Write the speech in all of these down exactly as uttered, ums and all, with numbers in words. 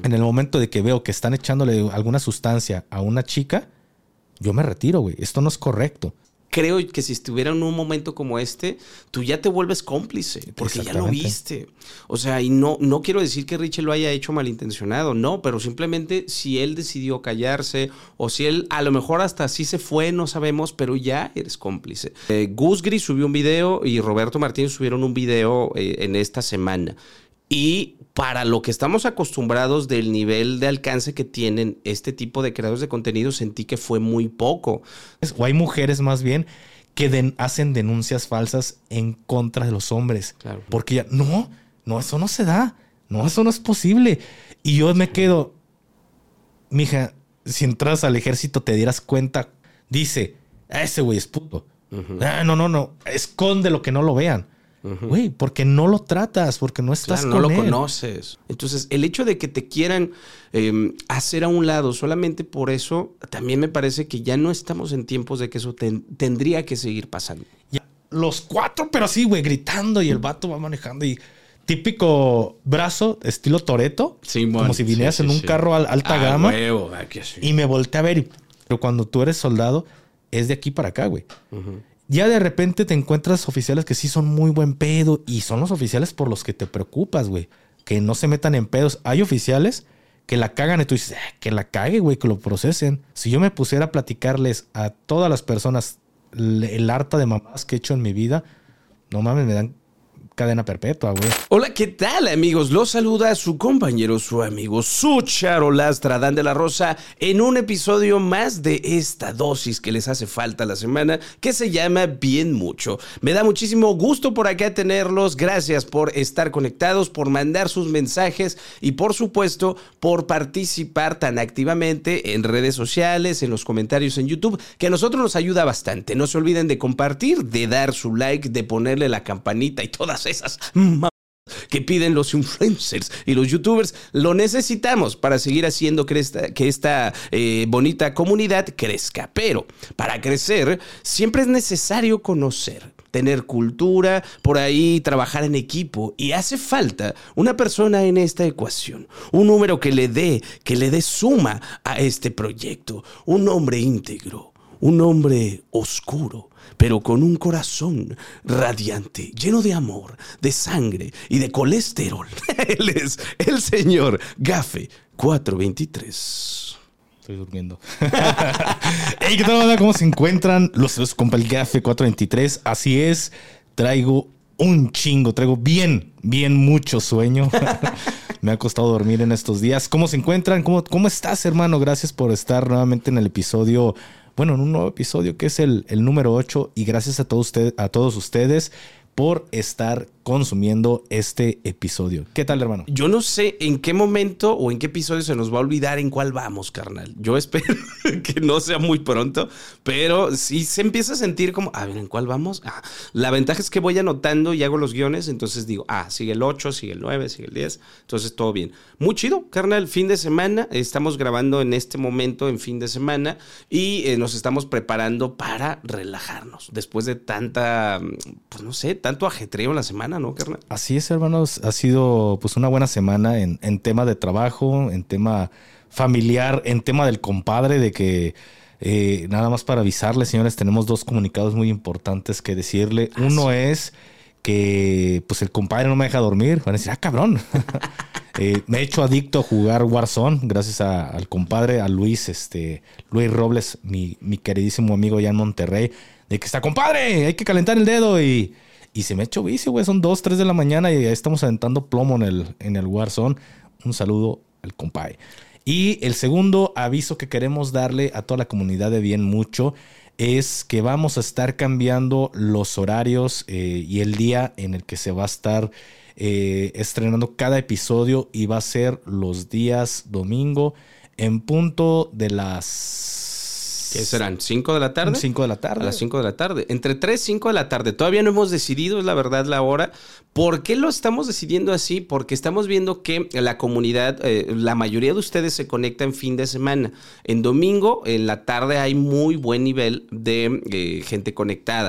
En el momento de que veo que están echándole alguna sustancia a una chica, yo me retiro, güey. Esto no es correcto. Creo que si estuviera en un momento como este, tú ya te vuelves cómplice, porque ya lo viste. O sea, y no, no quiero decir que Richie lo haya hecho malintencionado, no, pero simplemente si él decidió callarse, o si él a lo mejor hasta así se fue, no sabemos, pero ya eres cómplice. Eh, Gus Gris subió un video y Roberto Martínez subieron un video eh, en esta semana. Y para lo que estamos acostumbrados del nivel de alcance que tienen este tipo de creadores de contenido, sentí que fue muy poco. O hay mujeres más bien que den, hacen denuncias falsas en contra de los hombres. Claro. Porque ya, no, no, eso no se da. No, eso no es posible. Y yo me quedo, mija, si entras al ejército te dieras cuenta, dice, ese güey es puto. Uh-huh. Ah, no, no, no, esconde lo que no lo vean. Güey, uh-huh. Porque no lo tratas, porque no estás claro, con no él. No lo conoces. Entonces, el hecho de que te quieran eh, hacer a un lado solamente por eso, también me parece que ya no estamos en tiempos de que eso ten, tendría que seguir pasando. Ya, los cuatro, pero sí, güey, gritando y el vato va manejando y típico brazo estilo Toretto, sí, bueno, como si vinieras sí, sí, en un sí. carro al, alta ah, gama. Huevo, aquí sí. Y me volteé a ver. Y, pero cuando tú eres soldado, es de aquí para acá, güey. Uh-huh. Ya de repente te encuentras oficiales que sí son muy buen pedo y son los oficiales por los que te preocupas, güey. Que no se metan en pedos. Hay oficiales que la cagan y tú dices, eh, que la cague, güey, que lo procesen. Si yo me pusiera a platicarles a todas las personas el harta de mamás que he hecho en mi vida, no mames, me dan cadena perpetua, güey. Hola, ¿qué tal, amigos? Los saluda su compañero, su amigo, su charolastra, Dan de la Rosa, en un episodio más de esta dosis que les hace falta a la semana, que se llama Bien Mucho. Me da muchísimo gusto por acá tenerlos. Gracias por estar conectados, por mandar sus mensajes y, por supuesto, por participar tan activamente en redes sociales, en los comentarios en YouTube, que a nosotros nos ayuda bastante. No se olviden de compartir, de dar su like, de ponerle la campanita y todas esas mamadas que piden los influencers y los youtubers. Lo necesitamos para seguir haciendo que esta, que esta eh, bonita comunidad crezca. Pero para crecer siempre es necesario conocer, tener cultura, por ahí trabajar en equipo, y hace falta una persona en esta ecuación, un número que le dé, que le dé suma a este proyecto, un hombre íntegro, un hombre oscuro, pero con un corazón radiante, lleno de amor, de sangre y de colesterol. Él es el señor Gafe cuatrocientos veintitrés. Estoy durmiendo. Hey, ¿qué tal? ¿Cómo se encuentran? Los dos compa el Gafe cuatrocientos veintitrés. Así es, traigo un chingo, traigo bien, bien mucho sueño. Me ha costado dormir en estos días. ¿Cómo se encuentran? ¿Cómo, cómo estás, hermano? Gracias por estar nuevamente en el episodio... Bueno, en un nuevo episodio que es el, el número ocho, y gracias a todos, usted, a todos ustedes por estar consumiendo este episodio. ¿Qué tal, hermano? Yo no sé en qué momento o en qué episodio se nos va a olvidar en cuál vamos, carnal. Yo espero que no sea muy pronto, pero sí se empieza a sentir como, a ver, ¿en cuál vamos? Ah, la ventaja es que voy anotando y hago los guiones, entonces digo, ah, sigue el ocho, sigue el nueve, sigue el diez, entonces todo bien. Muy chido, carnal, fin de semana, estamos grabando en este momento en fin de semana y eh, nos estamos preparando para relajarnos después de tanta, pues no sé, tanto ajetreo en la semana, ¿no, carnal? Así es, hermanos. Ha sido pues una buena semana en, en tema de trabajo, en tema familiar, en tema del compadre, de que eh, nada más para avisarles, señores, tenemos dos comunicados muy importantes que decirle. Ah, Uno sí. es que pues el compadre no me deja dormir. Van a decir, ah, cabrón. eh, me he hecho adicto a jugar Warzone gracias a, al compadre, a Luis, este, Luis Robles, mi, mi queridísimo amigo allá en Monterrey, de que está, compadre, hay que calentar el dedo y... Y se me ha hecho vicio, güey. Son dos, tres de la mañana y ya estamos aventando plomo en el, en el Warzone. Un saludo al compadre. Y el segundo aviso que queremos darle a toda la comunidad de Bien Mucho es que vamos a estar cambiando los horarios eh, y el día en el que se va a estar eh, estrenando cada episodio, y va a ser los días domingo en punto de las... ¿Qué serán? ¿cinco de la tarde? cinco de la tarde. A las cinco de la tarde. Entre tres y cinco de la tarde. Todavía no hemos decidido, es la verdad, la hora. ¿Por qué lo estamos decidiendo así? Porque estamos viendo que la comunidad, eh, la mayoría de ustedes se conecta en fin de semana. En domingo, en la tarde, hay muy buen nivel de eh, gente conectada.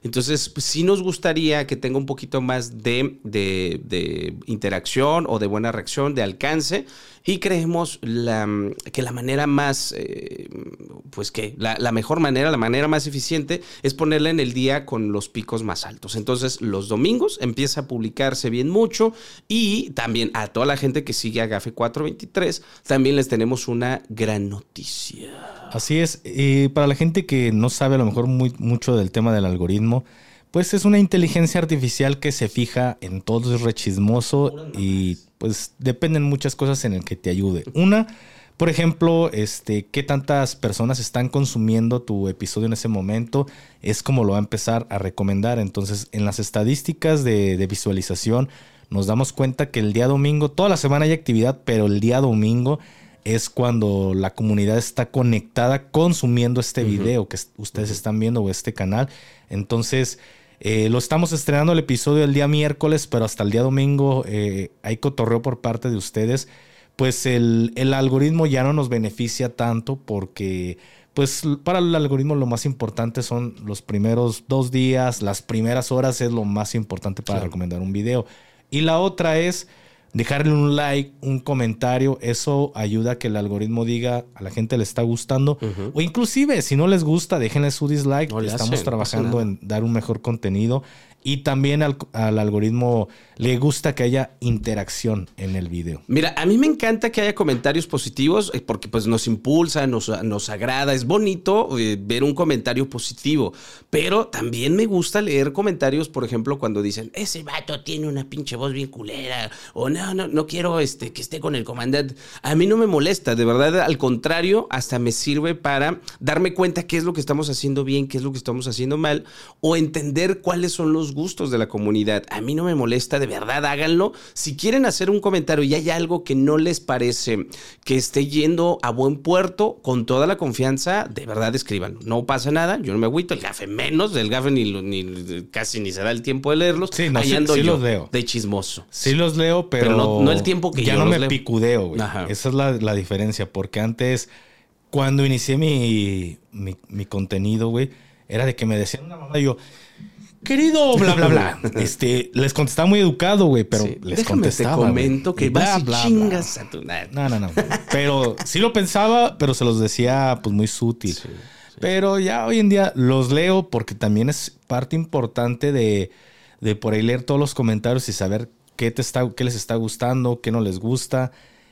Entonces, pues, sí nos gustaría que tenga un poquito más de, de, de interacción o de buena reacción, de alcance. Y creemos la, que la manera más, eh, pues que la, la mejor manera, la manera más eficiente es ponerla en el día con los picos más altos. Entonces, los domingos empieza a publicarse bien mucho y también a toda la gente que sigue a Gafe cuatrocientos veintitrés, también les tenemos una gran noticia. Así es. Y para la gente que no sabe a lo mejor muy, mucho del tema del algoritmo, pues es una inteligencia artificial que se fija en todo, es rechismoso y pues dependen muchas cosas en el que te ayude. Una, por ejemplo, este, qué tantas personas están consumiendo tu episodio en ese momento, es como lo va a empezar a recomendar. Entonces, en las estadísticas de, de visualización, nos damos cuenta que el día domingo, toda la semana hay actividad, pero el día domingo es cuando la comunidad está conectada consumiendo este uh-huh. video que ustedes uh-huh. están viendo o este canal. Entonces, eh, lo estamos estrenando el episodio el día miércoles, pero hasta el día domingo eh, hay cotorreo por parte de ustedes. Pues el, el algoritmo ya no nos beneficia tanto porque pues para el algoritmo lo más importante son los primeros dos días, las primeras horas es lo más importante para claro. recomendar un video. Y la otra es dejarle un like, un comentario. Eso ayuda a que el algoritmo diga a la gente le está gustando. Uh-huh. O inclusive, si no les gusta, déjenle su dislike. No Estamos hacen, trabajando no en dar un mejor contenido. Y también al, al algoritmo le gusta que haya interacción en el video. Mira, a mí me encanta que haya comentarios positivos porque pues nos impulsa, nos, nos agrada. Es bonito eh, ver un comentario positivo. Pero también me gusta leer comentarios, por ejemplo, cuando dicen, ese vato tiene una pinche voz bien culera. O no, no, no quiero este, que esté con el comandante. A mí no me molesta, de verdad. Al contrario, hasta me sirve para darme cuenta qué es lo que estamos haciendo bien, qué es lo que estamos haciendo mal. O entender cuáles son los gustos de la comunidad. A mí no me molesta, de verdad, háganlo. Si quieren hacer un comentario y hay algo que no les parece que esté yendo a buen puerto, con toda la confianza, de verdad escríbanlo. No pasa nada, yo no me agüito, el Gafe menos, el Gafe ni, ni casi ni se da el tiempo de leerlos. Sí, no, Ahí sí, ando sí yo, los leo. De chismoso. Sí los leo, pero, pero no, no el tiempo que ya yo no los me leo. picudeo, güey. Esa es la, la diferencia, porque antes, cuando inicié mi, mi, mi contenido, güey, era de que me decían una mamá y yo... Querido, bla, bla, bla. Este, les contestaba muy educado, güey, pero sí, les déjame contestaba. Te comento que bla, vas y bla, chingas bla. a tu nada. No, no, no. Pero sí lo pensaba, pero se los decía pues muy sutil. Sí, sí. Pero ya hoy en día los leo porque también es parte importante de, de por ahí leer todos los comentarios y saber qué te está, qué les está gustando, qué no les gusta.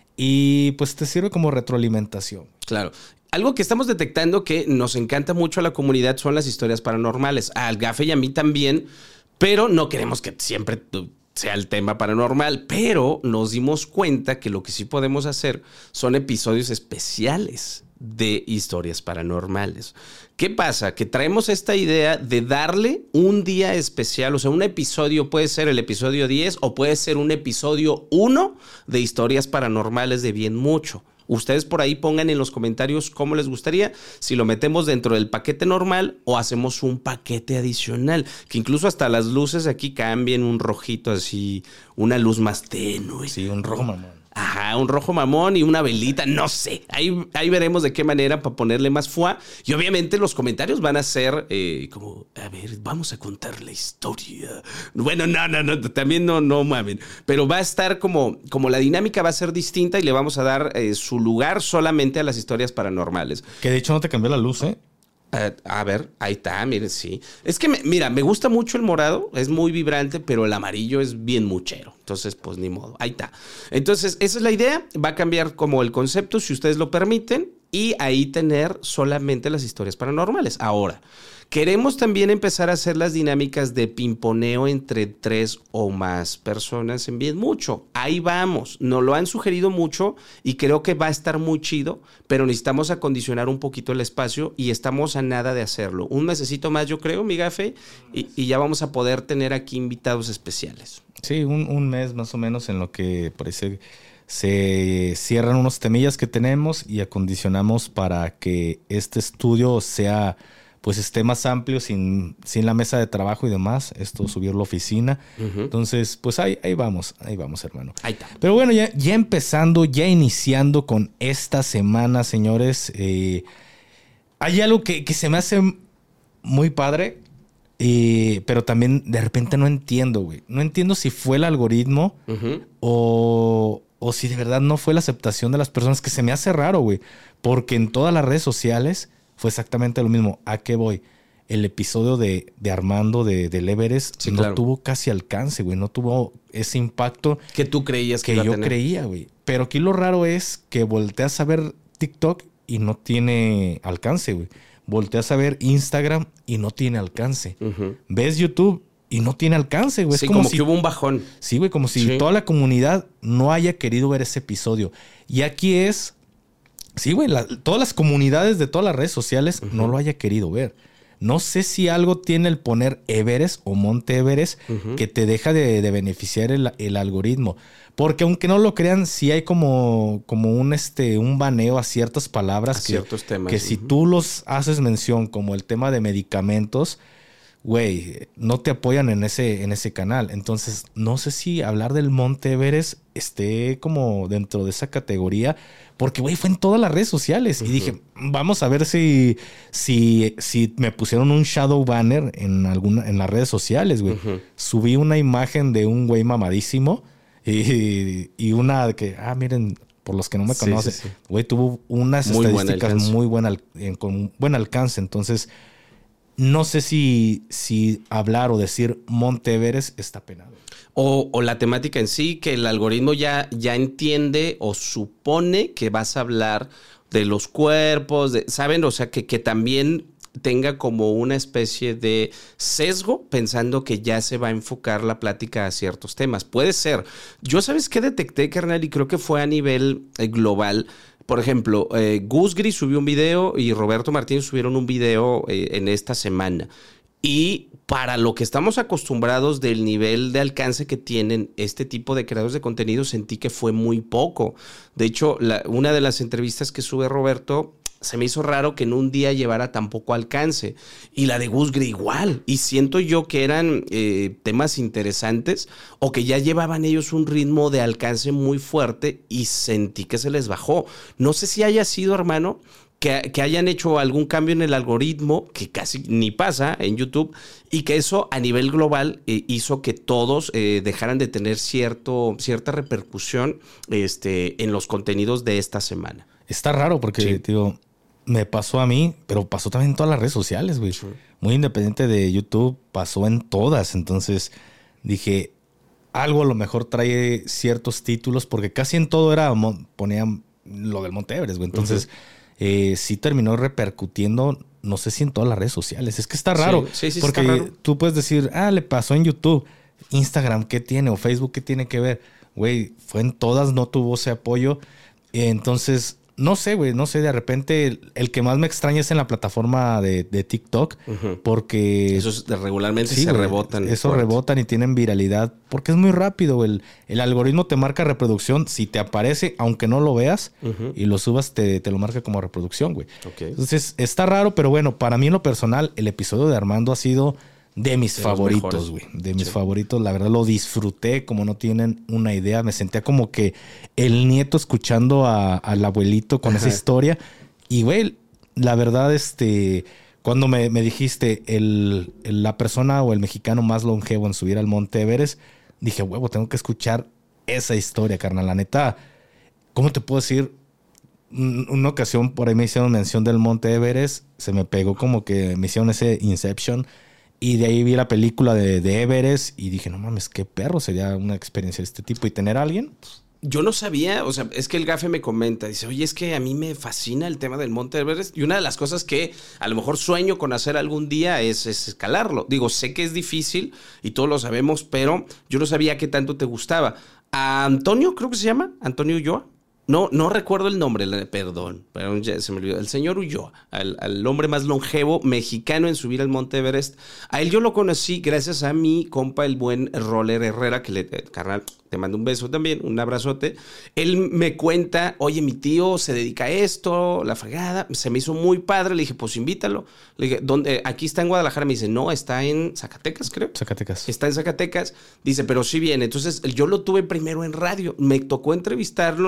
Y pues te sirve como retroalimentación. Claro. Algo que estamos detectando que nos encanta mucho a la comunidad son las historias paranormales. Al Gafe y a mí también, pero no queremos que siempre sea el tema paranormal. Pero nos dimos cuenta que lo que sí podemos hacer son episodios especiales de historias paranormales. ¿Qué pasa? Que traemos esta idea de darle un día especial, o sea, un episodio puede ser el episodio diez o puede ser un episodio uno de historias paranormales de bien mucho. Ustedes por ahí pongan en los comentarios cómo les gustaría, si lo metemos dentro del paquete normal o hacemos un paquete adicional, que incluso hasta las luces aquí cambien, un rojito así, una luz más tenue. Sí, un rojo mamón. Ajá, un rojo mamón y una velita, no sé. Ahí, ahí veremos de qué manera para ponerle más fuá. Y obviamente los comentarios van a ser eh, como, a ver, vamos a contar la historia. Bueno, no, no, no, también no, no mamen. Pero va a estar como, como la dinámica va a ser distinta y le vamos a dar eh, su lugar solamente a las historias paranormales. Que de hecho no te cambió la luz, ¿eh? Uh, a ver, ahí está, miren, sí. Es que, me, mira, me gusta mucho el morado, es muy vibrante, pero el amarillo es bien muchero. Entonces, pues ni modo, ahí está. Entonces, esa es la idea. Va a cambiar como el concepto, si ustedes lo permiten, y ahí tener solamente las historias paranormales. Ahora, queremos también empezar a hacer las dinámicas de pimponeo entre tres o más personas en bien mucho. Ahí vamos. Nos lo han sugerido mucho y creo que va a estar muy chido, pero necesitamos acondicionar un poquito el espacio y estamos a nada de hacerlo. Un mesecito más, yo creo, mi Gafe, y, y ya vamos a poder tener aquí invitados especiales. Sí, un, un mes más o menos en lo que parece se cierran unos temillas que tenemos y acondicionamos para que este estudio sea... pues esté más amplio, sin, sin la mesa de trabajo y demás. Esto subir la oficina. Uh-huh. Entonces, pues ahí, ahí vamos, ahí vamos, hermano. Ahí está. Pero bueno, ya, ya empezando, ya iniciando con esta semana, señores. Eh, hay algo que, que se me hace muy padre. Y, pero también de repente no entiendo, güey. No entiendo si fue el algoritmo uh-huh. o, o si de verdad no fue la aceptación de las personas, que se me hace raro, güey. Porque en todas las redes sociales fue exactamente lo mismo. ¿A qué voy? El episodio de, de Armando de, del Everest sí, no claro. tuvo casi alcance, güey. No tuvo ese impacto que tú creías que, que iba a yo tener. creía, güey. Pero aquí lo raro es que volteas a ver TikTok y no tiene alcance, güey. Volteas a ver Instagram y no tiene alcance. Uh-huh. Ves YouTube y no tiene alcance, güey. Sí, es como, como si, que hubo un bajón. Sí, güey, como si sí. toda la comunidad no haya querido ver ese episodio. Y aquí es... Sí, güey, la, todas las comunidades de todas las redes sociales uh-huh. no lo haya querido ver. No sé si algo tiene el poner Everest o Monte Everest uh-huh. que te deja de, de beneficiar el, el algoritmo. Porque aunque no lo crean, sí hay como, como un, este, un baneo a ciertas palabras. A que, ciertos temas. Que uh-huh. si tú los haces mención, como el tema de medicamentos, güey, no te apoyan en ese, en ese canal. Entonces, no sé si hablar del Monte Everest esté como dentro de esa categoría. Porque, güey, fue en todas las redes sociales. Uh-huh. Y dije, vamos a ver si, si, si me pusieron un shadow banner en, alguna, en las redes sociales, güey. Uh-huh. Subí una imagen de un güey mamadísimo y, y una de que, ah, miren, por los que no me conocen, sí, sí, sí. güey, tuvo unas muy estadísticas buen muy buenas, con buen alcance. Entonces, no sé si, si hablar o decir Monte Everest está penado. O, o la temática en sí, que el algoritmo ya, ya entiende o supone que vas a hablar de los cuerpos, de, ¿saben? O sea, que, que también tenga como una especie de sesgo pensando que ya se va a enfocar la plática a ciertos temas. Puede ser. Yo, ¿sabes qué detecté, carnal? Y creo que fue a nivel eh, global. Por ejemplo, eh, Gus Gris subió un video y Roberto Martínez subieron un video eh, en esta semana. Y para lo que estamos acostumbrados del nivel de alcance que tienen este tipo de creadores de contenido, sentí que fue muy poco. De hecho, la, una de las entrevistas que sube Roberto, se me hizo raro que en un día llevara tan poco alcance. Y la de Gus Gris igual. Y siento yo que eran eh, temas interesantes o que ya llevaban ellos un ritmo de alcance muy fuerte y sentí que se les bajó. No sé si haya sido, hermano, Que, que hayan hecho algún cambio en el algoritmo, que casi ni pasa en YouTube, y que eso a nivel global eh, hizo que todos eh, dejaran de tener cierto, cierta repercusión este, en los contenidos de esta semana. Está raro porque, sí. tío, me pasó a mí, pero pasó también en todas las redes sociales, güey. Sí. Muy independiente de YouTube, pasó en todas. Entonces dije, algo a lo mejor trae ciertos títulos, porque casi en todo era, ponían lo del Monte Everest, güey. Entonces... Uh-huh. Eh, sí terminó repercutiendo, no sé si en todas las redes sociales. Es que está raro. Sí, sí, sí, porque está raro. Tú puedes decir, ah, le pasó en YouTube. Instagram, ¿qué tiene? O Facebook, ¿qué tiene que ver? Güey, fue en todas, no tuvo ese apoyo. Entonces, no sé, güey, no sé. De repente, el, el que más me extraña es en la plataforma de, de TikTok. Uh-huh. Porque... Esos regularmente sí, se güey, rebotan. Eso fuerte. Rebotan y tienen viralidad. Porque es muy rápido. El, el algoritmo te marca reproducción. Si te aparece, aunque no lo veas, uh-huh. y lo subas, te, te lo marca como reproducción, güey. Okay. Entonces, está raro, pero bueno, para mí en lo personal, el episodio de Armando ha sido de mis de favoritos, güey. De mis sí. favoritos. La verdad, lo disfruté como no tienen una idea. Me sentía como que el nieto escuchando a, al abuelito con Ajá. esa historia. Y, güey, la verdad, este... Cuando me, me dijiste el, el, la persona o el mexicano más longevo en subir al Monte Everest, dije, huevo, tengo que escuchar esa historia, carnal. La neta, ¿cómo te puedo decir? Una ocasión por ahí me hicieron mención del Monte Everest. Se me pegó como que me hicieron ese Inception. Y de ahí vi la película de, de Everest y dije, no mames, qué perro sería una experiencia de este tipo. Y tener a alguien... Yo no sabía, o sea, es que el gafe me comenta, dice, oye, es que a mí me fascina el tema del Monte Everest y una de las cosas que a lo mejor sueño con hacer algún día es, es escalarlo. Digo, sé que es difícil y todos lo sabemos, pero yo no sabía qué tanto te gustaba. A Antonio, creo que se llama, Antonio Ulloa. No, no recuerdo el nombre, perdón, perdón, ya se me olvidó. El señor Ulloa, al, al hombre más longevo mexicano en subir al Monte Everest. A él yo lo conocí gracias a mi compa, el buen Roller Herrera, que le, eh, carnal, te mando un beso también, un abrazote. Él me cuenta, oye, mi tío se dedica a esto, la fregada, se me hizo muy padre. Le dije, pues invítalo. Le dije, ¿dónde? Aquí está en Guadalajara. Me dice, no, está en Zacatecas, creo. Zacatecas. Está en Zacatecas. Dice, pero sí viene. Entonces, yo lo tuve primero en radio. Me tocó entrevistarlo, nos enfocamos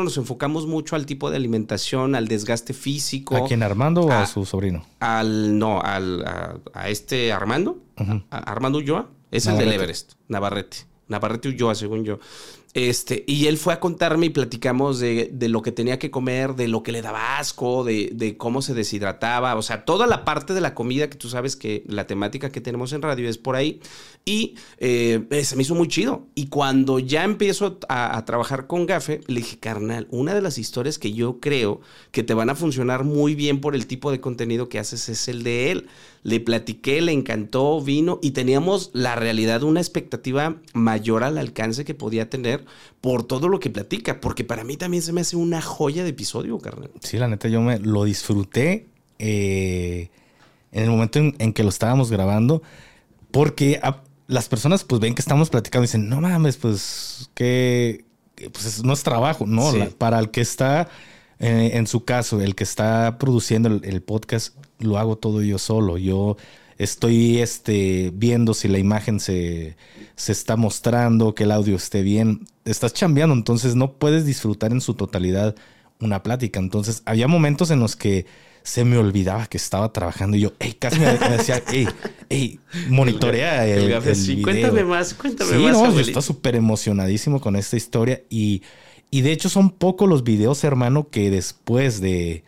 enfocamos mucho al tipo de alimentación, al desgaste físico. ¿A quién, Armando o a, a su sobrino? Al, no, al, a, a este Armando, uh-huh. a Armando Ulloa, es Navarrete. El del Everest, Navarrete. Navarrete Ulloa, según yo. Este, y él fue a contarme y platicamos de, de lo que tenía que comer, de lo que le daba asco, de, de cómo se deshidrataba, o sea, toda la parte de la comida que tú sabes que la temática que tenemos en radio es por ahí. Y eh, se me hizo muy chido. Y cuando ya empiezo a, a trabajar con Gafe, le dije, carnal, una de las historias que yo creo que te van a funcionar muy bien por el tipo de contenido que haces es el de él. Le platiqué, le encantó, vino y teníamos la realidad, una expectativa mayor al alcance que podía tener por todo lo que platica, porque para mí también se me hace una joya de episodio, carnal. Sí, la neta, yo me lo disfruté eh, en el momento en, en que lo estábamos grabando, porque a, las personas pues ven que estamos platicando y dicen, no mames, pues que pues, no es trabajo, no, sí. la, para el que está... Eh, en su caso, el que está produciendo el, el podcast, lo hago todo yo solo. Yo estoy este, viendo si la imagen se, se está mostrando, que el audio esté bien. Estás chambeando, entonces no puedes disfrutar en su totalidad una plática. Entonces había momentos en los que se me olvidaba que estaba trabajando y yo, hey, casi me decía, hey, hey, monitorea el, el, el, el sí, video. Cuéntame más, cuéntame sí, más. No, abuelito. yo estoy súper emocionadísimo con esta historia y... Y de hecho son pocos los videos, hermano, que después de,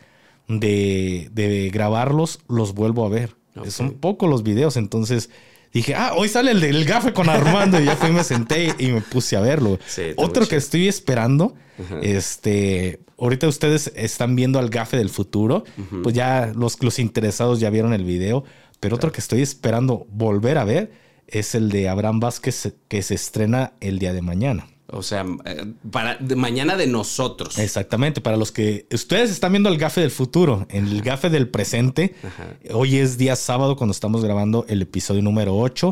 de, de grabarlos los vuelvo a ver. Okay. Son pocos los videos, entonces dije, ah, hoy sale el del Gafe con Armando y ya fui, me senté y me puse a verlo. Sí, Otro que estoy esperando, uh-huh. este, ahorita ustedes están viendo al Gafe del futuro, uh-huh. pues ya los, los interesados ya vieron el video, pero claro. Otro que estoy esperando volver a ver es el de Abraham Vázquez que se estrena el día de mañana. O sea, para de mañana de nosotros. Exactamente. Para los que ustedes están viendo el Gafe del futuro, en el Gafe del presente, ajá. Hoy es día sábado cuando estamos grabando el episodio número ocho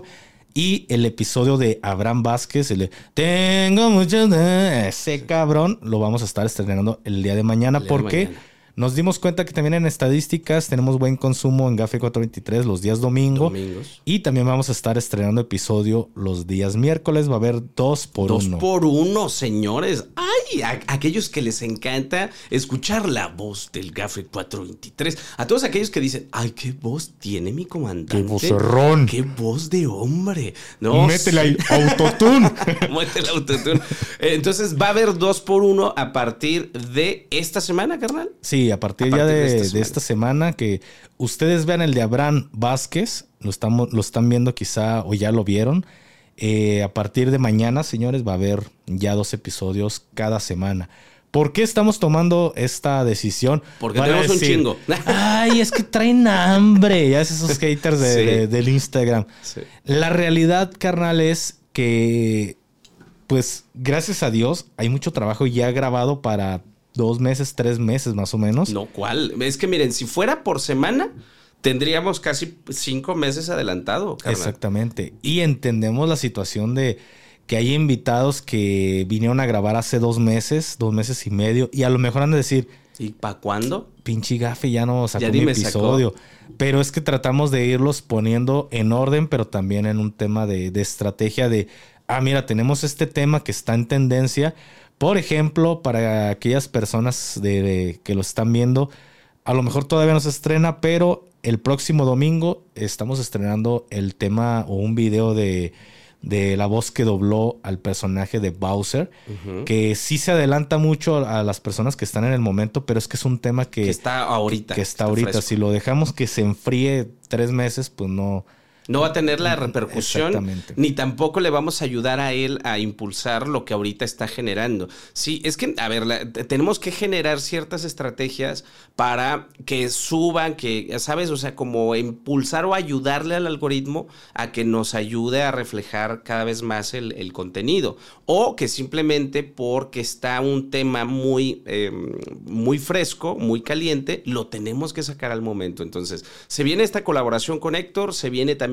y el episodio de Abraham Vázquez, el de Tengo mucho de ese cabrón, lo vamos a estar estrenando el día de mañana día porque... De mañana. Nos dimos cuenta que también en estadísticas tenemos buen consumo en Gafe cuatrocientos veintitrés los días domingo. Domingos. Y también vamos a estar estrenando episodio los días miércoles. Va a haber dos por dos uno. Dos por uno, señores. Ay, a, a aquellos que les encanta escuchar la voz del Gafe cuatrocientos veintitrés. A todos aquellos que dicen, ay, qué voz tiene mi comandante. Qué vocerrón. Qué voz de hombre. No, Métele ahí autotune. Métele autotune. Entonces va a haber dos por uno a partir de esta semana, carnal. Sí. A partir, a partir ya de, de, esta de esta semana que ustedes vean el de Abraham Vázquez, lo, estamos, lo están viendo quizá o ya lo vieron. Eh, a partir de mañana, señores, va a haber ya dos episodios cada semana. ¿Por qué estamos tomando esta decisión? Porque Van tenemos decir, un chingo. Ay, es que traen hambre. Ya es esos haters de, sí. de, del Instagram. Sí. La realidad, carnal, es que, pues, gracias a Dios, hay mucho trabajo ya grabado para... Dos meses, tres meses más o menos. No, ¿cuál? Es que miren, si fuera por semana, tendríamos casi cinco meses adelantado, carnal. Exactamente. Y entendemos la situación de que hay invitados que vinieron a grabar hace dos meses, dos meses y medio, y a lo mejor han de decir... ¿Y para cuándo? Pinche Gafe ya no sacó mi episodio. Sacó. Pero es que tratamos de irlos poniendo en orden, pero también en un tema de, de estrategia de... Ah, mira, tenemos este tema que está en tendencia... Por ejemplo, para aquellas personas de, de, que lo están viendo, a lo mejor todavía no se estrena, pero el próximo domingo estamos estrenando el tema o un video de, de la voz que dobló al personaje de Bowser, uh-huh. que sí se adelanta mucho a las personas que están en el momento, pero es que es un tema que, que está ahorita. Que, que está, está ahorita. Fresco. Si lo dejamos que se enfríe tres meses, pues no... No va a tener la repercusión, ni tampoco le vamos a ayudar a él a impulsar lo que ahorita está generando. Sí, es que, a ver, la, tenemos que generar ciertas estrategias para que suban, que, ¿sabes? O sea, como impulsar o ayudarle al algoritmo a que nos ayude a reflejar cada vez más el, el contenido. O que simplemente porque está un tema muy, eh, muy fresco, muy caliente, lo tenemos que sacar al momento. Entonces, se viene esta colaboración con Héctor, se viene también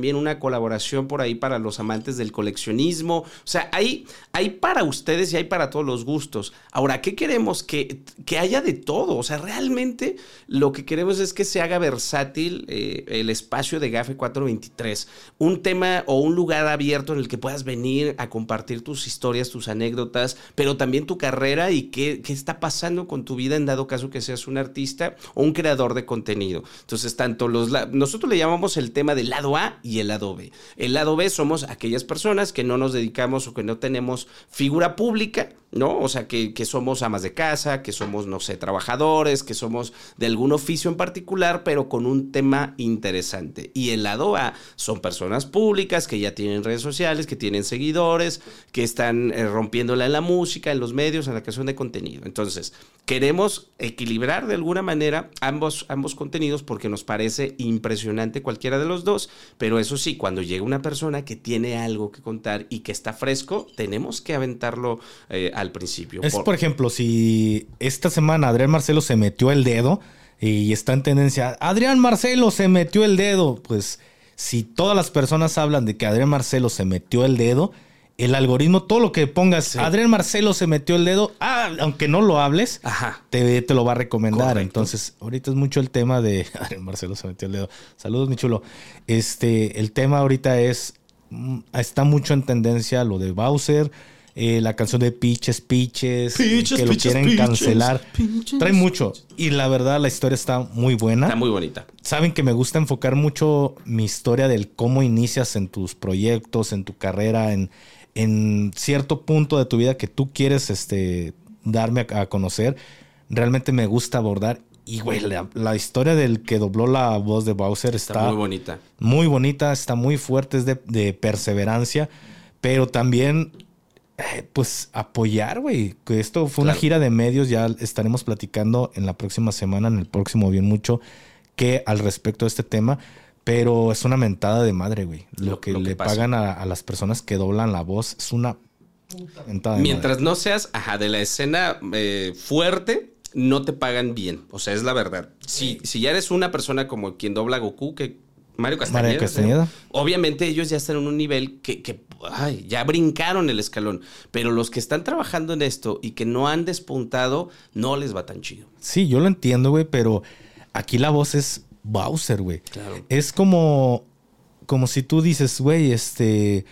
también una colaboración por ahí para los amantes del coleccionismo. O sea, hay, hay para ustedes y hay para todos los gustos. Ahora, ¿qué queremos? Que, que haya de todo. O sea, realmente lo que queremos es que se haga versátil eh, el espacio de Gafe cuatrocientos veintitrés. Un tema o un lugar abierto en el que puedas venir a compartir tus historias, tus anécdotas, pero también tu carrera y qué, qué está pasando con tu vida en dado caso que seas un artista o un creador de contenido. Entonces, tanto los... Nosotros le llamamos el tema del lado A y el lado B. El lado B somos aquellas personas que no nos dedicamos o que no tenemos figura pública, ¿no? O sea, que, que somos amas de casa, que somos, no sé, trabajadores, que somos de algún oficio en particular, pero con un tema interesante. Y el lado A son personas públicas que ya tienen redes sociales, que tienen seguidores, que están eh, rompiéndola en la música, en los medios, en la creación de contenido. Entonces, queremos equilibrar de alguna manera ambos, ambos contenidos porque nos parece impresionante cualquiera de los dos, pero eso sí, cuando llega una persona que tiene algo que contar y que está fresco, tenemos que aventarlo eh, al principio. Es, por... por ejemplo, si esta semana Adrián Marcelo se metió el dedo y está en tendencia, Adrián Marcelo se metió el dedo, pues si todas las personas hablan de que Adrián Marcelo se metió el dedo, el algoritmo, todo lo que pongas, sí. Adrián Marcelo se metió el dedo, ah, aunque no lo hables, Ajá. Te, te lo va a recomendar. Correcto. Entonces, ahorita es mucho el tema de Adrián Marcelo se metió el dedo. Saludos, mi chulo. Este, el tema ahorita es, está mucho en tendencia lo de Bowser, eh, la canción de Piches, Piches, Piches que lo Piches, quieren Piches, cancelar. Piches, Trae mucho. Y la verdad, la historia está muy buena. Está muy bonita. Saben que me gusta enfocar mucho mi historia del cómo inicias en tus proyectos, en tu carrera, en... en cierto punto de tu vida que tú quieres este, darme a, a conocer, realmente me gusta abordar. Y, güey, la, la historia del que dobló la voz de Bowser está, está muy bonita. Muy bonita, está muy fuerte, es de, de perseverancia, pero también, eh, pues, apoyar, güey. Que esto fue claro. Una gira de medios, ya estaremos platicando en la próxima semana, en el próximo Bien Mucho, que al respecto de este tema. Pero es una mentada de madre, güey. Lo, lo que lo le que pagan a, a las personas que doblan la voz es una puta mentada de Mientras madre. no seas, ajá, de la escena eh, fuerte, no te pagan bien. O sea, es la verdad. Si, si ya eres una persona como quien dobla a Goku, que Mario Castañeda. Mario Castañeda. ¿Eh? Obviamente ellos ya están en un nivel que, que ay, ya brincaron el escalón. Pero los que están trabajando en esto y que no han despuntado, no les va tan chido. Sí, yo lo entiendo, güey, pero aquí la voz es... Bowser, güey. Claro. Es como, como si tú dices, güey, este...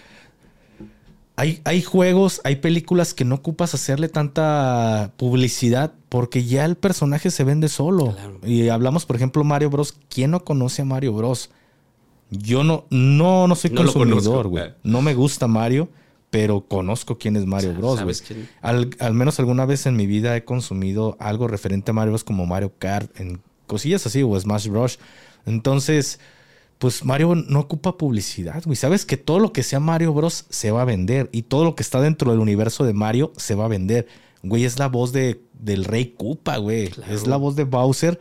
Hay, hay juegos, hay películas que no ocupas hacerle tanta publicidad porque ya el personaje se vende solo. Claro. Y hablamos, por ejemplo, Mario Bros. ¿Quién no conoce a Mario Bros? Yo no, no, no soy no consumidor, güey. No me gusta Mario, pero conozco quién es Mario Bros. ¿Sabes quién? Al, al menos alguna vez en mi vida he consumido algo referente a Mario Bros. Como Mario Kart, en cosillas así, o Smash Bros. Entonces, pues Mario no ocupa publicidad, güey. Sabes que todo lo que sea Mario Bros. Se va a vender. Y todo lo que está dentro del universo de Mario se va a vender. Güey, es la voz de, del Rey Koopa, güey. Claro. Es la voz de Bowser.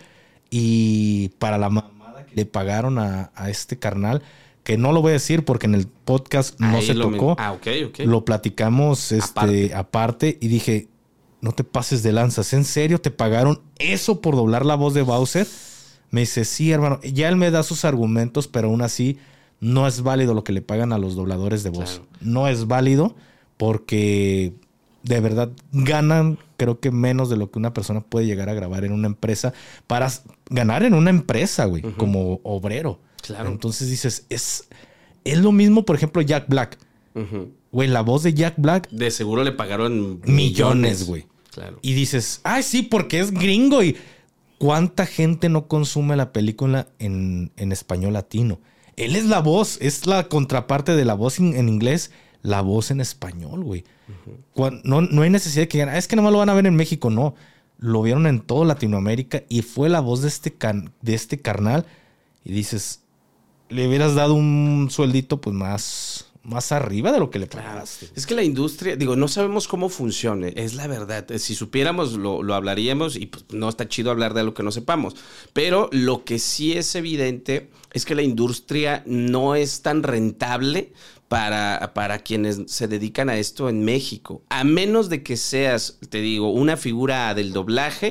Y para la mamada que le pagaron a, a este carnal, que no lo voy a decir porque en el podcast no Ahí se tocó. Me... Ah, ok, ok. Lo platicamos este, aparte. aparte y dije... No te pases de lanzas. ¿En serio te pagaron eso por doblar la voz de Bowser? Me dice, sí, hermano. Ya él me da sus argumentos, pero aún así no es válido lo que le pagan a los dobladores de voz. Claro. No es válido porque de verdad ganan, creo que menos de lo que una persona puede llegar a grabar en una empresa para ganar en una empresa, güey, uh-huh. como obrero. Claro. Entonces dices, es, es lo mismo, por ejemplo, Jack Black. Uh-huh. Güey, la voz de Jack Black. De seguro le pagaron millones, güey. Claro. Y dices, ay, sí, porque es gringo. Y ¿cuánta gente no consume la película en, en español latino? Él es la voz, es la contraparte de la voz en, en inglés, la voz en español, güey. Uh-huh. No, no hay necesidad de que digan, ah, es que nomás lo van a ver en México. No, lo vieron en toda Latinoamérica y fue la voz de este, can, de este carnal. Y dices, le hubieras dado un sueldito pues más... más arriba de lo que le pagaste. Es que la industria, digo, no sabemos cómo funcione, es la verdad. Si supiéramos, lo, lo hablaríamos y pues no está chido hablar de algo que no sepamos. Pero lo que sí es evidente es que la industria no es tan rentable para, para quienes se dedican a esto en México. A menos de que seas, te digo, una figura del doblaje,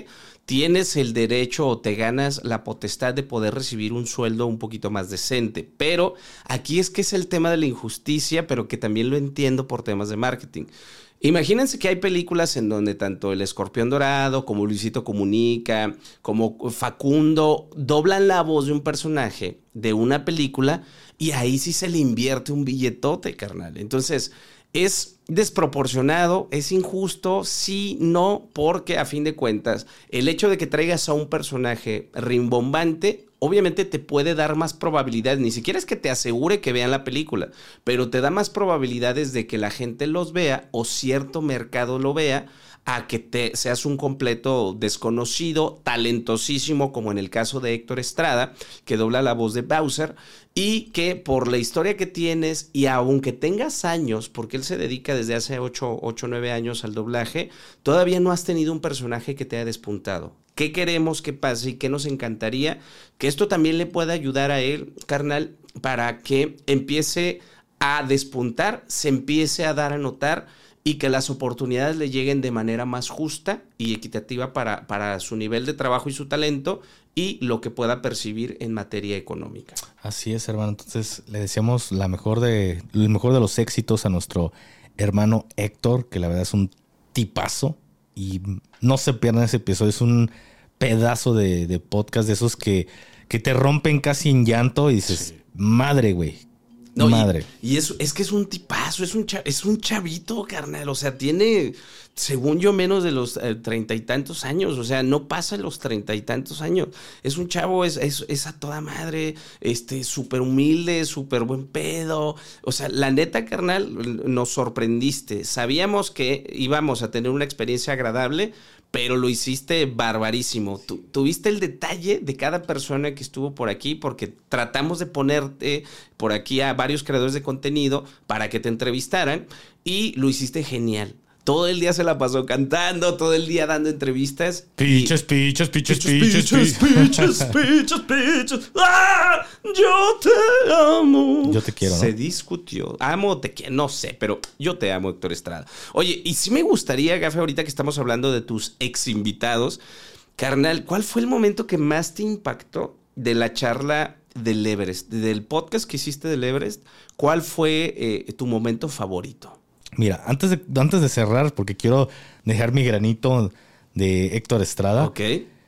tienes el derecho o te ganas la potestad de poder recibir un sueldo un poquito más decente. Pero aquí es que es el tema de la injusticia, pero que también lo entiendo por temas de marketing. Imagínense que hay películas en donde tanto el Escorpión Dorado como Luisito Comunica, como Facundo, doblan la voz de un personaje de una película y ahí sí se le invierte un billetote, carnal. Entonces, es desproporcionado, es injusto, sí, no, porque a fin de cuentas, el hecho de que traigas a un personaje rimbombante, obviamente te puede dar más probabilidades, ni siquiera es que te asegure que vean la película, pero te da más probabilidades de que la gente los vea o cierto mercado lo vea, a que te seas un completo desconocido, talentosísimo, como en el caso de Héctor Estrada, que dobla la voz de Bowser, y que por la historia que tienes, y aunque tengas años, porque él se dedica desde hace ocho o nueve años al doblaje, todavía no has tenido un personaje que te haya despuntado. ¿Qué queremos que pase y qué nos encantaría? Que esto también le pueda ayudar a él, carnal, para que empiece a despuntar, se empiece a dar a notar, y que las oportunidades le lleguen de manera más justa y equitativa para, para su nivel de trabajo y su talento y lo que pueda percibir en materia económica. Así es, hermano. Entonces le deseamos la mejor de, el mejor de los éxitos a nuestro hermano Héctor, que la verdad es un tipazo y no se pierdan ese episodio. Es un pedazo de, de podcast de esos que, que te rompen casi en llanto y dices, sí. madre, güey. No, Madre. Y, y es, es que es un tipazo, es un, cha, es un chavito, carnal. O sea, tiene, según yo, menos de los eh, treinta y tantos años. O sea, no pasa los treinta y tantos años. Es un chavo, es, es, es a toda madre, este, súper humilde, súper buen pedo. O sea, la neta, carnal, nos sorprendiste. Sabíamos que íbamos a tener una experiencia agradable, pero lo hiciste barbarísimo. Tu, tuviste el detalle de cada persona que estuvo por aquí, porque tratamos de ponerte por aquí a varios creadores de contenido para que te entrevistaran y lo hiciste genial. Todo el día se la pasó cantando, todo el día dando entrevistas. Pichas, pichas, pichas, pichas, pichas, pichas, pichas, pichas. ¡Ah! Yo te amo. Yo te quiero, ¿no? Se discutió. Amo, te quiero, no sé, pero yo te amo, Héctor Estrada. Oye, y sí me gustaría, Gafe, ahorita que estamos hablando de tus ex invitados, carnal, ¿cuál fue el momento que más te impactó de la charla del Everest, del podcast que hiciste del Everest? ¿Cuál fue eh, tu momento favorito? Mira, antes de, antes de cerrar, porque quiero dejar mi granito de Héctor Estrada. Ok.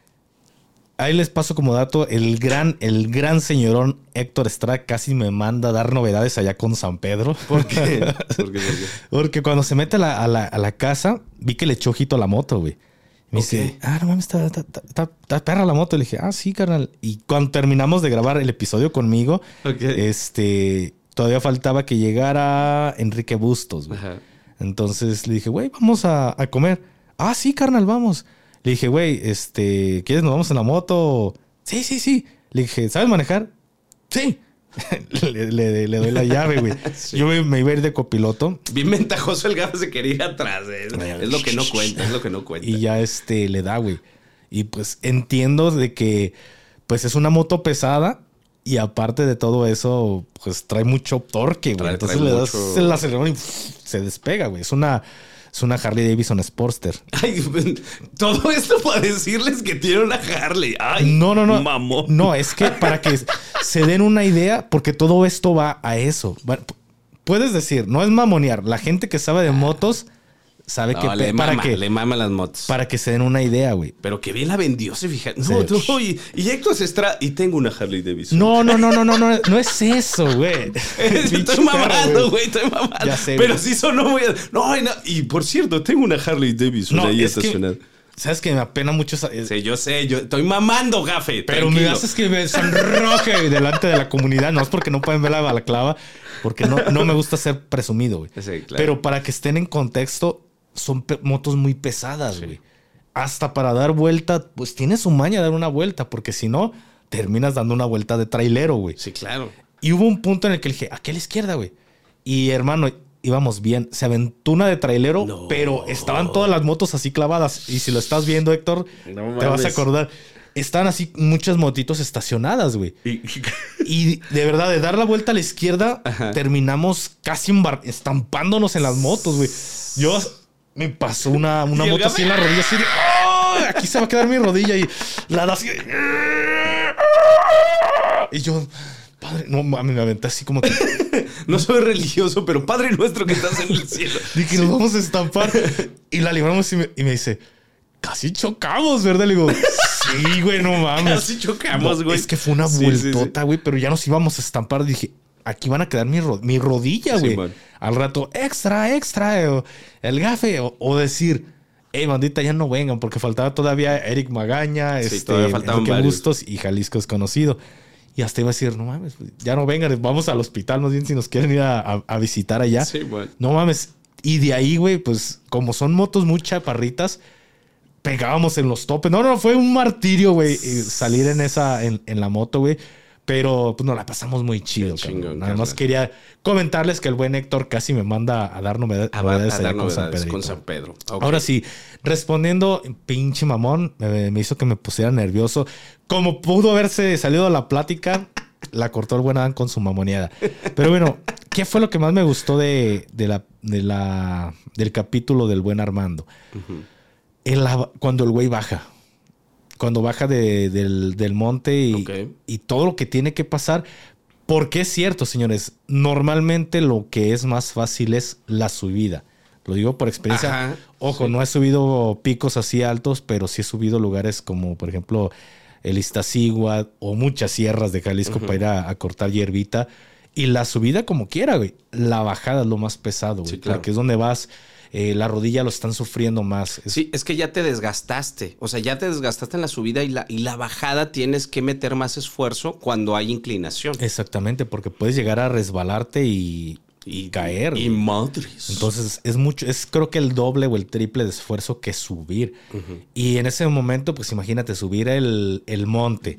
Ahí les paso como dato, el gran, el gran señorón Héctor Estrada casi me manda a dar novedades allá con San Pedro. ¿Por qué? ¿Por qué? ¿Por qué? Porque cuando se mete a la, a la, a la casa, vi que le echó ojito a la moto, güey. Me okay. dice, ah, no mames, está, está, está, está perra la moto. Le dije, ah, sí, carnal. Y cuando terminamos de grabar el episodio conmigo, okay. este... todavía faltaba que llegara Enrique Bustos, güey. Ajá. Entonces le dije, güey, vamos a, a comer. Ah, sí, carnal, vamos. Le dije, güey, este, ¿quieres nos vamos en la moto? Sí, sí, sí. Le dije, ¿sabes manejar? Sí. le, le, le doy la llave, güey. Sí. Yo me, me iba a ir de copiloto. Bien ventajoso el gato se quería ir atrás. ¿eh? Es lo que no cuenta, es lo que no cuenta. Y ya este, le da, güey. Y pues entiendo de que pues es una moto pesada. Y aparte de todo eso, pues trae mucho torque, güey. Entonces trae le das mucho... el acelerón y pff, se despega, güey. Es una, es una Harley Davidson Sportster. Ay, todo esto para decirles que tiene una Harley. Ay, no, no, no. Mamón. No, es que para que se den una idea, porque todo esto va a eso. Puedes decir, no es mamonear. La gente que sabe de motos sabe no, que le para mama, que le mama las motos. Para que se den una idea, güey. Pero que bien la vendió, se fija. No, sí. no, y, y Héctor Estrada y tengo una Harley Davidson. No, no, no, no, no, no, no es eso, güey. Estoy mamando, güey, estoy mamando. Ya sé, pero sí sonó muy. No, no, y por cierto, tengo una Harley Davidson no, ahí estacionada. ¿Sabes que me apena mucho? Esa... Sí, yo sé, yo estoy mamando, Gafe. Pero tranquilo. Me haces que me sonroje delante de la comunidad. No es porque no pueden ver la balaclava, porque no, no me gusta ser presumido, güey. Sí, claro. Pero para que estén en contexto, son pe- motos muy pesadas, güey. Sí. Hasta para dar vuelta, pues tiene su maña dar una vuelta, porque si no, terminas dando una vuelta de trailero, güey. Sí, claro. Y hubo un punto en el que le dije, aquí a la izquierda, güey. Y hermano, íbamos bien. Se aventó una de trailero, no. Pero estaban todas las motos así clavadas. Y si lo estás viendo, Héctor, no te vas a acordar. Estaban así muchas motitos estacionadas, güey. Y, y de verdad, de dar la vuelta a la izquierda, ajá, terminamos casi embar- estampándonos en las motos, güey. Yo... Me pasó una, una moto así en la rodilla así de... ¡Oh! aquí se va a quedar mi rodilla. Y la da así. Y yo, padre, no mames, me aventé así como que. No soy religioso, pero Padre nuestro que estás en el cielo. Dije, sí. Nos vamos a estampar. Y la libramos y me, y me dice, casi chocamos, ¿verdad? Le digo, sí, güey, no mames. Casi chocamos, no, güey. Es que fue una sí, vueltota, güey, sí, sí. pero ya nos íbamos a estampar. Dije, aquí van a quedar mi, ro mi rodilla, güey. Sí, al rato, extra, extra, o el gafe, o, o decir, hey, bandita, ya no vengan, porque faltaba todavía Eric Magaña, sí, este, todavía faltaban varios. Bustos y Jalisco es conocido. Y hasta iba a decir, no mames, ya no vengan, vamos al hospital, más bien si nos quieren ir a, a, a visitar allá. Sí, bueno. No mames. Y de ahí, güey, pues como son motos muy chaparritas, pegábamos en los topes. No, no, fue un martirio, güey, salir en esa, en, en la moto, güey. Pero pues nos la pasamos muy chido, chingón. Nada más quería comentarles que el buen Héctor casi me manda a dar novedades, a, novedades a dar con, novedades San con San Pedro. Okay. Ahora sí, respondiendo, pinche mamón, me, me hizo que me pusiera nervioso. Como pudo haberse salido a la plática, la cortó el buen Adán con su mamoneada. Pero bueno, ¿qué fue lo que más me gustó de, de la, de la, del capítulo del buen Armando? Uh-huh. En la, cuando el güey baja. Cuando baja de, del, del monte y, okay. y todo lo que tiene que pasar. Porque es cierto, señores. Normalmente lo que es más fácil es la subida. Lo digo por experiencia. Ajá, Ojo, sí. no he subido picos así altos, pero sí he subido lugares como, por ejemplo, el Iztaccíhuatl o muchas sierras de Jalisco uh-huh. para ir a, a cortar hierbita. Y la subida como quiera, güey. La bajada es lo más pesado, güey. Sí, claro. Porque es donde vas... Eh, la rodilla lo están sufriendo más. Sí, es que ya te desgastaste. O sea, ya te desgastaste en la subida y la, y la bajada tienes que meter más esfuerzo cuando hay inclinación. Exactamente, porque puedes llegar a resbalarte y, y caer. Y madres. Entonces, es mucho, es creo que el doble o el triple de esfuerzo que subir. Uh-huh. Y en ese momento, pues imagínate, subir el, el monte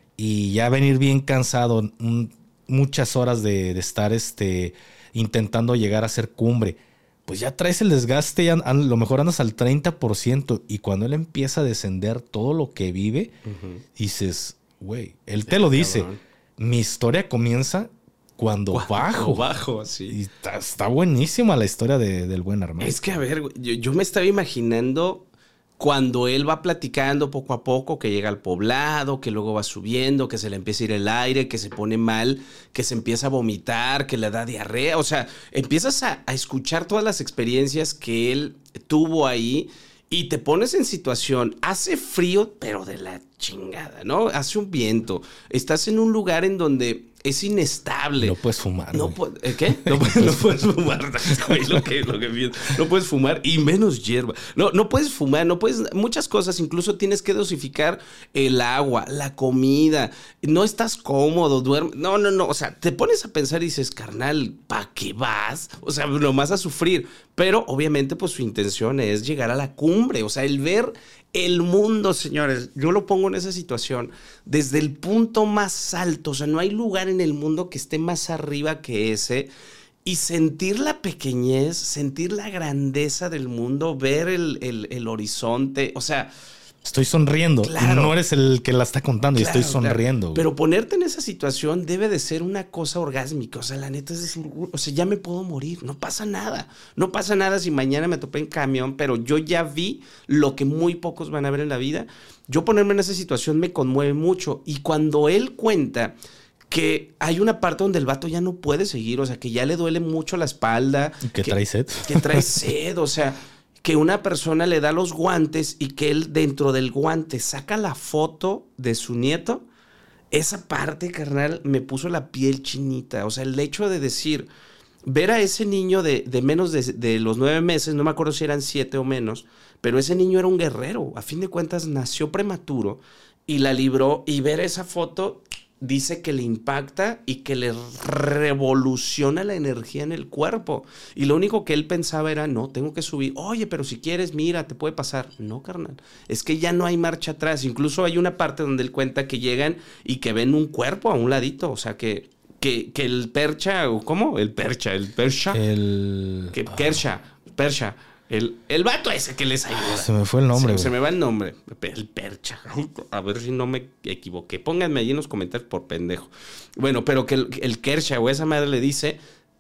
y ya venir bien cansado, un, muchas horas de, de estar este, intentando llegar a hacer cumbre. Pues ya traes el desgaste, ya a lo mejor andas al treinta por ciento. Y cuando él empieza a descender todo lo que vive, uh-huh. dices, güey, él te lo dice. Cabrón. Mi historia comienza cuando, cuando bajo. bajo, sí. Y está, está buenísima la historia de, del buen Armando. Es que, a ver, yo, yo me estaba imaginando cuando él va platicando poco a poco, que llega al poblado, que luego va subiendo, que se le empieza a ir el aire, que se pone mal, que se empieza a vomitar, que le da diarrea. O sea, empiezas a, a escuchar todas las experiencias que él tuvo ahí y te pones en situación. Hace frío, pero de la chingada, ¿no? Hace un viento. Estás en un lugar en donde es inestable. No puedes fumar. No pu- ¿Qué? No, no puedes fumar. lo que, lo que no puedes fumar y menos hierba. No, no puedes fumar, no puedes. Muchas cosas, incluso tienes que dosificar el agua, la comida. No estás cómodo, duermes. No, no, no. O sea, te pones a pensar y dices, carnal, ¿para qué vas? O sea, nomás a sufrir. Pero obviamente, pues su intención es llegar a la cumbre. O sea, el ver el mundo, señores. Yo lo pongo en esa situación desde el punto más alto. O sea, no hay lugar en el mundo que esté más arriba que ese. Y sentir la pequeñez, sentir la grandeza del mundo, ver el, el, el horizonte. O sea, estoy sonriendo. Claro, no eres el que la está contando, claro, y estoy sonriendo. Claro. Pero ponerte en esa situación debe de ser una cosa orgásmica. O sea, la neta es decir, o sea, ya me puedo morir. No pasa nada. No pasa nada si mañana me topé en camión, pero yo ya vi lo que muy pocos van a ver en la vida. Yo ponerme en esa situación me conmueve mucho. Y cuando él cuenta que hay una parte donde el vato ya no puede seguir, o sea, que ya le duele mucho la espalda. Que, que trae sed. Que trae sed, o sea, que una persona le da los guantes y que él dentro del guante saca la foto de su nieto. Esa parte, carnal, me puso la piel chinita. O sea, el hecho de decir, ver a ese niño de, de menos de, de los nueve meses, no me acuerdo si eran siete o menos, pero ese niño era un guerrero. A fin de cuentas, nació prematuro y la libró. Y ver esa foto dice que le impacta y que le revoluciona la energía en el cuerpo. Y lo único que él pensaba era, no, tengo que subir. Oye, pero si quieres, mira, te puede pasar. No, carnal. Es que ya no hay marcha atrás. Incluso hay una parte donde él cuenta que llegan y que ven un cuerpo a un ladito. O sea, que, que, que el percha, o ¿cómo? El percha, el percha. El... Que percha, percha. El, el vato ese que les ayuda. Se me fue el nombre. Se, se me va el nombre. El percha. A ver si no me equivoqué. Pónganme ahí en los comentarios por pendejo. Bueno, pero que el, el Kersha o esa madre le dice,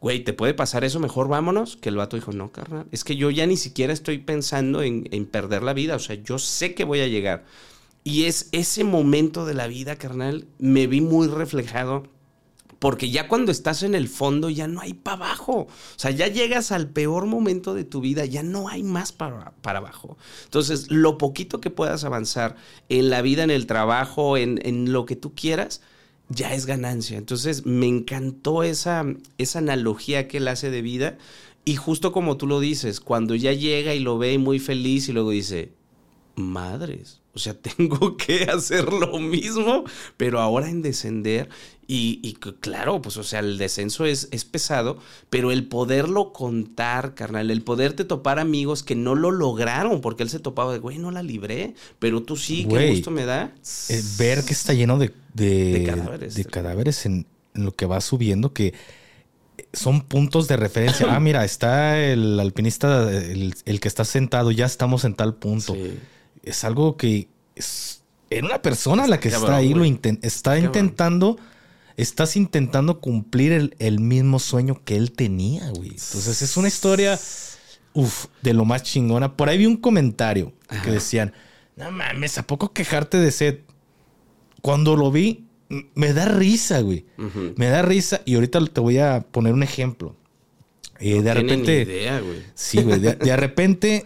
güey, ¿te puede pasar eso? Mejor vámonos. Que el vato dijo, no, carnal, es que yo ya ni siquiera estoy pensando en, en perder la vida. O sea, yo sé que voy a llegar. Y es ese momento de la vida, carnal, me vi muy reflejado. Porque ya cuando estás en el fondo ya no hay para abajo. O sea, ya llegas al peor momento de tu vida, ya no hay más para, para abajo. Entonces, lo poquito que puedas avanzar en la vida, en el trabajo, en, en lo que tú quieras, ya es ganancia. Entonces, me encantó esa, esa analogía que él hace de vida. Y justo como tú lo dices, cuando ya llega y lo ve muy feliz y luego dice, madres, o sea, tengo que hacer lo mismo, pero ahora en descender. Y, y claro, pues, o sea, el descenso es, es pesado, pero el poderlo contar, carnal, el poderte topar amigos que no lo lograron, porque él se topaba de, güey, no la libré, pero tú sí, Güey, qué gusto me da. Eh, ver que está lleno de, de, De cadáveres. de cadáveres en, en lo que va subiendo, que son puntos de referencia. Ah, mira, está el alpinista, el, el que está sentado, ya estamos en tal punto. Sí. Es algo que es, era una persona Está la que cabrón, está ahí, güey. lo inten- está Cabrón. intentando, estás intentando cumplir el, el mismo sueño que él tenía, güey. Entonces es una historia, uf, de lo más chingona. Por ahí vi un comentario Ajá. que decían, no mames, ¿a poco quejarte de sed? Cuando lo vi, m- me da risa, güey. Ujú. Me da risa y ahorita te voy a poner un ejemplo. Eh, No de tienen repente... ni idea, güey. Sí, güey. De, de repente,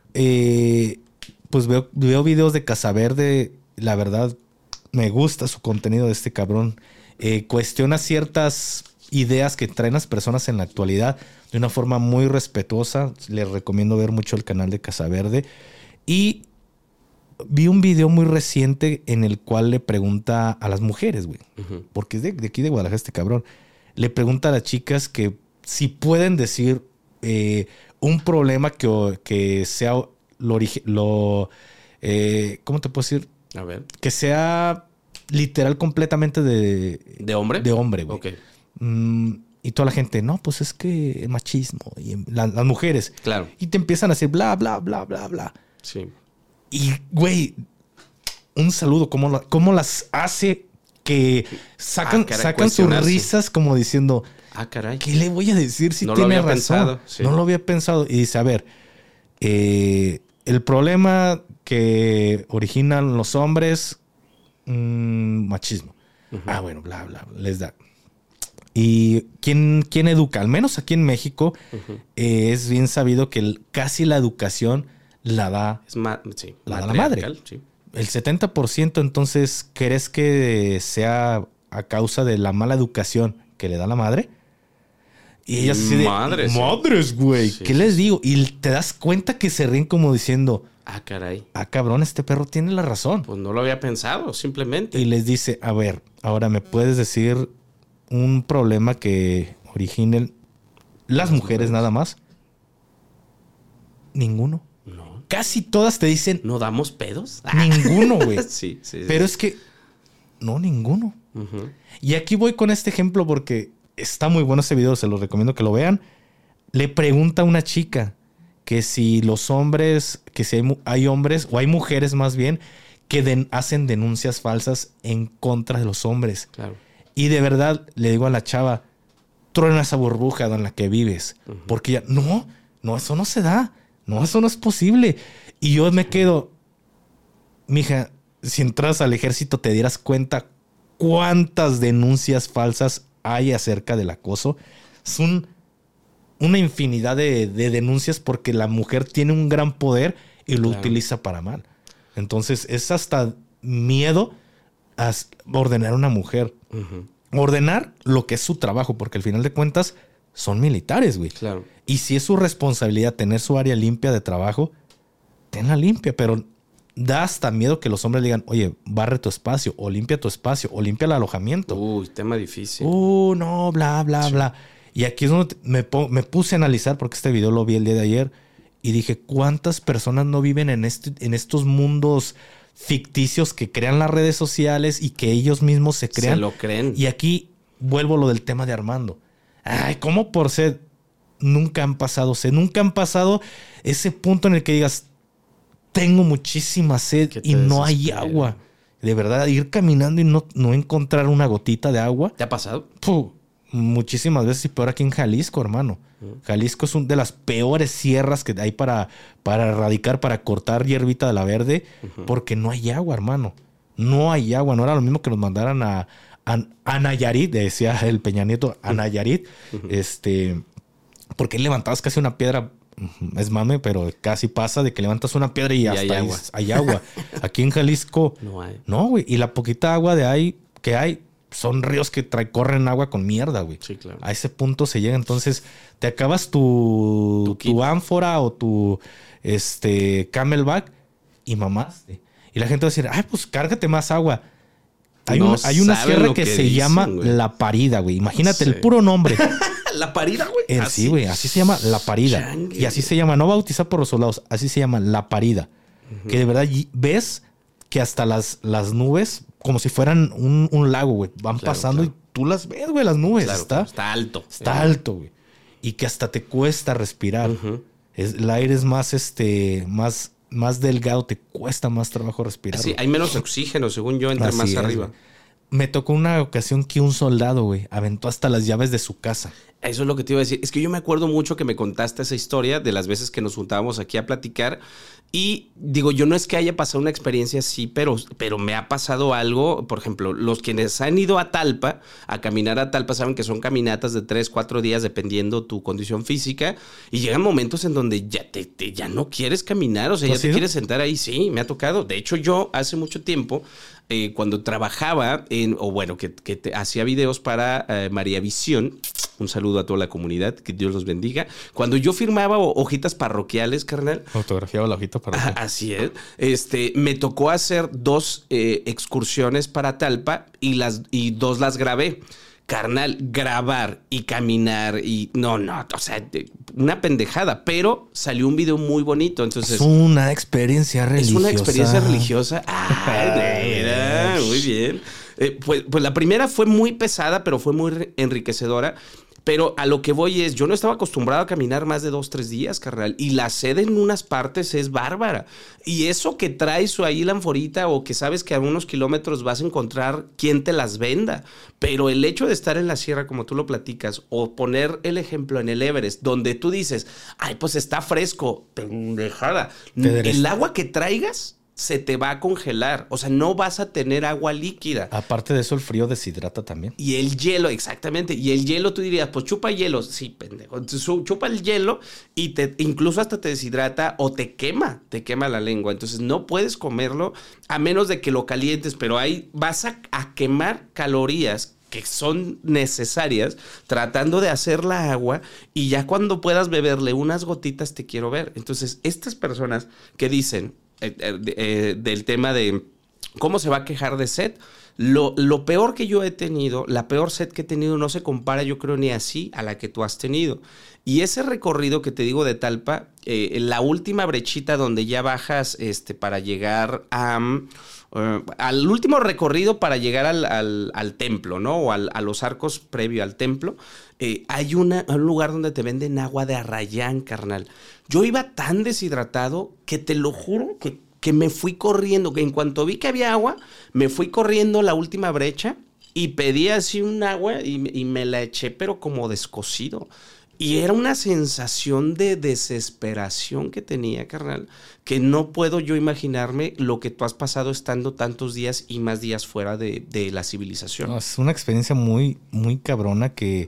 eh, pues veo, veo videos de Casaverde. La verdad, me gusta su contenido de este cabrón. Eh, cuestiona ciertas ideas que traen las personas en la actualidad de una forma muy respetuosa. Les recomiendo ver mucho el canal de Casaverde. Y vi un video muy reciente en el cual le pregunta a las mujeres, güey. Ujú. Porque es de, de aquí de Guadalajara este cabrón. Le pregunta a las chicas que si pueden decir eh, un problema que, que sea lo, origi- lo eh, ¿cómo te puedo decir? A ver. Que sea literal completamente de, ¿De hombre? de hombre, güey. Ok, Mm, y toda la gente, no, pues es que machismo. Y la- las mujeres. claro. Y te empiezan a decir bla, bla, bla, bla, bla. Sí. Y, güey, un saludo. ¿Cómo, la- cómo las hace que sacan, Ah, caray, sacan sus cuestionarse. risas como diciendo, Ah, caray. ¿qué le voy a decir si No lo tiene había razón? pensado, sí. No lo había pensado. Y dice, a ver, eh, el problema que originan los hombres, mm, machismo. Ujú. Ah, bueno, bla, bla, les da. ¿Y quién, quién educa? Al menos aquí en México Ujú. eh, es bien sabido que el- casi la educación la da Es ma sí, La da la madre. matriarcal, sí. el setenta por ciento. Entonces, ¿crees que sea a causa de la mala educación que le da la madre? Y ellas así de, Madres, sí. madres, güey, Sí, ¿qué sí, les sí. digo? Y te das cuenta que se ríen como diciendo, Ah, caray. ah, cabrón, este perro tiene la razón. Pues no lo había pensado, simplemente. Y les dice, a ver, ahora me puedes decir un problema que originen las mujeres mujeres. nada más. Ninguno. No. Casi todas te dicen ¿No damos pedos? ninguno, güey. Sí, sí. Pero sí. es que no, ninguno. Ujú. Y aquí voy con este ejemplo porque está muy bueno ese video, se los recomiendo que lo vean. Le pregunta a una chica que si los hombres, que si hay, mu- hay hombres o hay mujeres más bien que den- hacen denuncias falsas en contra de los hombres. Claro. Y de verdad le digo a la chava, truena esa burbuja en la que vives. Ujú. Porque ella, no, no, eso no se da. No, eso no es posible. Y yo me quedo, mija, si entras al ejército te dieras cuenta cuántas denuncias falsas hay acerca del acoso. Es un- una infinidad de, de denuncias porque la mujer tiene un gran poder y lo Claro. utiliza para mal. Entonces es hasta miedo a s- ordenar a una mujer. Ujú. Ordenar lo que es su trabajo, porque al final de cuentas son militares, güey. Claro. Y si es su responsabilidad tener su área limpia de trabajo, tenla limpia, pero da hasta miedo que los hombres le digan, oye, barre tu espacio, o limpia tu espacio, o limpia el alojamiento. Uy, tema difícil. Uh, no, bla, bla, Sí. bla. Y aquí es donde me, po- me puse a analizar, porque este video lo vi el día de ayer, y dije, ¿cuántas personas no viven en, este, en estos mundos ficticios que crean las redes sociales y que ellos mismos se crean? Se lo creen. Y aquí vuelvo a lo del tema de Armando. Ay, ¿cómo por sed? Nunca han pasado sed. Nunca han pasado ese punto en el que digas, tengo muchísima sed Que te y no hay desespera. agua. De verdad, ir caminando y no, no encontrar una gotita de agua. ¿Te ha pasado? Puh, muchísimas veces y peor aquí en Jalisco, hermano. Jalisco es una de las peores sierras que hay para, para erradicar, para cortar hierbita de la verde, uh-huh. porque no hay agua, hermano. No hay agua. No era lo mismo que nos mandaran a, a, a Nayarit, decía el Peña Nieto, a Nayarit, uh-huh. este, porque levantabas casi una piedra. Es mame, pero casi pasa de que levantas una piedra y, y hasta hay agua. Hay, hay agua. Aquí en Jalisco no hay. No, güey. Y la poquita agua de ahí que hay son ríos que trae, corren agua con mierda, güey. Sí, claro. A ese punto se llega. Entonces, te acabas tu, tu, tu ánfora o tu este, camelback y mamaste. Y la gente va a decir, ay, pues cárgate más agua. Hay, no un, hay una sierra que, que se dicen, llama güey. La Parida, güey. Imagínate sí. el puro nombre. La Parida, güey. Eh, sí, güey. Así se llama La Parida. Changue. Y así se llama, no bautizar por los soldados, así se llama La Parida. Uh-huh. Que de verdad ves que hasta las, las nubes, como si fueran un, un lago, güey, van claro, pasando claro. y tú las ves, güey, las nubes. Claro, está, está alto. Está eh. alto, güey. Y que hasta te cuesta respirar. Uh-huh. Es, el aire es más, este, más, más delgado, te cuesta más trabajo respirar. Sí, hay menos oxígeno, según yo, entra así más es, arriba. Güey. Me tocó una ocasión que un soldado, güey, aventó hasta las llaves de su casa. Eso es lo que te iba a decir. Es que yo me acuerdo mucho que me contaste esa historia de las veces que nos juntábamos aquí a platicar. Y digo, yo no es que haya pasado una experiencia así, pero, pero me ha pasado algo. Por ejemplo, los quienes han ido a Talpa, a caminar a Talpa, saben que son caminatas de tres, cuatro días, dependiendo tu condición física. Y llegan momentos en donde ya, te, te, ya no quieres caminar, o sea, ya te quieres sentar ahí. Sí, me ha tocado. De hecho, yo hace mucho tiempo... Eh, cuando trabajaba en, o bueno, que, que te, hacía videos para eh, María Visión, un saludo a toda la comunidad, que Dios los bendiga. Cuando yo firmaba hojitas parroquiales, carnal. Autografiaba la hojita parroquial. Así es. Este, me tocó hacer dos eh, excursiones para Talpa y, las, y dos las grabé. Carnal, grabar y caminar y no, no, o sea, una pendejada, pero salió un video muy bonito, entonces... Es una experiencia religiosa. Es una experiencia religiosa. Ay, mira, muy bien. Eh, pues, pues la primera fue muy pesada, pero fue muy enriquecedora. Pero a lo que voy es, yo no estaba acostumbrado a caminar más de dos, tres días, carnal. Y la sed en unas partes es bárbara. Y eso que traes ahí la anforita o que sabes que a unos kilómetros vas a encontrar quien te las venda. Pero el hecho de estar en la sierra, como tú lo platicas, o poner el ejemplo en el Everest, donde tú dices, ay, pues está fresco, pendejada. El agua que traigas se te va a congelar. O sea, no vas a tener agua líquida. Aparte de eso, el frío deshidrata también. Y el hielo, exactamente. Y el hielo, tú dirías, pues chupa hielo. Sí, pendejo. Chupa el hielo y te, incluso hasta te deshidrata o te quema. Te quema la lengua. Entonces, no puedes comerlo a menos de que lo calientes. Pero ahí vas a, a quemar calorías que son necesarias tratando de hacer la agua y ya cuando puedas beberle unas gotitas te quiero ver. Entonces, estas personas que dicen... Eh, eh, del tema de cómo se va a quejar de sed. Lo, lo peor que yo he tenido, la peor sed que he tenido no se compara, yo creo, ni así a la que tú has tenido. Y ese recorrido que te digo de Talpa, eh, la última brechita donde ya bajas este, para llegar a... Uh, al último recorrido para llegar al, al, al templo, ¿no? O al, a los arcos previo al templo, eh, hay una, un lugar donde te venden agua de Arrayán, carnal. Yo iba tan deshidratado que te lo juro que, que me fui corriendo, que en cuanto vi que había agua, me fui corriendo la última brecha y pedí así un agua y, y me la eché, pero como descosido. Y era una sensación de desesperación que tenía, carnal, que no puedo yo imaginarme lo que tú has pasado estando tantos días y más días fuera de, de la civilización. No, es una experiencia muy, muy cabrona que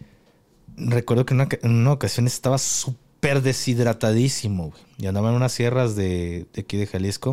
recuerdo que en una, en una ocasión estaba súper deshidratadísimo, güey. Y andaba en unas sierras de, de aquí de Jalisco.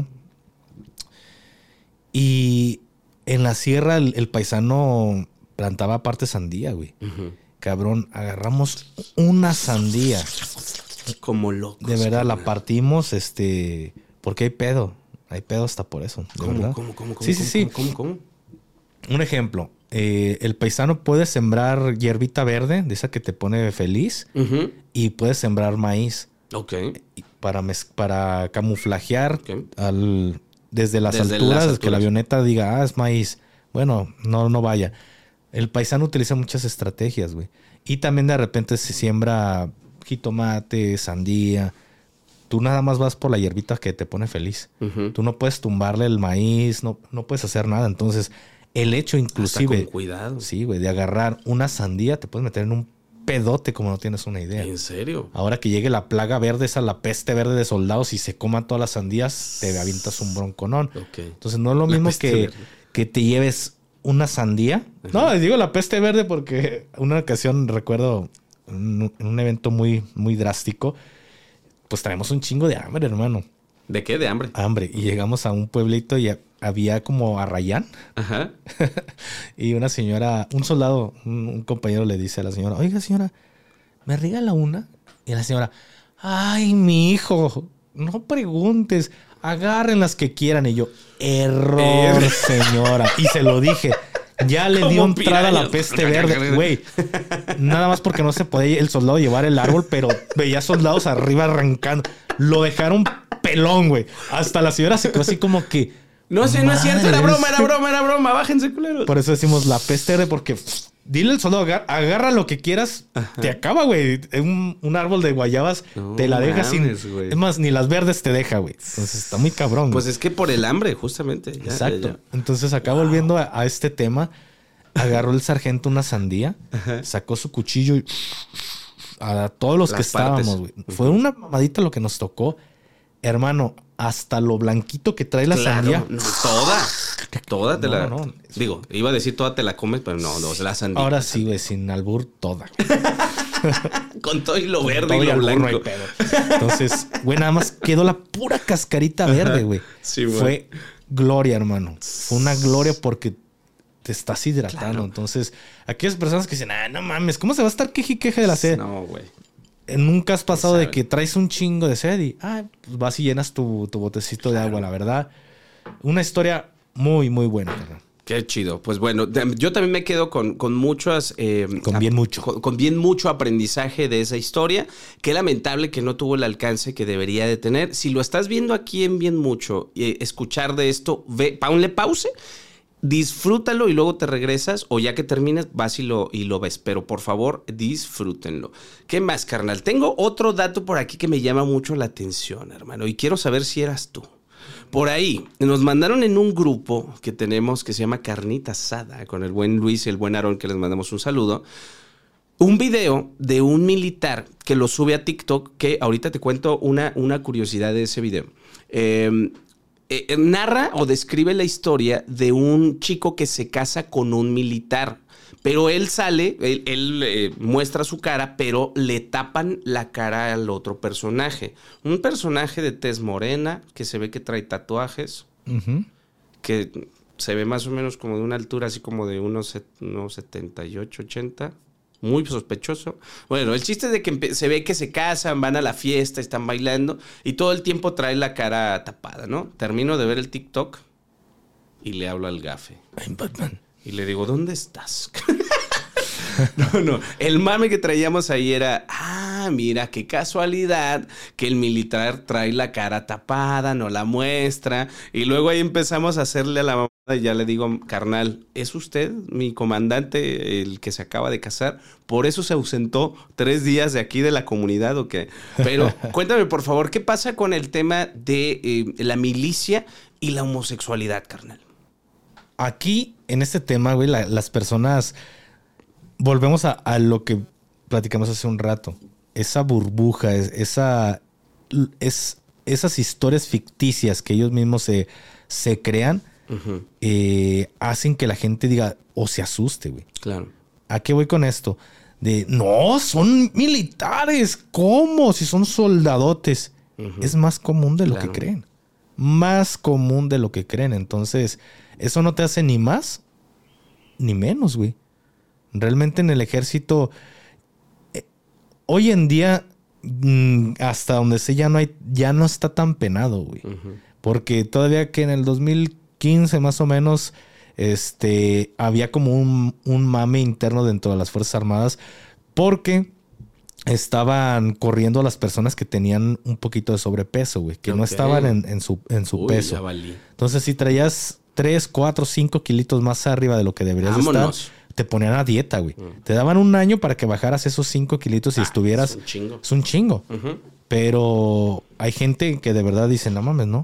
Y en la sierra el, el paisano plantaba aparte sandía, güey. Uh-huh. Cabrón, agarramos una sandía. Como locos. De verdad, la partimos, este... Porque hay pedo. Hay pedo hasta por eso. ¿De ¿Cómo, verdad? ¿Cómo, cómo, cómo? Sí, sí, cómo, sí. ¿Cómo, cómo, cómo? Un ejemplo. Eh, el paisano puede sembrar hierbita verde, de esa que te pone feliz, uh-huh. y puede sembrar maíz. Ok. Para, mez- para camuflajear okay. al, desde, las, desde alturas, las alturas, que la avioneta diga, ah, es maíz. Bueno, no, no vaya. El paisano utiliza muchas estrategias, güey. Y también de repente se siembra jitomate, sandía. Tú nada más vas por la hierbita que te pone feliz. Uh-huh. Tú no puedes tumbarle el maíz, no, no puedes hacer nada. Entonces, El hecho inclusive... Hasta con cuidado. Sí, güey, de agarrar una sandía te puedes meter en un pedote como no tienes una idea. ¿En serio? Ahora que llegue la plaga verde, esa la peste verde de soldados y se coman todas las sandías, te avientas un bronconón. Okay. Entonces no es lo mismo que, que te lleves una sandía. Ajá. No, les digo la peste verde porque una ocasión recuerdo en un evento muy, muy drástico, pues traemos un chingo de hambre, hermano. ¿De qué? ¿De hambre? Hambre. Y llegamos a un pueblito y había como arrayán. Ajá. Y una señora, un soldado, un, un compañero le dice a la señora, oiga señora, ¿me regala una? Y la señora, ay, mi hijo, no preguntes, agarren las que quieran. Y yo, error, señora. Y se lo dije. Ya le dio entrada a la peste verde, güey. Nada más porque no se podía el soldado llevar el árbol, pero veía soldados arriba arrancando. Lo dejaron pelón, güey. Hasta la señora se quedó así como que... No sé, no es cierto, era broma, era broma, era broma. Bájense, culeros. Por eso decimos la peste verde, porque pff, dile al soldado, agarra, agarra lo que quieras. Ajá. Te acaba, güey. Un, un árbol de guayabas no, te la deja mames, sin... Wey. Es más, ni las verdes te deja, güey. Entonces está muy cabrón. Pues güey. Es que por el hambre, justamente. Ya, exacto. Ya, ya. Entonces acá wow. volviendo a, a este tema, agarró el sargento una sandía, ajá. sacó su cuchillo y a todos los las que estábamos, güey. Uh-huh. Fue una mamadita lo que nos tocó. Hermano, hasta lo blanquito que trae la claro, sandía. No, toda. Toda te no, la... No. Digo, iba a decir toda te la comes, pero no, no, la sandía. Ahora sí, güey, sin albur, toda. Con todo y lo Con verde y lo blanco. No hay pedo. Entonces, güey, nada más quedó la pura cascarita verde, güey. Sí, güey. Fue gloria, hermano. Fue una gloria porque te estás hidratando. Claro. Entonces, aquellas personas que dicen, ah, no mames, ¿cómo se va a estar queje y queje de la sed? No, güey. Nunca has pasado de que traes un chingo de sed y ah, pues vas y llenas tu, tu botecito claro. de agua, la verdad. Una historia muy, muy buena, ¿verdad? Qué chido. Pues bueno, yo también me quedo con, con muchas... Eh, con bien mucho. Con, con bien mucho aprendizaje de esa historia. Qué lamentable que no tuvo el alcance que debería de tener. Si lo estás viendo aquí en bien mucho, eh, escuchar de esto, ve, ponle pause. Disfrútalo y luego te regresas o ya que termines vas y lo, y lo ves. Pero por favor, disfrútenlo. ¿Qué más, carnal? Tengo otro dato por aquí que me llama mucho la atención, hermano. Y quiero saber si eras tú. Por ahí, nos mandaron en un grupo que tenemos que se llama Carnita Asada, con el buen Luis y el buen Aarón, que les mandamos un saludo. Un video de un militar que lo sube a TikTok, que ahorita te cuento una, una curiosidad de ese video. Eh... Eh, narra o describe la historia de un chico que se casa con un militar. Pero él sale, él, él eh, muestra su cara, pero le tapan la cara al otro personaje. Un personaje de tez morena, que se ve que trae tatuajes, uh-huh. que se ve más o menos como de una altura así como de unos, unos setenta y ocho, ochenta. Muy sospechoso. Bueno, el chiste es de que se ve que se casan, van a la fiesta, están bailando y todo el tiempo trae la cara tapada, ¿no? Termino de ver el TikTok y le hablo al gafe. I'm Batman. Y le digo, ¿dónde estás? No, no. El mame que traíamos ahí era, ah, mira, qué casualidad que el militar trae la cara tapada, no la muestra. Y luego ahí empezamos a hacerle a la mamá y ya le digo, carnal, ¿es usted mi comandante, el que se acaba de casar? ¿Por eso se ausentó tres días de aquí de la comunidad o qué? Pero cuéntame, por favor, ¿qué pasa con el tema de eh, la milicia y la homosexualidad, carnal? Aquí, en este tema, güey, la, las personas... Volvemos a, a lo que platicamos hace un rato. Esa burbuja, esa, es, esas historias ficticias que ellos mismos se, se crean, uh-huh. eh, hacen que la gente diga o se asuste, güey. Claro. ¿A qué voy con esto? De, no, son militares. ¿Cómo? Si son soldadotes. Uh-huh. Es más común de lo claro. que creen. Más común de lo que creen. Entonces, eso no te hace ni más ni menos, güey. Realmente en el ejército, eh, hoy en día, mmm, hasta donde sé, ya no hay, ya no está tan penado, güey. Uh-huh. Porque todavía que en el dos mil quince más o menos, este, había como un, un mame interno dentro de las Fuerzas Armadas porque estaban corriendo a las personas que tenían un poquito de sobrepeso, güey. Que okay. no estaban en, en su, en su Uy, peso. Ya valí. Entonces, si traías tres, cuatro, cinco kilitos más arriba de lo que deberías Vámonos. estar... Te ponían a dieta, güey. Mm. Te daban un año para que bajaras esos cinco kilitos y ah, estuvieras... Es un chingo. Es un chingo. Uh-huh. Pero hay gente que de verdad dice, no mames, ¿no?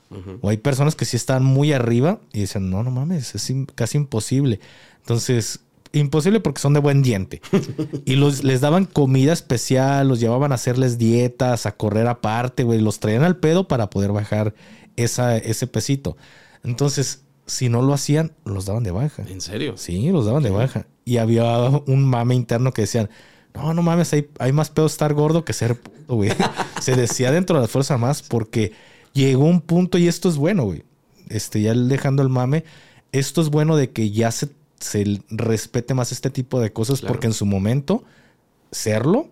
Uh-huh. O hay personas que sí están muy arriba y dicen, no, no mames, es im- casi imposible. Entonces, imposible porque son de buen diente. Y los, les daban comida especial, los llevaban a hacerles dietas, a correr aparte, güey. Los traían al pedo para poder bajar esa, ese pesito. Entonces, si no lo hacían, los daban de baja. ¿En serio? Sí, los daban de baja. Y había un mame interno que decían, no, no mames, hay, hay más pedo estar gordo que ser puto, güey. Se decía dentro de las Fuerzas Armadas porque llegó un punto, y esto es bueno, güey. Este, ya dejando el mame, esto es bueno de que ya se, se respete más este tipo de cosas, claro. Porque en su momento, serlo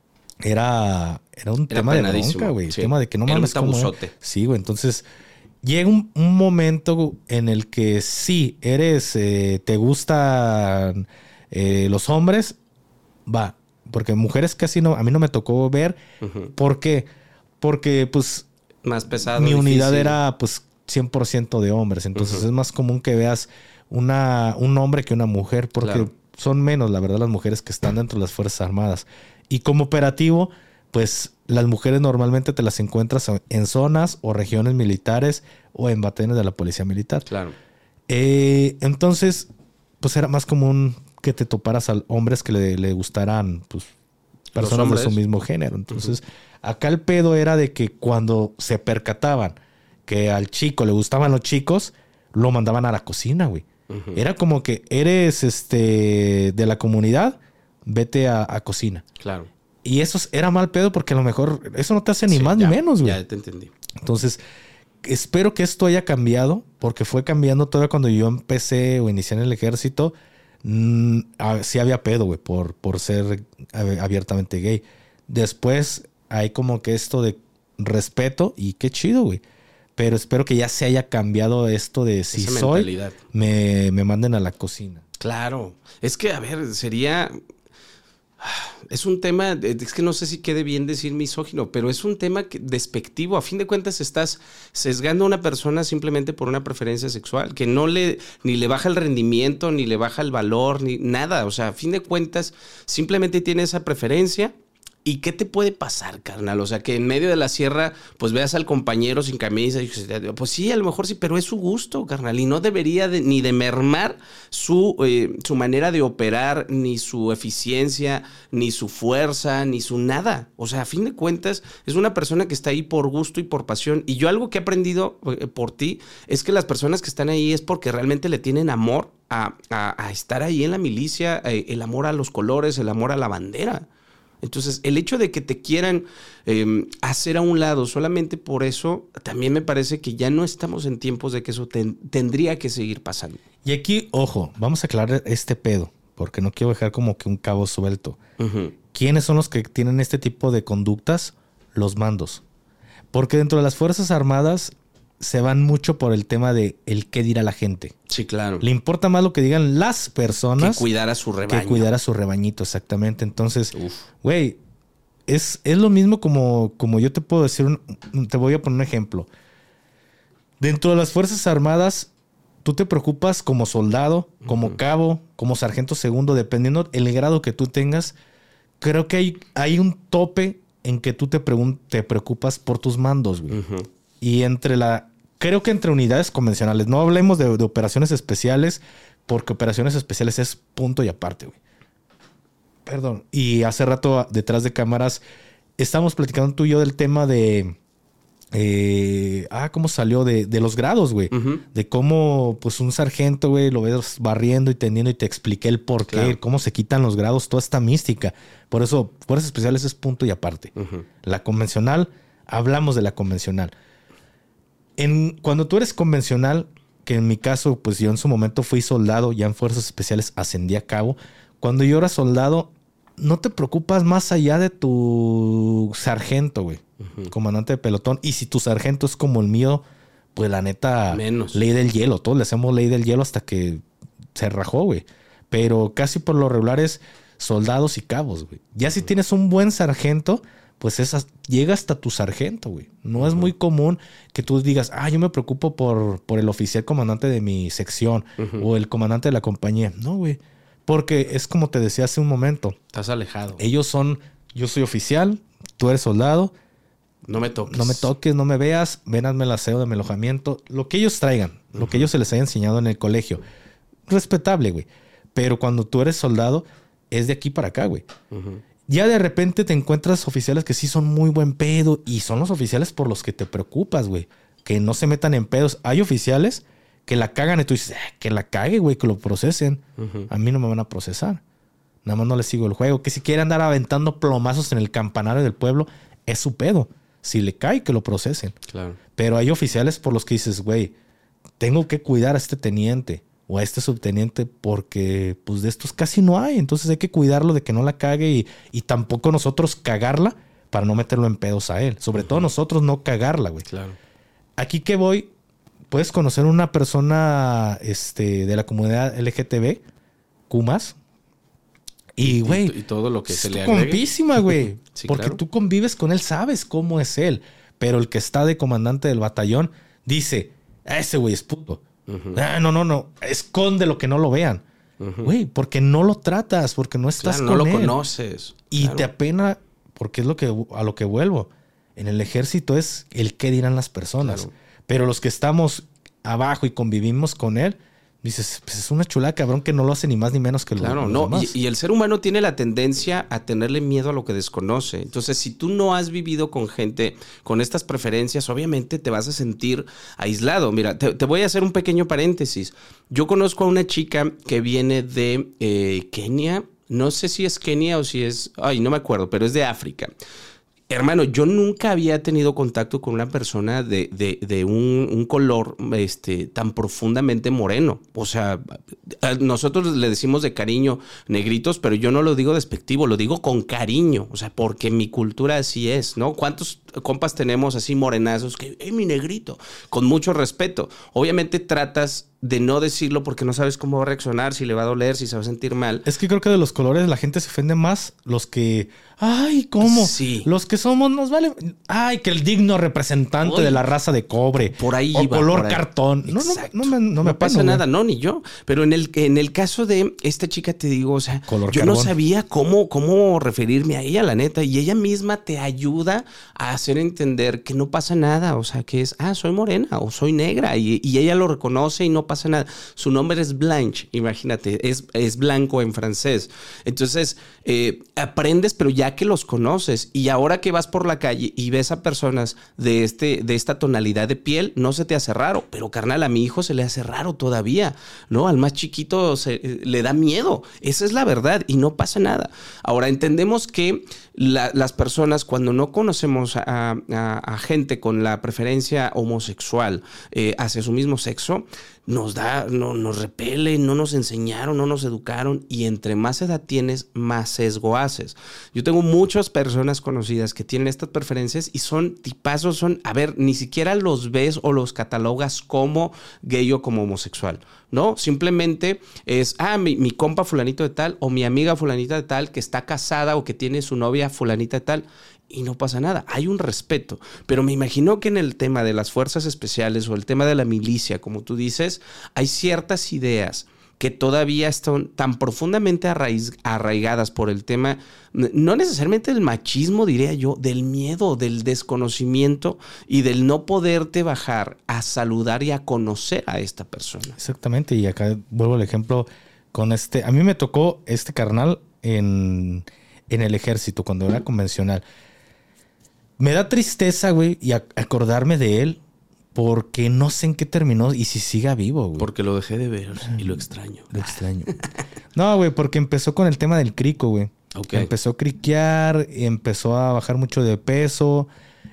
era, era un era tema de bronca, güey. Sí. Tema de que no era mames, un tabuzote. ¿cómo? Sí, güey. Entonces, llega un, un momento en el que sí, eres, eh, te gustan eh, los hombres, va. Porque mujeres casi no, a mí no me tocó ver. Uh-huh. ¿Por qué? Porque, pues, más pesado, mi difícil. Unidad era, pues, cien por ciento de hombres. Entonces, uh-huh. es más común que veas una, un hombre que una mujer. Porque claro. son menos, la verdad, las mujeres que están dentro de las Fuerzas Armadas. Y como operativo, pues, las mujeres normalmente te las encuentras en zonas o regiones militares o en batallones de la Policía Militar. Claro. Eh, entonces, pues, era más común que te toparas a hombres que le, le gustaran, pues, personas de su mismo género. Entonces, uh-huh. acá el pedo era de que cuando se percataban que al chico le gustaban los chicos, lo mandaban a la cocina, güey. Uh-huh. Era como que eres este de la comunidad, vete a, a cocina. Claro. Y eso era mal pedo porque a lo mejor eso no te hace ni sí, más ya, ni menos, güey. Ya te entendí. Entonces, espero que esto haya cambiado, porque fue cambiando todavía cuando yo empecé o inicié en el ejército. Mm, sí había pedo, güey, por, por ser abiertamente gay. Después hay como que esto de respeto y qué chido, güey. Pero espero que ya se haya cambiado esto de si esa soy, mentalidad. Me, me manden a la cocina. Claro. Es que, a ver, sería... Es un tema, es que no sé si quede bien decir misógino, pero es un tema despectivo. A fin de cuentas estás sesgando a una persona simplemente por una preferencia sexual, que no le, ni le baja el rendimiento, ni le baja el valor, ni nada. O sea, a fin de cuentas simplemente tiene esa preferencia. ¿Y qué te puede pasar, carnal? O sea, que en medio de la sierra, pues veas al compañero sin camisa. Y pues sí, a lo mejor sí, pero es su gusto, carnal. Y no debería de, ni de mermar su, eh, su manera de operar, ni su eficiencia, ni su fuerza, ni su nada. O sea, a fin de cuentas, es una persona que está ahí por gusto y por pasión. Y yo algo que he aprendido eh, por ti es que las personas que están ahí es porque realmente le tienen amor a, a, a estar ahí en la milicia, eh, el amor a los colores, el amor a la bandera. Entonces, el hecho de que te quieran eh, hacer a un lado solamente por eso, también me parece que ya no estamos en tiempos de que eso ten, tendría que seguir pasando. Y aquí, ojo, vamos a aclarar este pedo, porque no quiero dejar como que un cabo suelto. Uh-huh. ¿Quiénes son los que tienen este tipo de conductas? Los mandos. Porque dentro de las Fuerzas Armadas se van mucho por el tema de el qué dirá la gente. Sí, claro. Le importa más lo que digan las personas. Que cuidar a su rebaño. Que cuidar a su rebañito, exactamente. Entonces, güey, es, es lo mismo como, como yo te puedo decir, un, te voy a poner un ejemplo. Dentro de las Fuerzas Armadas, tú te preocupas como soldado, como uh-huh. cabo, como sargento segundo, dependiendo el grado que tú tengas. Creo que hay, hay un tope en que tú te, pregun- te preocupas por tus mandos, güey. Uh-huh. Y entre la... Creo que entre unidades convencionales. No hablemos de, de operaciones especiales, porque operaciones especiales es punto y aparte, güey. Perdón. Y hace rato, detrás de cámaras, estábamos platicando tú y yo del tema de... Eh, ah, cómo salió de, de los grados, güey. Uh-huh. De cómo, pues, un sargento, güey, lo ves barriendo y tendiendo y te expliqué el por qué, claro. Cómo se quitan los grados, toda esta mística. Por eso, fuerzas especiales es punto y aparte. Uh-huh. La convencional, hablamos de la convencional. En, cuando tú eres convencional, que en mi caso, pues yo en su momento fui soldado, ya en fuerzas especiales ascendí a cabo. Cuando yo era soldado, no te preocupas más allá de tu sargento, güey. Uh-huh. Comandante de pelotón. Y si tu sargento es como el mío, pues la neta, menos. Ley del hielo. Todos le hacemos ley del hielo hasta que se rajó, güey. Pero casi por lo regular es soldados y cabos, güey. Ya si uh-huh. tienes un buen sargento, pues esa, llega hasta tu sargento, güey. No uh-huh. es muy común que tú digas, ah, yo me preocupo por, por el oficial comandante de mi sección uh-huh. o el comandante de la compañía. No, güey. Porque es como te decía hace un momento. Estás alejado. Ellos son, yo soy oficial, tú eres soldado No me toques. No me toques, no me veas, ven, hazme el aseo de mi alojamiento. Lo que ellos traigan, uh-huh. lo que ellos se les haya enseñado en el colegio. Respetable, güey. Pero cuando tú eres soldado, es de aquí para acá, güey. Uh-huh. Ya de repente te encuentras oficiales que sí son muy buen pedo y son los oficiales por los que te preocupas, güey. Que no se metan en pedos. Hay oficiales que la cagan y tú dices, eh, que la cague, güey, que lo procesen. Uh-huh. A mí no me van a procesar. Nada más no les sigo el juego. Que si quiere andar aventando plomazos en el campanario del pueblo, es su pedo. Si le cae, que lo procesen. Claro. Pero hay oficiales por los que dices, güey, tengo que cuidar a este teniente o a este subteniente porque pues de estos casi no hay. Entonces hay que cuidarlo de que no la cague y, y tampoco nosotros cagarla para no meterlo en pedos a él. Sobre uh-huh. todo nosotros no cagarla, güey. Claro. Aquí que voy, puedes conocer una persona este, de la comunidad L G T B, Q más, y, güey, y, y todo lo que es se tu le agregue. compísima, güey. Sí, porque claro. tú convives con él, sabes cómo es él. Pero el que está de comandante del batallón dice, ese güey es puto. Uh-huh. Ah, no, no, no. Esconde lo que no lo vean. Uh-huh. Güey, porque no lo tratas, porque no estás claro, con él. No lo conoces. Y claro. te apena, porque es lo que a lo que vuelvo. En el ejército es el qué dirán las personas. Claro. Pero los que estamos abajo y convivimos con él, dices, pues es una chulada, cabrón, que no lo hace ni más ni menos que claro, los no, demás. Y, y el ser humano tiene la tendencia a tenerle miedo a lo que desconoce. Entonces, si tú no has vivido con gente con estas preferencias, obviamente te vas a sentir aislado. Mira, te, te voy a hacer un pequeño paréntesis. Yo conozco a una chica que viene de eh, Kenia. No sé si es Kenia o si es... Ay, no me acuerdo, pero es de África. Hermano, yo nunca había tenido contacto con una persona de, de, de un, un color este, tan profundamente moreno. O sea, nosotros le decimos de cariño negritos, pero yo no lo digo despectivo, lo digo con cariño. O sea, porque mi cultura así es, ¿no? ¿Cuántos compas tenemos así morenazos que, ¡eh, mi negrito! Con mucho respeto. Obviamente tratas de no decirlo porque no sabes cómo va a reaccionar, si le va a doler, si se va a sentir mal. Es que creo que de los colores la gente se ofende más los que... ¡Ay, cómo! Sí. Los que somos nos vale... ¡Ay, que el digno representante Uy, de la raza de cobre! Por ahí o iba. color por ahí. cartón. No, no, no, me, no, me no pasa apeno, nada, no, ni yo. Pero en el, en el caso de esta chica, te digo, o sea, color yo carbón. no sabía cómo, cómo referirme a ella, la neta. Y ella misma te ayuda a hacer entender que no pasa nada. O sea, que es, ah, soy morena o soy negra. Y, y ella lo reconoce y no pasa nada. Su nombre es Blanche, imagínate, es, es blanco en francés. Entonces, eh, aprendes, pero ya que los conoces. Y ahora que vas por la calle y ves a personas de, este, de esta tonalidad de piel, no se te hace raro. Pero, carnal, a mi hijo se le hace raro todavía, ¿no? Al más chiquito se, eh, le da miedo. Esa es la verdad y no pasa nada. Ahora, entendemos que la, las personas, cuando no conocemos a, a, a gente con la preferencia homosexual eh, hacia su mismo sexo, nos da, no, nos repele, no nos enseñaron, no nos educaron y entre más edad tienes, más sesgo haces. Yo tengo muchas personas conocidas que tienen estas preferencias y son tipazos, son, a ver, ni siquiera los ves o los catalogas como gay o como homosexual, ¿no? Simplemente es, ah, mi, mi compa fulanito de tal o mi amiga fulanita de tal que está casada o que tiene su novia fulanita de tal. Y no pasa nada, hay un respeto. Pero me imagino que en el tema de las fuerzas especiales o el tema de la milicia, como tú dices, hay ciertas ideas que todavía están tan profundamente arraiz, arraigadas por el tema, no necesariamente del machismo, diría yo, del miedo, del desconocimiento y del no poderte bajar a saludar y a conocer a esta persona. Exactamente, y acá vuelvo al ejemplo con este. A mí me tocó este carnal en, en el ejército, cuando era convencional. Me da tristeza, güey, y a- acordarme de él porque no sé en qué terminó y si siga vivo, güey. Porque lo dejé de ver y lo extraño. Lo extraño. No, güey, porque empezó con el tema del crico, güey. Okay. Empezó a criquear, empezó a bajar mucho de peso.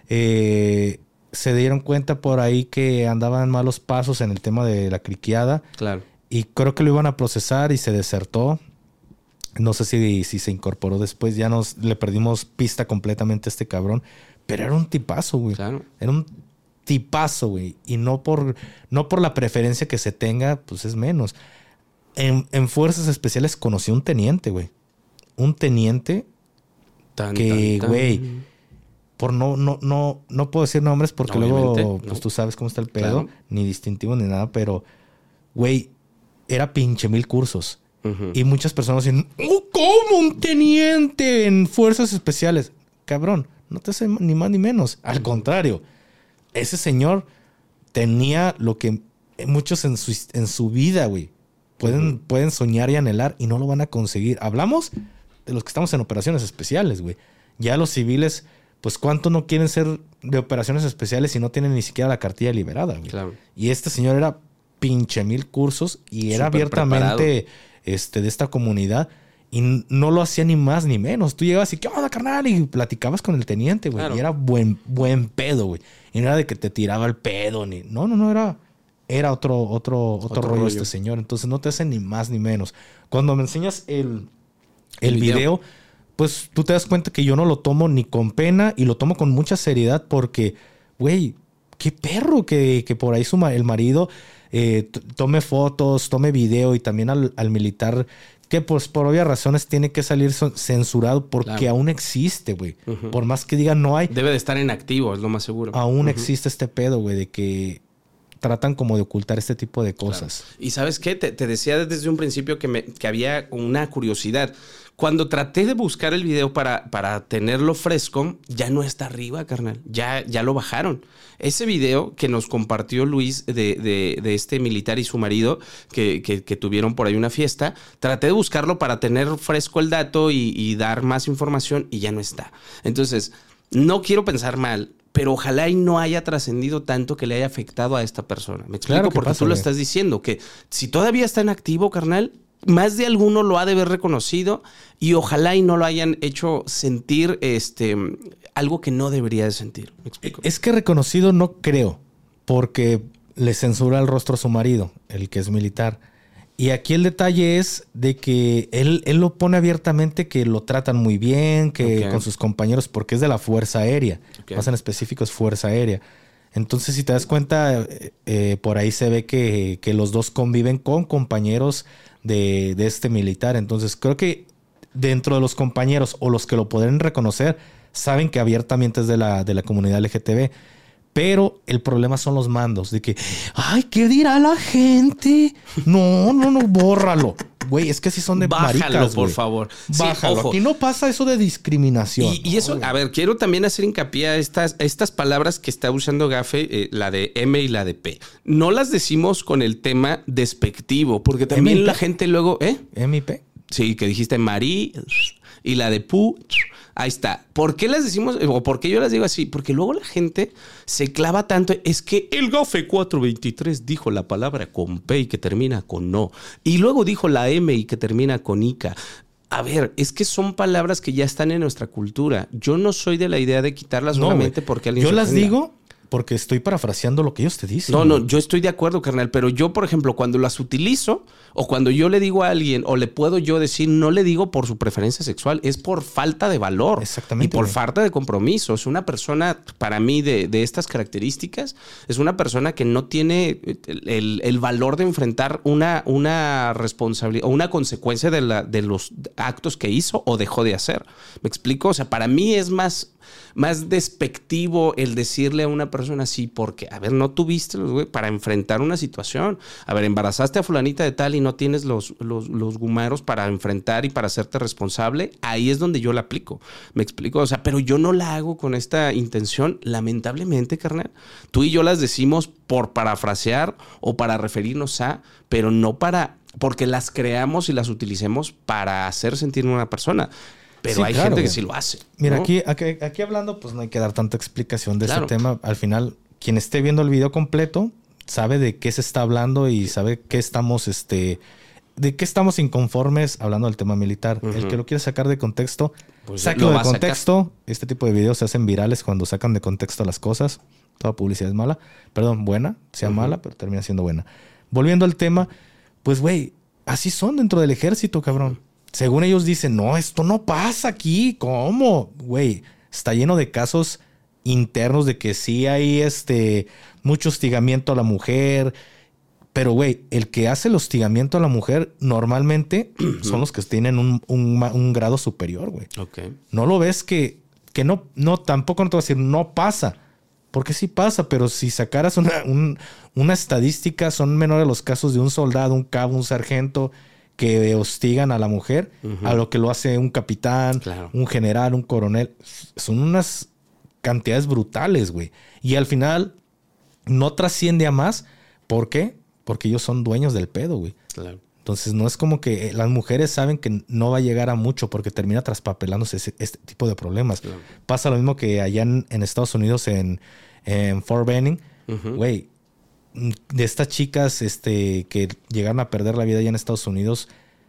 Eh, se dieron cuenta por ahí que andaban malos pasos en el tema de la criqueada. Claro. Y creo que lo iban a procesar y se desertó. No sé si, si se incorporó después. Ya nos le perdimos pista completamente a este cabrón. Pero era un tipazo, güey. Claro. Era un tipazo, güey. Y no por, no por la preferencia que se tenga, pues es menos. En, en Fuerzas Especiales conocí un teniente, güey. Un teniente Tan, que, tan, tan. güey, por no, no, no, no puedo decir nombres porque Obviamente, luego, pues no. tú sabes cómo está el pedo. Claro. Ni distintivo ni nada, pero, güey, era pinche mil cursos. Uh-huh. Y muchas personas dicen, oh, ¿cómo un teniente en Fuerzas Especiales? Cabrón, No te hace ni más ni menos. Al uh-huh. contrario, ese señor tenía lo que muchos en su, en su vida, güey, pueden, uh-huh. pueden soñar y anhelar y no lo van a conseguir. Hablamos de los que estamos en operaciones especiales, güey. Ya los civiles, pues cuánto no quieren ser de operaciones especiales si no tienen ni siquiera la cartilla liberada, güey. Claro. Y este señor era pinche mil cursos y era Súper abiertamente este, de esta comunidad y no lo hacía ni más ni menos. Tú llegabas y ¿qué onda, carnal? Y platicabas con el teniente, güey. Claro. Y era buen, buen pedo, güey. Y no era de que te tiraba el pedo ni... No, no, no, era... Era otro, otro, otro, otro rollo, rollo este señor. Entonces no te hace ni más ni menos. Cuando me enseñas el, el, el video, video, pues tú te das cuenta que yo no lo tomo ni con pena y lo tomo con mucha seriedad porque, güey, qué perro que, que por ahí su, el marido eh, t- tome fotos, tome video y también al, al militar que pues por obvias razones tiene que salir censurado porque claro. aún existe, güey. Uh-huh. Por más que digan no hay. Debe de estar en activo, es lo más seguro. Aún uh-huh. existe este pedo, güey, de que tratan como de ocultar este tipo de cosas. Claro. Y ¿sabes qué? Te, te decía desde un principio que, me, que había una curiosidad. Cuando traté de buscar el video para, para tenerlo fresco, ya no está arriba, carnal. Ya, ya lo bajaron. Ese video que nos compartió Luis de, de, de este militar y su marido que, que, que tuvieron por ahí una fiesta, traté de buscarlo para tener fresco el dato y, y dar más información y ya no está. Entonces, no quiero pensar mal, pero ojalá y no haya trascendido tanto que le haya afectado a esta persona. Me explico, claro, porque pasa, tú lo estás diciendo, que si todavía está en activo, carnal, más de alguno lo ha de haber reconocido y ojalá y no lo hayan hecho sentir este, algo que no debería de sentir. ¿Me explico? Es que reconocido no creo, porque le censura el rostro a su marido, el que es militar. Y aquí el detalle es de que él, él lo pone abiertamente, que lo tratan muy bien, que okay. con sus compañeros, porque es de la Fuerza Aérea. Okay. Más en específico es Fuerza Aérea. Entonces, si te das cuenta, eh, por ahí se ve que, que los dos conviven con compañeros de, de este militar. Entonces, creo que dentro de los compañeros o los que lo pueden reconocer, saben que abiertamente es de la, de la comunidad L G T B. Pero el problema son los mandos. De que, ay, ¿qué dirá la gente? No, no, no, bórralo. Güey, es que si son de Bájalo, maricas, por wey. favor. Bájalo. Sí, aquí no pasa eso de discriminación. Y, y eso, oh, a ver, quiero también hacer hincapié a estas, a estas palabras que está usando Gafe, eh, la de M y la de P. No las decimos con el tema despectivo, porque también M y P. La gente luego, ¿eh? M y P. Sí, que dijiste Marí y la de Pu. Ahí está. ¿Por qué las decimos o por qué yo las digo así? Porque luego la gente se clava tanto. Es que el Gafe cuatro veintitrés dijo la palabra con P y que termina con no. Y luego dijo la M y que termina con Ica. A ver, es que son palabras que ya están en nuestra cultura. Yo no soy de la idea de quitarlas no, solamente wey. Porque alguien Yo se las ofenda. digo porque estoy parafraseando lo que ellos te dicen. No, no, yo estoy de acuerdo, carnal. Pero yo, por ejemplo, cuando las utilizo o cuando yo le digo a alguien o le puedo yo decir, no le digo por su preferencia sexual, es por falta de valor. Exactamente. Y por güey. falta de compromiso. Es una persona, para mí, de, de estas características, es una persona que no tiene el, el, el valor de enfrentar una, una responsabilidad o una consecuencia de, la, de los actos que hizo o dejó de hacer. ¿Me explico? O sea, para mí es más... más despectivo el decirle a una persona así porque, a ver, no tuviste los güey para enfrentar una situación. A ver, embarazaste a fulanita de tal y no tienes los, los, los gumaros para enfrentar y para hacerte responsable. Ahí es donde yo la aplico. ¿Me explico? O sea, pero yo no la hago con esta intención. Lamentablemente, carnal, tú y yo las decimos por parafrasear o para referirnos a, pero no para, porque las creamos y las utilicemos para hacer sentir a una persona. Pero sí, hay claro, gente que sí lo hace. Mira, ¿no? aquí, aquí, aquí hablando, pues no hay que dar tanta explicación de claro. este tema. Al final, quien esté viendo el video completo sabe de qué se está hablando y sabe qué estamos, este, de qué estamos inconformes hablando del tema militar. Uh-huh. El que lo quiere sacar de contexto, pues sáquelo de contexto. Este tipo de videos se hacen virales cuando sacan de contexto las cosas. Toda publicidad es mala. Perdón, buena. Sea uh-huh. mala, pero termina siendo buena. Volviendo al tema, pues, güey, así son dentro del ejército, cabrón. Uh-huh. Según ellos dicen, no, esto no pasa aquí. ¿Cómo? Güey, está lleno de casos internos de que sí hay este, mucho hostigamiento a la mujer. Pero, güey, el que hace el hostigamiento a la mujer normalmente son los que tienen un, un, un grado superior, güey. Okay. No lo ves que, que no, no, tampoco no te voy a decir, no pasa. Porque sí pasa, pero si sacaras una, un, una estadística, son menores los casos de un soldado, un cabo, un sargento que hostigan a la mujer, uh-huh. a lo que lo hace un capitán, claro. un general, un coronel. Son unas cantidades brutales, güey. Y al final no trasciende a más. ¿Por qué? Porque ellos son dueños del pedo, güey. Claro. Entonces no es como que las mujeres saben que no va a llegar a mucho porque termina traspapelándose ese, este tipo de problemas. Claro. Pasa lo mismo que allá en, en Estados Unidos, en, en Fort Benning, güey. Uh-huh. De estas chicas este, que llegaron a perder la vida allá en Estados Unidos,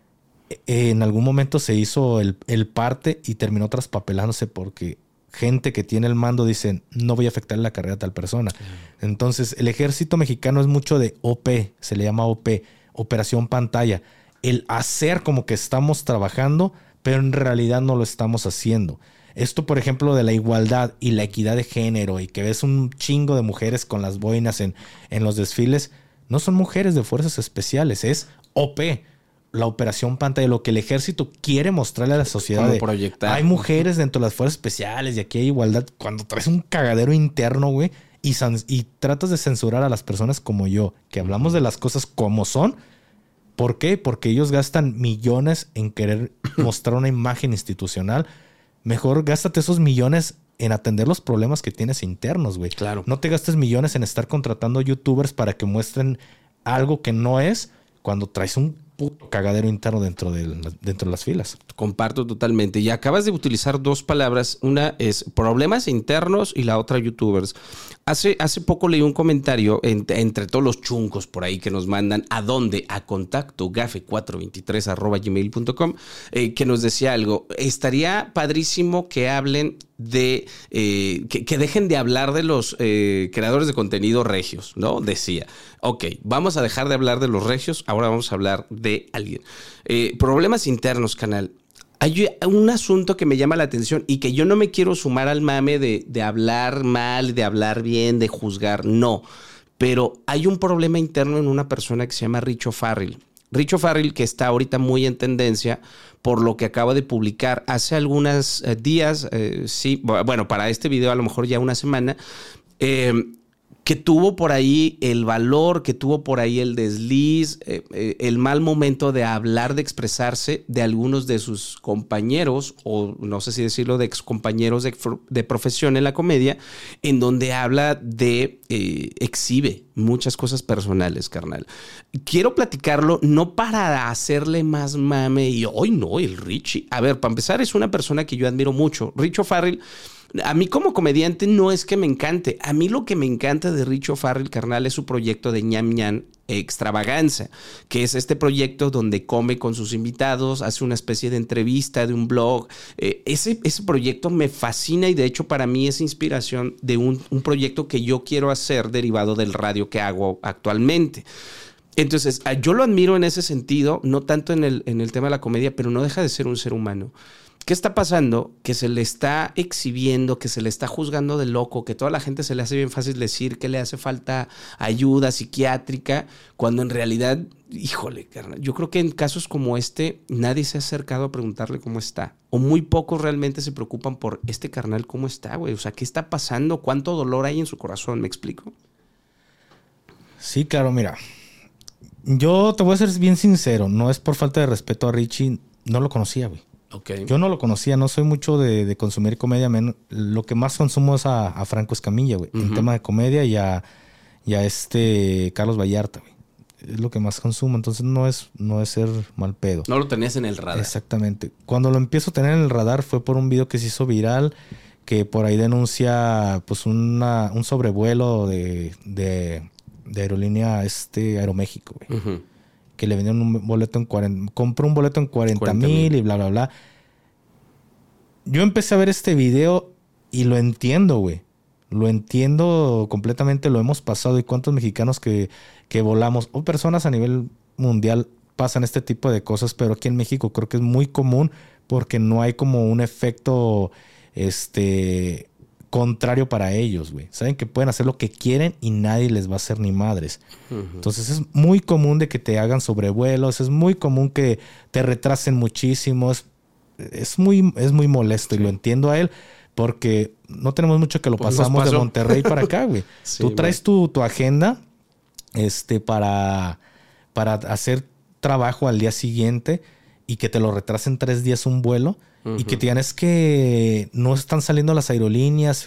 en algún momento se hizo el, el parte y terminó traspapelándose porque gente que tiene el mando dicen no voy a afectar la carrera de tal persona. Uh-huh. Entonces el ejército mexicano es mucho de O P, se le llama O P. Operación pantalla, el hacer como que estamos trabajando, pero en realidad no lo estamos haciendo. Esto, por ejemplo, de la igualdad y la equidad de género y que ves un chingo de mujeres con las boinas en, en los desfiles, no son mujeres de fuerzas especiales, es O P, la operación pantalla, lo que el ejército quiere mostrarle a la sociedad. Como de, proyectar. Hay mujeres dentro de las fuerzas especiales y aquí hay igualdad. Cuando traes un cagadero interno, güey, Y, y tratas de censurar a las personas como yo, que hablamos de las cosas como son. ¿Por qué? Porque ellos gastan millones en querer mostrar una imagen institucional. Mejor gástate esos millones en atender los problemas que tienes internos, güey. Claro. No te gastes millones en estar contratando youtubers para que muestren algo que no es cuando traes un puto cagadero interno dentro de, dentro de las filas. Comparto totalmente. Y acabas de utilizar dos palabras. Una es problemas internos y la otra youtubers. Hace, hace poco leí un comentario en, entre todos los chuncos por ahí que nos mandan a dónde, a contacto gafe cuatro veintitrés arroba gmail punto com, eh, que nos decía algo. Estaría padrísimo que hablen de, eh, que, que dejen de hablar de los eh, creadores de contenido regios, ¿no? Decía, ok, vamos a dejar de hablar de los regios, ahora vamos a hablar de alguien. Eh, problemas internos, canal. Hay un asunto que me llama la atención y que yo no me quiero sumar al mame de, de hablar mal, de hablar bien, de juzgar, no. Pero hay un problema interno en una persona que se llama Rich O'Farrell. Rich O'Farrell, que está ahorita muy en tendencia por lo que acaba de publicar hace algunos eh, días, eh, sí, bueno, para este video a lo mejor ya una semana, eh, que tuvo por ahí el valor, que tuvo por ahí el desliz, eh, eh, el mal momento de hablar, de expresarse de algunos de sus compañeros, o no sé si decirlo, de excompañeros de, de profesión en la comedia, en donde habla de, eh, exhibe muchas cosas personales, carnal. Quiero platicarlo no para hacerle más mame y, hoy no, el Richie. A ver, para empezar, es una persona que yo admiro mucho. Rich O'Farrell, a mí como comediante no es que me encante. A mí lo que me encanta de Rich O'Farrell, carnal, es su proyecto de Ñam Ñam Extravaganza, que es este proyecto donde come con sus invitados, hace una especie de entrevista, de un blog. Eh, ese, ese proyecto me fascina y de hecho para mí es inspiración de un, un proyecto que yo quiero hacer derivado del radio que hago actualmente. Entonces, yo lo admiro en ese sentido, no tanto en el, en el tema de la comedia, pero no deja de ser un ser humano. ¿Qué está pasando? Que se le está exhibiendo, que se le está juzgando de loco, que toda la gente se le hace bien fácil decir que le hace falta ayuda psiquiátrica, cuando en realidad, híjole, carnal, yo creo que en casos como este nadie se ha acercado a preguntarle cómo está. O muy pocos realmente se preocupan por este carnal cómo está, güey. O sea, ¿qué está pasando? ¿Cuánto dolor hay en su corazón? ¿Me explico? Sí, claro, mira. Yo te voy a ser bien sincero. No es por falta de respeto a Richie. No lo conocía, güey. Okay. Yo no lo conocía, no soy mucho de, de consumir comedia. Men, lo que más consumo es a, a Franco Escamilla, güey. Uh-huh. En tema de comedia y a, y a este Carlos Vallarta, güey. Es lo que más consumo. Entonces no es, no es ser mal pedo. No lo tenías en el radar. Exactamente. Cuando lo empiezo a tener en el radar fue por un video que se hizo viral, que por ahí denuncia pues una, un sobrevuelo de, de, de aerolínea este Aeroméxico, güey. Uh-huh. Que le vendieron un boleto en cuarenta, compró un boleto en cuarenta mil y bla, bla, bla. Yo empecé a ver este video y lo entiendo, güey. Lo entiendo completamente, lo hemos pasado. Y cuántos mexicanos que, que volamos, o personas a nivel mundial, pasan este tipo de cosas. Pero aquí en México creo que es muy común porque no hay como un efecto este, contrario para ellos, güey. Saben que pueden hacer lo que quieren y nadie les va a hacer ni madres. Uh-huh. Entonces es muy común de que te hagan sobrevuelos, es muy común que te retrasen muchísimo, es, es, muy, es muy molesto, sí. Y lo entiendo a él porque no tenemos mucho que lo pues pasamos de Monterrey para acá, güey. Sí, tú traes tu, tu agenda este, para, para hacer trabajo al día siguiente y que te lo retrasen tres días un vuelo. Uh-huh. Y que tienes que no están saliendo las aerolíneas, que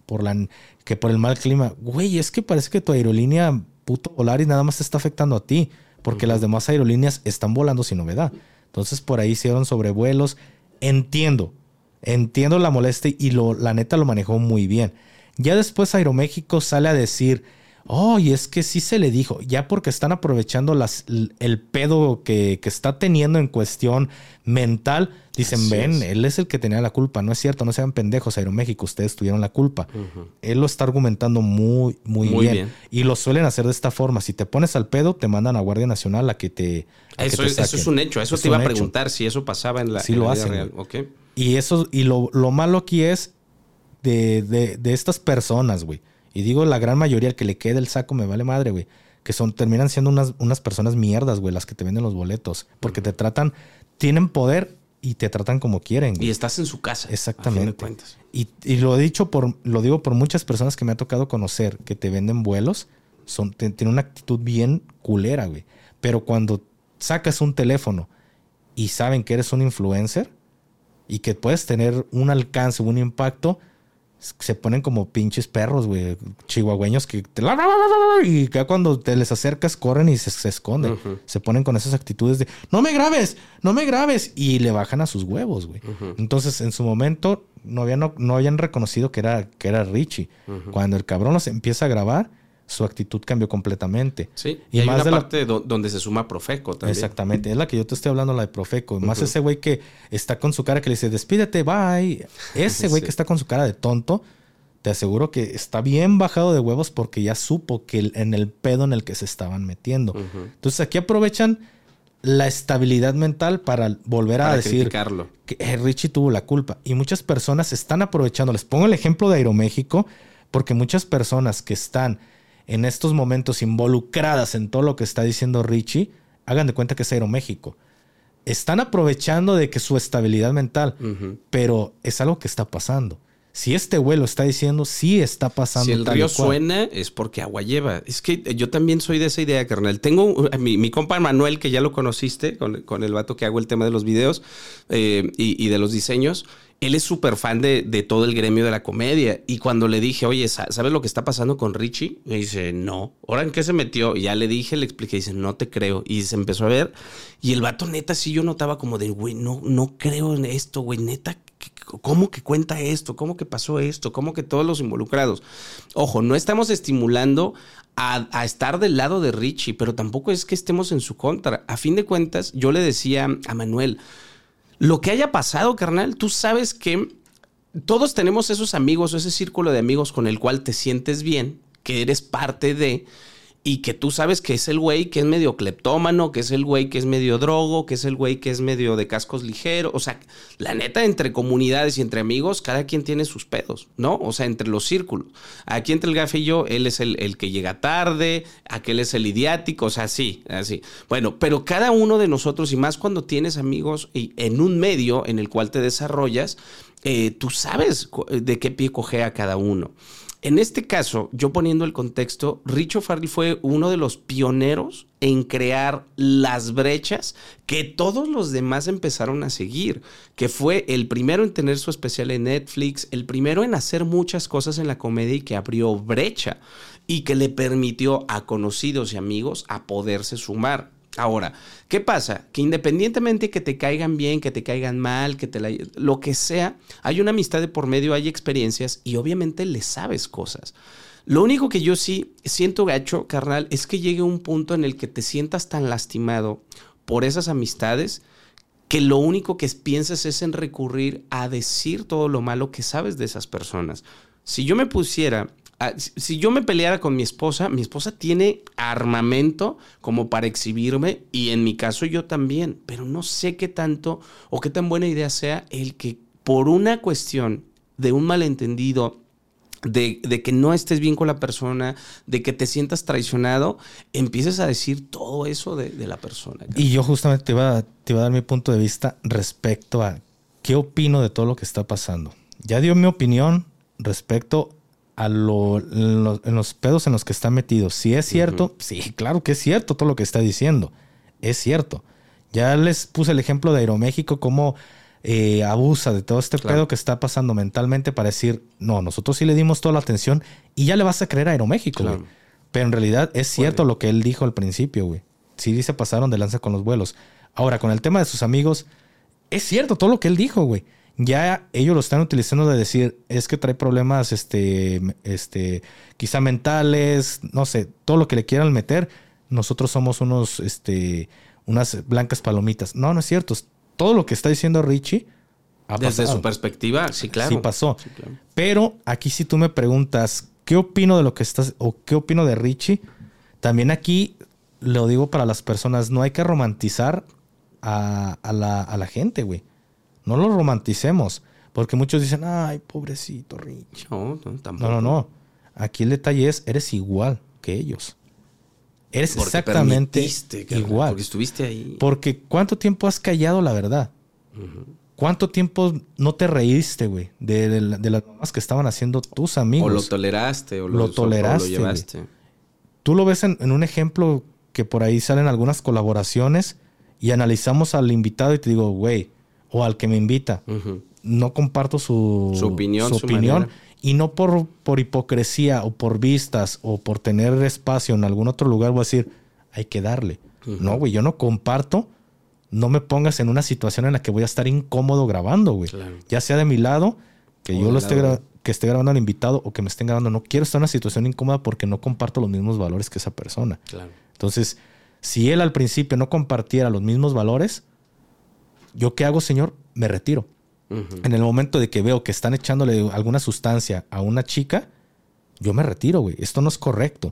por la, que por el mal clima. Güey, es que parece que tu aerolínea, puto Volaris, nada más te está afectando a ti. Porque uh-huh. las demás aerolíneas están volando sin novedad. Entonces, por ahí hicieron sobrevuelos. Entiendo. Entiendo la molestia y lo, la neta lo manejó muy bien. Ya después Aeroméxico sale a decir, oh, y es que sí se le dijo, ya porque están aprovechando las, el pedo que, que está teniendo en cuestión mental, dicen, así ven, es. Él es el que tenía la culpa. No es cierto, no sean pendejos, Aeroméxico, ustedes tuvieron la culpa. Uh-huh. Él lo está argumentando muy, muy, muy bien. bien. Y lo suelen hacer de esta forma. Si te pones al pedo, te mandan a Guardia Nacional a que te a Eso, que te es, eso es un hecho. Eso es te iba a preguntar hecho. si eso pasaba en la, sí en lo la hacen, vida real. Okay. Y, eso, y lo, lo malo aquí es de, de, de estas personas, güey. Y digo la gran mayoría, el que le quede el saco me vale madre, güey. Que son, terminan siendo unas, unas personas mierdas, güey, las que te venden los boletos. Porque uh-huh. te tratan, tienen poder y te tratan como quieren, güey. Y estás en su casa. Exactamente. A fin de cuentas. Y, y lo he dicho por, lo digo por muchas personas que me ha tocado conocer que te venden vuelos. Son, te, tienen una actitud bien culera, güey. Pero cuando sacas un teléfono y saben que eres un influencer y que puedes tener un alcance, un impacto, se ponen como pinches perros, güey, chihuahueños que te... y ya cuando te les acercas corren y se, se esconden. Uh-huh. Se ponen con esas actitudes de no me grabes, no me grabes y le bajan a sus huevos, güey. Uh-huh. Entonces, en su momento no habían, no, no habían reconocido que era, que era Richie. Uh-huh. Cuando el cabrón los empieza a grabar, su actitud cambió completamente. Sí, y, y hay más una de parte la... donde se suma Profeco también. Exactamente, es la que yo te estoy hablando, la de Profeco. Más uh-huh. ese güey que está con su cara que le dice, despídete, bye. Ese güey sí. que está con su cara de tonto, te aseguro que está bien bajado de huevos porque ya supo que el, en el pedo en el que se estaban metiendo. Uh-huh. Entonces aquí aprovechan la estabilidad mental para volver para a decir criticarlo. que eh, Richie tuvo la culpa. Y muchas personas están aprovechando. Les pongo el ejemplo de Aeroméxico porque muchas personas que están en estos momentos involucradas en todo lo que está diciendo Richie, hagan de cuenta que es Aeroméxico. Están aprovechando de que su estabilidad mental, uh-huh. pero es algo que está pasando. Si este güey lo está diciendo, sí está pasando. Si el tal río y cual. suena, es porque agua lleva. Es que yo también soy de esa idea, carnal. Tengo mi, mi compa Manuel, que ya lo conociste, con, con el vato que hago el tema de los videos eh, y, y de los diseños. Él es súper fan de, de todo el gremio de la comedia. Y cuando le dije, oye, ¿sabes lo que está pasando con Richie? Me dice, no. ¿Ahora en qué se metió? Y ya le dije, le expliqué. Dice, no te creo. Y se empezó a ver. Y el vato, neta, sí yo notaba como de, güey, no, no creo en esto, güey, neta. ¿Cómo que cuenta esto? ¿Cómo que pasó esto? ¿Cómo que todos los involucrados? Ojo, no estamos estimulando a, a estar del lado de Richie, pero tampoco es que estemos en su contra. A fin de cuentas, yo le decía a Manuel, lo que haya pasado, carnal, tú sabes que todos tenemos esos amigos o ese círculo de amigos con el cual te sientes bien, que eres parte de... Y que tú sabes que es el güey que es medio cleptómano, que es el güey que es medio drogo, que es el güey que es medio de cascos ligeros. O sea, la neta, entre comunidades y entre amigos, cada quien tiene sus pedos, ¿no? O sea, entre los círculos. Aquí entre el Gafe y yo, él es el, el que llega tarde, aquel es el idiático, o sea, sí, así. Bueno, pero cada uno de nosotros, y más cuando tienes amigos y en un medio en el cual te desarrollas, eh, tú sabes de qué pie cojea cada uno. En este caso, yo poniendo el contexto, Richo Farrell fue uno de los pioneros en crear las brechas que todos los demás empezaron a seguir, que fue el primero en tener su especial en Netflix, el primero en hacer muchas cosas en la comedia y que abrió brecha y que le permitió a conocidos y amigos a poderse sumar. Ahora, ¿qué pasa? Que independientemente que te caigan bien, que te caigan mal, que te la, lo que sea, hay una amistad de por medio, hay experiencias y obviamente le sabes cosas. Lo único que yo sí siento gacho, carnal, es que llegue un punto en el que te sientas tan lastimado por esas amistades que lo único que piensas es en recurrir a decir todo lo malo que sabes de esas personas. Si yo me pusiera... Si yo me peleara con mi esposa, mi esposa tiene armamento como para exhibirme y en mi caso yo también, pero no sé qué tanto o qué tan buena idea sea el que por una cuestión de un malentendido, de, de que no estés bien con la persona, de que te sientas traicionado, empieces a decir todo eso de, de la persona. ¿Cara? Y yo justamente te iba, te iba a dar mi punto de vista respecto a qué opino de todo lo que está pasando. Ya dio mi opinión respecto a lo, en, los, en los pedos en los que está metido. Si es cierto, uh-huh. sí, claro que es cierto todo lo que está diciendo. Es cierto. Ya les puse el ejemplo de Aeroméxico, cómo eh, abusa de todo este Claro. pedo que está pasando mentalmente para decir, no, nosotros sí le dimos toda la atención y ya le vas a creer a Aeroméxico, güey. Claro. Pero en realidad es cierto Puede. lo que él dijo al principio, güey. Sí se pasaron de lanza con los vuelos. Ahora, con el tema de sus amigos, es cierto todo lo que él dijo, güey. Ya ellos lo están utilizando de decir, es que trae problemas, este, este, quizá mentales, no sé, todo lo que le quieran meter. Nosotros somos unos, este, unas blancas palomitas. No, no es cierto. Todo lo que está diciendo Richie ha Desde pasado. su perspectiva, sí, claro. Sí pasó. Sí, claro. Pero aquí si tú me preguntas, ¿qué opino de lo que estás, o qué opino de Richie? También aquí lo digo para las personas, no hay que romantizar a, a, la, a la gente, güey. No lo romanticemos. Porque muchos dicen, ay, pobrecito Richie. No, no, tampoco. No, no, no. Aquí el detalle es, eres igual que ellos. Eres Porque exactamente permitiste, carnal, igual. Porque estuviste ahí. Porque ¿cuánto tiempo has callado la verdad? Ujú. ¿Cuánto tiempo no te reíste, güey? De, de, la- de las mamás que estaban haciendo tus amigos. O lo toleraste, o lo, Lo toleraste, o lo llevaste. Tú lo ves en, en un ejemplo que por ahí salen algunas colaboraciones y analizamos al invitado y te digo, güey, o al que me invita, Ujú. no comparto su, Su opinión, su su opinión manera. y no por, por hipocresía o por vistas o por tener espacio en algún otro lugar voy a decir, hay que darle. Ujú. No, güey, yo no comparto. No me pongas en una situación en la que voy a estar incómodo grabando, güey. Claro. Ya sea de mi lado, que O yo del lo esté lado gra- que esté grabando al invitado o que me estén grabando. No quiero estar en una situación incómoda porque no comparto los mismos valores que esa persona. Claro. Entonces, si él al principio no compartiera los mismos valores, ¿yo qué hago, señor? Me retiro. Ujú. En el momento de que veo que están echándole alguna sustancia a una chica, yo me retiro, güey. Esto no es correcto.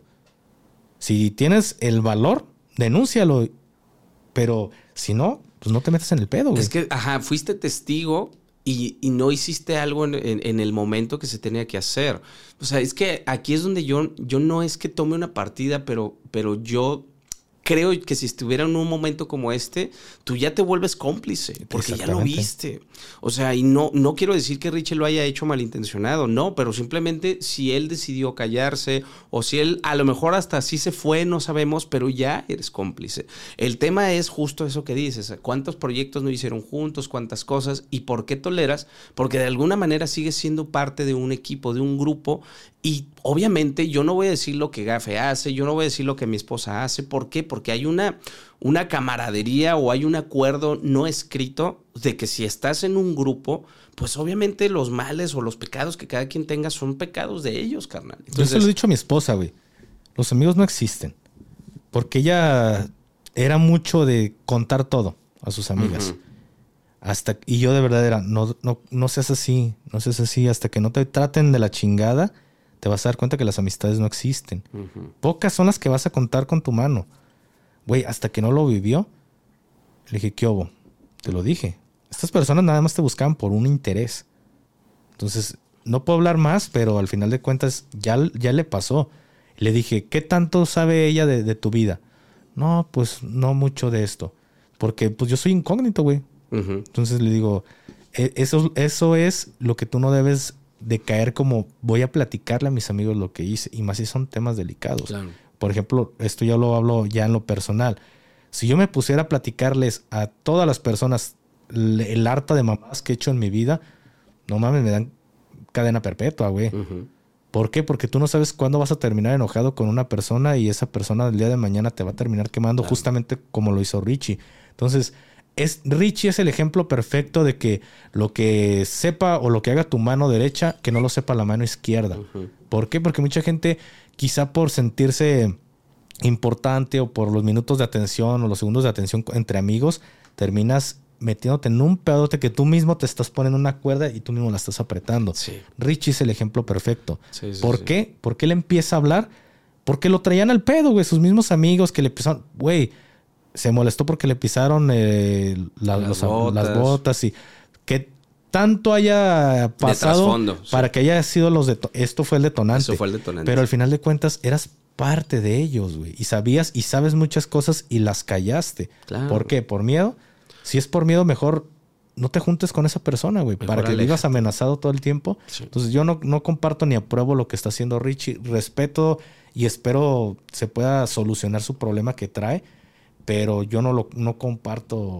Si tienes el valor, denúncialo. Pero si no, pues no te metas en el pedo, güey. Es que, ajá, fuiste testigo y, y no hiciste algo en, en- en el momento que se tenía que hacer. O sea, es que aquí es donde yo, yo no es que tome una partida, pero, pero yo creo que si estuviera en un momento como este, tú ya te vuelves cómplice, porque ya lo Exactamente. viste. O sea, y no, no quiero decir que Richie lo haya hecho malintencionado, no, pero simplemente si él decidió callarse o si él a lo mejor hasta así se fue, no sabemos, pero ya eres cómplice. El tema es justo eso que dices, cuántos proyectos no hicieron juntos, cuántas cosas y por qué toleras, porque de alguna manera sigues siendo parte de un equipo, de un grupo y obviamente yo no voy a decir lo que Gafe hace, yo no voy a decir lo que mi esposa hace, ¿por qué? Porque hay una, una camaradería o hay un acuerdo no escrito de que si estás en un grupo, pues obviamente los males o los pecados que cada quien tenga son pecados de ellos, carnal. Yo se lo he dicho a mi esposa, güey. Los amigos no existen. Porque ella era mucho de contar todo a sus amigas. Ujú. Hasta, y yo de verdad era, no, no, no seas así, no seas así. Hasta que no te traten de la chingada, te vas a dar cuenta que las amistades no existen. Ujú. Pocas son las que vas a contar con tu mano. Güey, hasta que no lo vivió, le dije, ¿qué hubo? Te lo dije. Estas personas nada más te buscaban por un interés. Entonces, no puedo hablar más, pero al final de cuentas ya, ya le pasó. Le dije, ¿qué tanto sabe ella de, de tu vida? No, pues no mucho de esto. Porque pues yo soy incógnito, güey. Ujú. Entonces le digo, "E- eso, eso es lo que tú no debes de caer como voy a platicarle a mis amigos lo que hice. Y más si son temas delicados. Claro. Por ejemplo, esto ya lo hablo ya en lo personal. Si yo me pusiera a platicarles a todas las personas le- el harta de mamás que he hecho en mi vida, no mames, me dan cadena perpetua, güey. Ujú. ¿Por qué? Porque tú no sabes cuándo vas a terminar enojado con una persona y esa persona el día de mañana te va a terminar quemando, Claro. justamente como lo hizo Richie. Entonces, es, Richie es el ejemplo perfecto de que lo que sepa o lo que haga tu mano derecha, que no lo sepa la mano izquierda. Ujú. ¿Por qué? Porque mucha gente, quizá por sentirse importante o por los minutos de atención o los segundos de atención entre amigos, terminas metiéndote en un pedote que tú mismo te estás poniendo una cuerda y tú mismo la estás apretando. Sí. Richie es el ejemplo perfecto. Sí, sí, ¿Por sí. qué? Porque él empieza a hablar porque lo traían al pedo, güey. Sus mismos amigos que le pisaron, güey, se molestó porque le pisaron eh, la- Las los- botas. las botas y que tanto haya pasado trasfondo, sí. para que haya sido los de esto fue el detonante. Eso fue el detonante. Pero al final de cuentas eras parte de ellos, güey. Y sabías y sabes muchas cosas y las callaste. Claro. ¿Por qué? ¿Por miedo? Si es por miedo, mejor no te juntes con esa persona, güey. Mejor Para que aléjate. vivas amenazado todo el tiempo. Sí. Entonces yo no, no comparto ni apruebo lo que está haciendo Richie. Respeto y espero se pueda solucionar su problema que trae. Pero yo no, lo, no comparto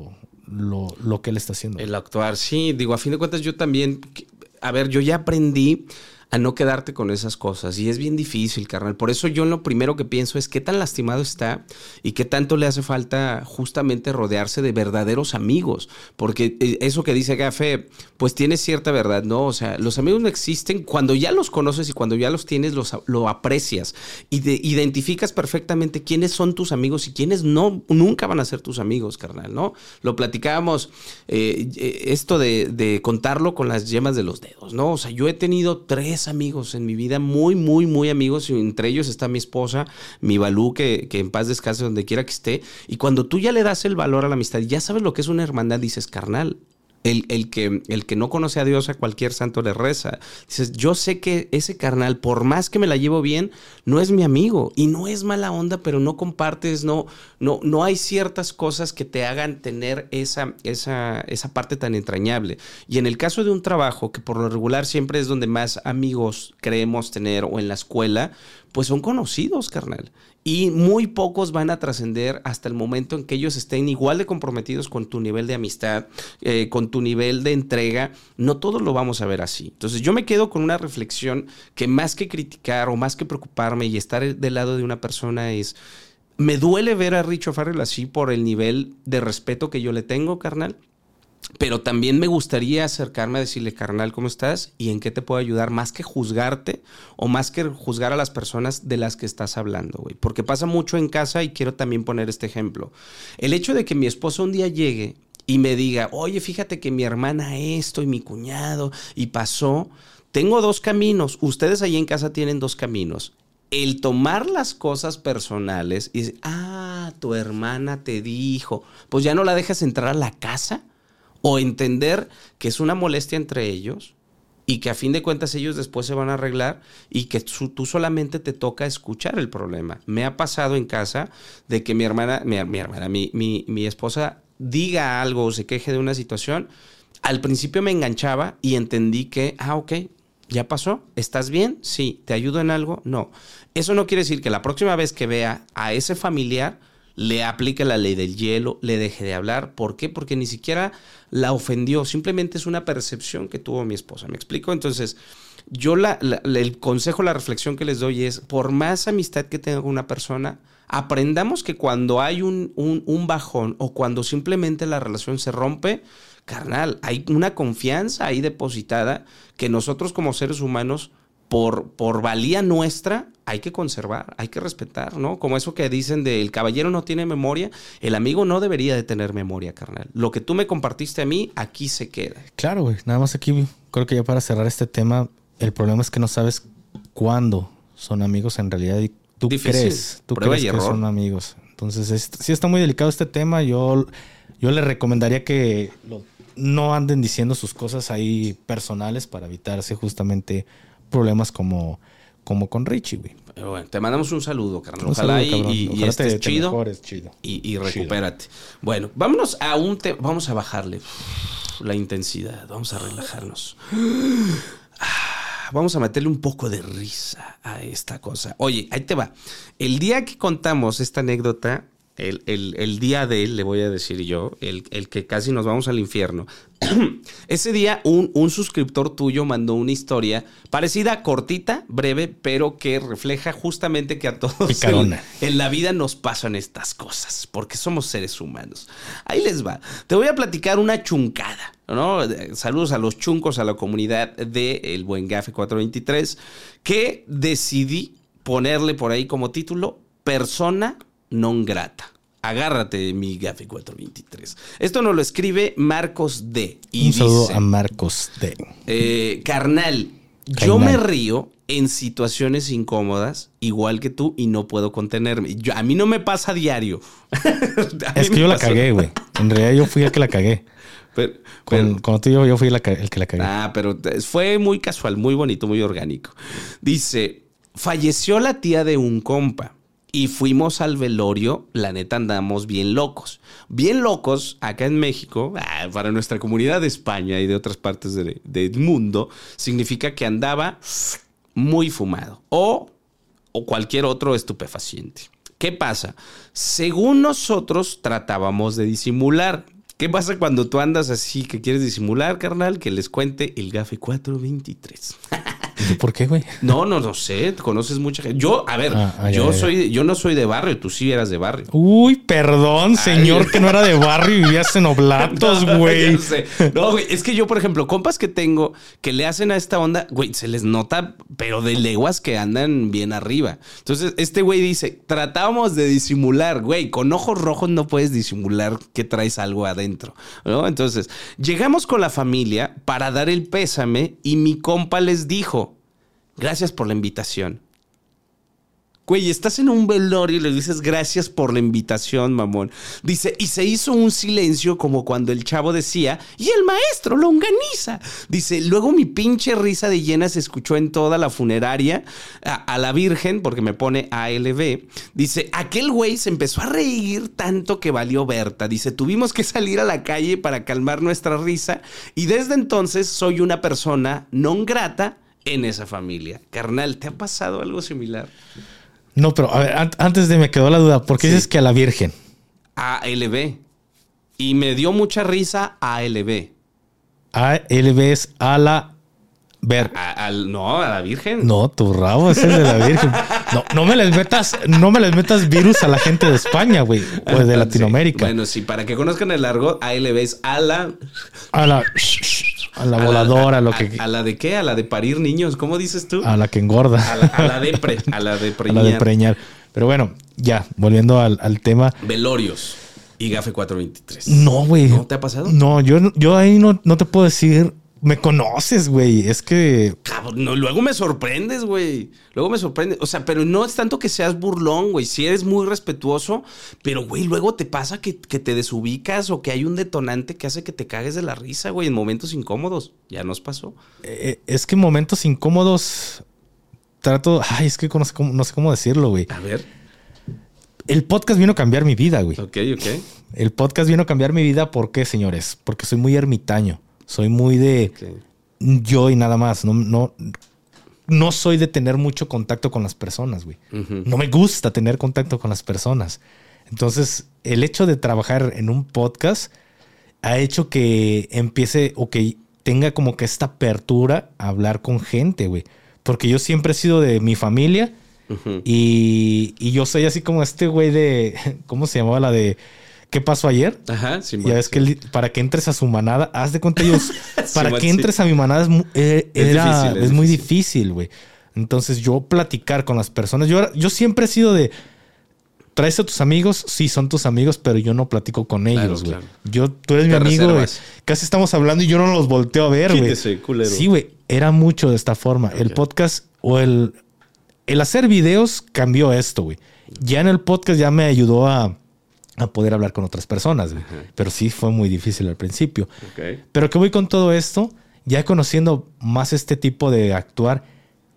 lo, lo que él está haciendo. El actuar, sí. Digo, a fin de cuentas yo también... A ver, yo ya aprendí a no quedarte con esas cosas. Y es bien difícil, carnal. Por eso yo lo primero que pienso es qué tan lastimado está y qué tanto le hace falta justamente rodearse de verdaderos amigos. Porque eso que dice Gafe, pues tiene cierta verdad, ¿no? O sea, los amigos no existen cuando ya los conoces y cuando ya los tienes, los, lo aprecias. Y de, identificas perfectamente quiénes son tus amigos y quiénes no, nunca van a ser tus amigos, carnal, ¿no? Lo platicábamos, eh, esto de, de contarlo con las yemas de los dedos, ¿no? O sea, yo he tenido tres amigos en mi vida, muy, muy, muy amigos, y entre ellos está mi esposa, mi Balú, que, que en paz descanse donde quiera que esté, y cuando tú ya le das el valor a la amistad, ya sabes lo que es una hermandad, dices, carnal, El, el, que, el que no conoce a Dios, a cualquier santo le reza. Dices, yo sé que ese carnal, por más que me la llevo bien, no es mi amigo. Y no es mala onda, pero no compartes, no, no, no hay ciertas cosas que te hagan tener esa, esa, esa parte tan entrañable. Y en el caso de un trabajo, que por lo regular siempre es donde más amigos creemos tener, o en la escuela, pues son conocidos, carnal. Y muy pocos van a trascender hasta el momento en que ellos estén igual de comprometidos con tu nivel de amistad, eh, con tu nivel de entrega. No todos lo vamos a ver así. Entonces yo me quedo con una reflexión que más que criticar o más que preocuparme y estar del lado de una persona es... Me duele ver a Richo Farrell así por el nivel de respeto que yo le tengo, carnal. Pero también me gustaría acercarme a decirle, carnal, ¿cómo estás? ¿Y en qué te puedo ayudar? Más que juzgarte o más que juzgar a las personas de las que estás hablando, güey. Porque pasa mucho en casa y quiero también poner este ejemplo. El hecho de que mi esposa un día llegue y me diga, oye, fíjate que mi hermana esto y mi cuñado y pasó. Tengo dos caminos. Ustedes ahí en casa tienen dos caminos. El tomar las cosas personales y decir, ah, tu hermana te dijo. Pues ya no la dejas entrar a la casa. O entender que es una molestia entre ellos y que a fin de cuentas ellos después se van a arreglar y que tú, tú solamente te toca escuchar el problema. Me ha pasado en casa de que mi hermana, mi, mi hermana, mi, mi, mi esposa diga algo o se queje de una situación. Al principio me enganchaba y entendí que, ah, ok, ya pasó. ¿Estás bien? Sí. ¿Te ayudo en algo? No. Eso no quiere decir que la próxima vez que vea a ese familiar le aplique la ley del hielo, le deje de hablar. ¿Por qué? Porque ni siquiera la ofendió. Simplemente es una percepción que tuvo mi esposa. ¿Me explico? Entonces, yo la, la, el consejo, la reflexión que les doy es, por más amistad que tenga una persona, aprendamos que cuando hay un, un, un bajón o cuando simplemente la relación se rompe, carnal, hay una confianza ahí depositada que nosotros como seres humanos, Por, por valía nuestra, hay que conservar, hay que respetar, ¿no? Como eso que dicen de el caballero no tiene memoria, el amigo no debería de tener memoria, carnal. Lo que tú me compartiste a mí, aquí se queda. Claro, güey. Nada más aquí, creo que ya para cerrar este tema, el problema es que no sabes cuándo son amigos en realidad y tú Difícil. crees, tú Prueba crees que error. son amigos. Entonces, es, sí está muy delicado este tema. Yo, yo le recomendaría que lo, no anden diciendo sus cosas ahí personales para evitarse justamente problemas como, como con Richie, güey. Bueno, te mandamos un saludo, carnal. Ojalá, un saludo, y, y, Ojalá y estés te, chido, te mejores, chido y, y recupérate. Chido. Bueno, vámonos a un tema. Vamos a bajarle la intensidad. Vamos a relajarnos. Vamos a meterle un poco de risa a esta cosa. Oye, ahí te va. El día que contamos esta anécdota, el, el, el día de él, le voy a decir yo, el, el que casi nos vamos al infierno. Ese día un, un suscriptor tuyo mandó una historia parecida, cortita, breve, pero que refleja justamente que a todos en, en la vida nos pasan estas cosas, porque somos seres humanos. Ahí les va. Te voy a platicar una chuncada, ¿no? Saludos a los chuncos, a la comunidad de El Buen Gafe cuatrocientos veintitrés, que decidí ponerle por ahí como título Persona non grata. Agárrate, mi Gafe cuatrocientos veintitrés. Esto nos lo escribe Marcos D. Y un saludo dice, a Marcos D. Eh, carnal, carnal, yo me río en situaciones incómodas, igual que tú, y no puedo contenerme. Yo, a mí no me pasa a diario. a es que yo pasó. la cagué, güey. En realidad yo fui el que la cagué. Pero, con, pero, con tú y yo, yo fui la, el que la cagué. Ah, pero fue muy casual, muy bonito, muy orgánico. Dice, falleció la tía de un compa. Y fuimos al velorio, la neta andamos bien locos. Bien locos acá en México, ah, para nuestra comunidad de España y de otras partes de, del mundo, significa que andaba muy fumado o, o cualquier otro estupefaciente. ¿Qué pasa? Según nosotros tratábamos de disimular. ¿Qué pasa cuando tú andas así que quieres disimular, carnal? Que les cuente el Gafe cuatro veintitrés. ¿Por qué, güey? No, no, no sé. Conoces mucha gente. Yo, a ver, ah, ah, yo ya, soy, ya. yo no soy de barrio. Tú sí eras de barrio. Uy, perdón, señor, Ay. que no era de barrio y vivías en Oblatos, güey. No, no, no, güey, es que yo, por ejemplo, compas que tengo que le hacen a esta onda, güey, se les nota, pero de leguas que andan bien arriba. Entonces, este güey dice, tratábamos de disimular, güey, con ojos rojos no puedes disimular que traes algo adentro, ¿no? Entonces, llegamos con la familia para dar el pésame y mi compa les dijo, gracias por la invitación. Güey, estás en un velorio y le dices gracias por la invitación, mamón. Dice, y se hizo un silencio como cuando el chavo decía, y el maestro longaniza. Dice, luego mi pinche risa de llena se escuchó en toda la funeraria a, a la Virgen, porque me pone A L B. Dice, aquel güey se empezó a reír tanto que valió Berta. Dice, tuvimos que salir a la calle para calmar nuestra risa y desde entonces soy una persona non grata en esa familia. Carnal, ¿te ha pasado algo similar? No, pero a ver, an- antes de me quedó la duda, ¿por qué sí. dices que a la Virgen? A L B. Y me dio mucha risa A L B. A L B es a la ver. A, a, no, a la Virgen. No, tu rabo es el de la Virgen. No, no me les metas, no me les metas virus a la gente de España, güey, o de Latinoamérica. Sí. Bueno, sí, para que conozcan el argot, A L B es a la... A la... A la voladora, a, a, lo que... ¿A, ¿A la de qué? ¿A la de parir niños? ¿Cómo dices tú? A la que engorda. A la, a la de pre, a la de preñar. A la de preñar. Pero bueno, ya, volviendo al, al tema. Velorios y Gafe cuatro veintitrés. No, güey. ¿No te ha pasado? No, yo, yo ahí no, no te puedo decir... Me conoces, güey. Es que... Cabrón, no, luego me sorprendes, güey. Luego me sorprendes. O sea, pero no es tanto que seas burlón, güey. Sí eres muy respetuoso. Pero, güey, luego te pasa que, que te desubicas o que hay un detonante que hace que te cagues de la risa, güey, en momentos incómodos. Ya nos pasó. Eh, es que en momentos incómodos trato... Ay, es que no sé cómo, no sé cómo decirlo, güey. A ver. El podcast vino a cambiar mi vida, güey. Ok, ok. El podcast vino a cambiar mi vida. ¿Por qué, señores? Porque soy muy ermitaño. Soy muy de okay. yo y nada más. No, no, no soy de tener mucho contacto con las personas, güey. Uh-huh. No me gusta tener contacto con las personas. Entonces, el hecho de trabajar en un podcast ha hecho que empiece o que tenga como que esta apertura a hablar con gente, güey. Porque yo siempre he sido de mi familia uh-huh. y, y yo soy así como este güey de... ¿Cómo se llamaba la de...? ¿Qué pasó ayer? Ajá, sí. Ya ves sí. que el, para que entres a su manada, haz de cuenta ellos, sí, para man, que entres sí. a mi manada es, eh, es, era, difícil, es, es muy difícil, güey. Entonces yo platicar con las personas, yo, yo siempre he sido de, ¿traes a tus amigos? Sí, son tus amigos, pero yo no platico con ellos, güey. Claro, claro. Yo, tú eres Te mi amigo, güey. Casi estamos hablando y yo no los volteo a ver, güey. Sí, güey. Era mucho de esta forma. Okay. El podcast o el, el hacer videos cambió esto, güey. Ya en el podcast ya me ayudó a... a poder hablar con otras personas, güey. Uh-huh. Pero sí fue muy difícil al principio. Okay. Pero que voy con todo esto, ya conociendo más este tipo de actuar,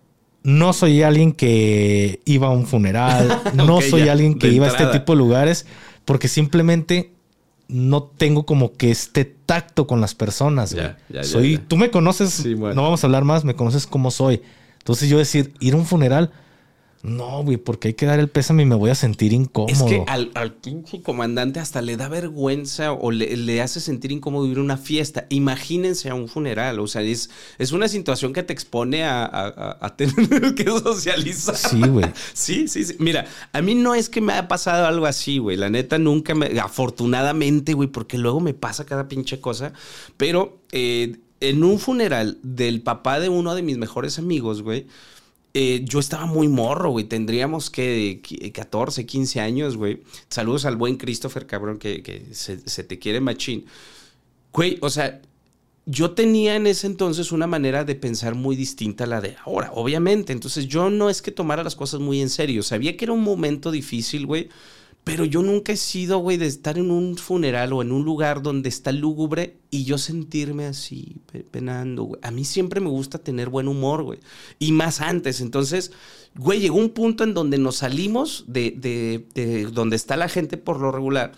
no soy alguien que iba a un funeral, okay, no soy ya, alguien que iba entrada. a este tipo de lugares, porque simplemente no tengo como que este tacto con las personas, güey. Ya, ya, soy, ya, ya. Tú me conoces, sí, bueno. no vamos a hablar más, me conoces cómo soy. Entonces yo decir, ir a un funeral... No, güey, porque hay que dar el pésame y me voy a sentir incómodo. Es que al, al pinche comandante hasta le da vergüenza o le, le hace sentir incómodo ir a una fiesta. Imagínense a un funeral. O sea, es, es una situación que te expone a, a, a tener que socializar. Sí, güey. Sí, sí, sí. Mira, a mí no es que me haya pasado algo así, güey. La neta nunca me... Afortunadamente, güey, porque luego me pasa cada pinche cosa. Pero eh, en un funeral del papá de uno de mis mejores amigos, güey, Eh, yo estaba muy morro, güey. Tendríamos que catorce, quince años, güey. Saludos al buen Christopher, cabrón, que, que se, se te quiere machín. Güey, o sea, yo tenía en ese entonces una manera de pensar muy distinta a la de ahora, obviamente. Entonces yo no es que tomara las cosas muy en serio. Sabía que era un momento difícil, güey. Pero yo nunca he sido, güey, de estar en un funeral o en un lugar donde está lúgubre y yo sentirme así, penando, güey. A mí siempre me gusta tener buen humor, güey. Y más antes. Entonces, güey, llegó un punto en donde nos salimos de, de, de donde está la gente por lo regular.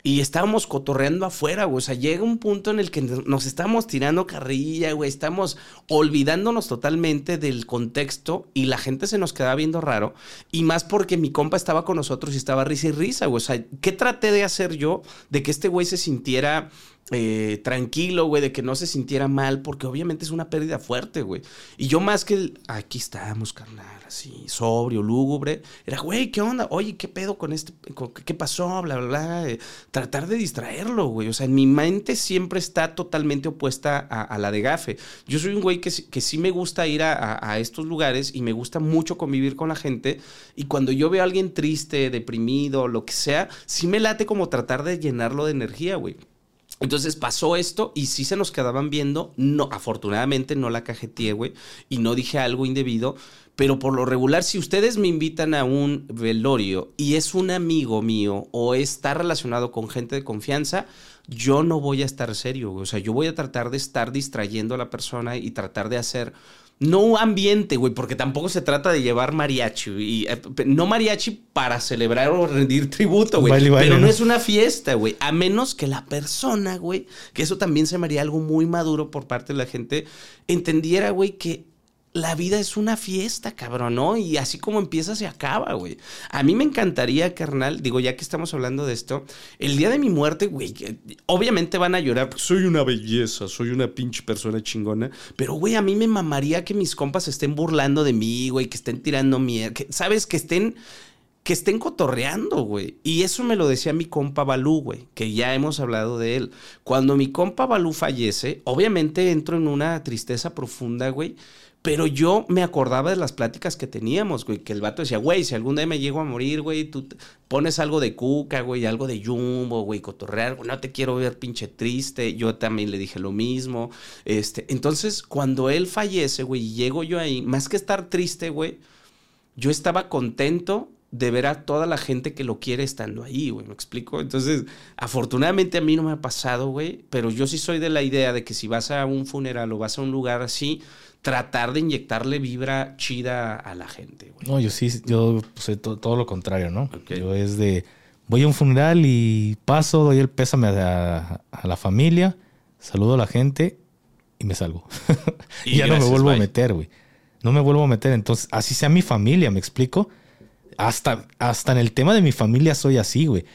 Y estábamos cotorreando afuera, güey. O sea, llega un punto en el que nos estamos tirando carrilla, güey. Estamos olvidándonos totalmente del contexto y la gente se nos quedaba viendo raro. Y más porque mi compa estaba con nosotros y estaba risa y risa, güey. O sea, ¿qué traté de hacer yo de que este güey se sintiera eh, tranquilo, güey? De que no se sintiera mal, porque obviamente es una pérdida fuerte, güey. Y yo más que el, aquí estamos, carnal, así, sobrio, lúgubre. Era, güey, ¿qué onda? Oye, ¿qué pedo con este? Con, ¿Qué pasó? Bla, bla, bla. Eh, tratar de distraerlo, güey. O sea, en mi mente siempre está totalmente opuesta a, a la de Gafe. Yo soy un güey que, que sí me gusta ir a, a, a estos lugares y me gusta mucho convivir con la gente. Y cuando yo veo a alguien triste, deprimido, lo que sea, sí me late como tratar de llenarlo de energía, güey. Entonces pasó esto y sí se nos quedaban viendo. No, afortunadamente no la cajeteé, güey, y no dije algo indebido. Pero por lo regular, si ustedes me invitan a un velorio y es un amigo mío o está relacionado con gente de confianza, yo no voy a estar serio, güey. O sea, yo voy a tratar de estar distrayendo a la persona y tratar de hacer... No un ambiente, güey, porque tampoco se trata de llevar mariachi. Y, eh, no mariachi para celebrar o rendir tributo, güey. Baile, baile, pero no, no es una fiesta, güey. A menos que la persona, güey, que eso también se me haría algo muy maduro por parte de la gente, entendiera, güey, que la vida es una fiesta, cabrón, ¿no? Y así como empieza, se acaba, güey. A mí me encantaría, carnal, digo, ya que estamos hablando de esto, el día de mi muerte, güey, obviamente van a llorar, porque soy una belleza, soy una pinche persona chingona, pero, güey, a mí me mamaría que mis compas estén burlando de mí, güey, que estén tirando mierda, que, ¿sabes? Que estén... que estén cotorreando, güey. Y eso me lo decía mi compa Balú, güey, que ya hemos hablado de él. Cuando mi compa Balú fallece, obviamente entro en una tristeza profunda, güey, pero yo me acordaba de las pláticas que teníamos, güey, que el vato decía, güey, si algún día me llego a morir, güey, tú pones algo de Cuca, güey, algo de Jumbo, güey, cotorrear, no te quiero ver pinche triste. Yo también le dije lo mismo. Este, entonces, cuando él fallece, güey, y llego yo ahí, más que estar triste, güey, yo estaba contento de ver a toda la gente que lo quiere estando ahí, güey, ¿me explico? Entonces, afortunadamente a mí no me ha pasado, güey, pero yo sí soy de la idea de que si vas a un funeral o vas a un lugar así, tratar de inyectarle vibra chida a la gente, güey. No, yo sí, yo soy to- todo lo contrario, ¿no? Okay. Yo es de, voy a un funeral y paso, doy el pésame a, a la familia, saludo a la gente y me salgo. y, y ya gracias, no me vuelvo bye. a meter, güey. No me vuelvo a meter, entonces, así sea mi familia, ¿me explico? Hasta, hasta en el tema de mi familia soy así, güey.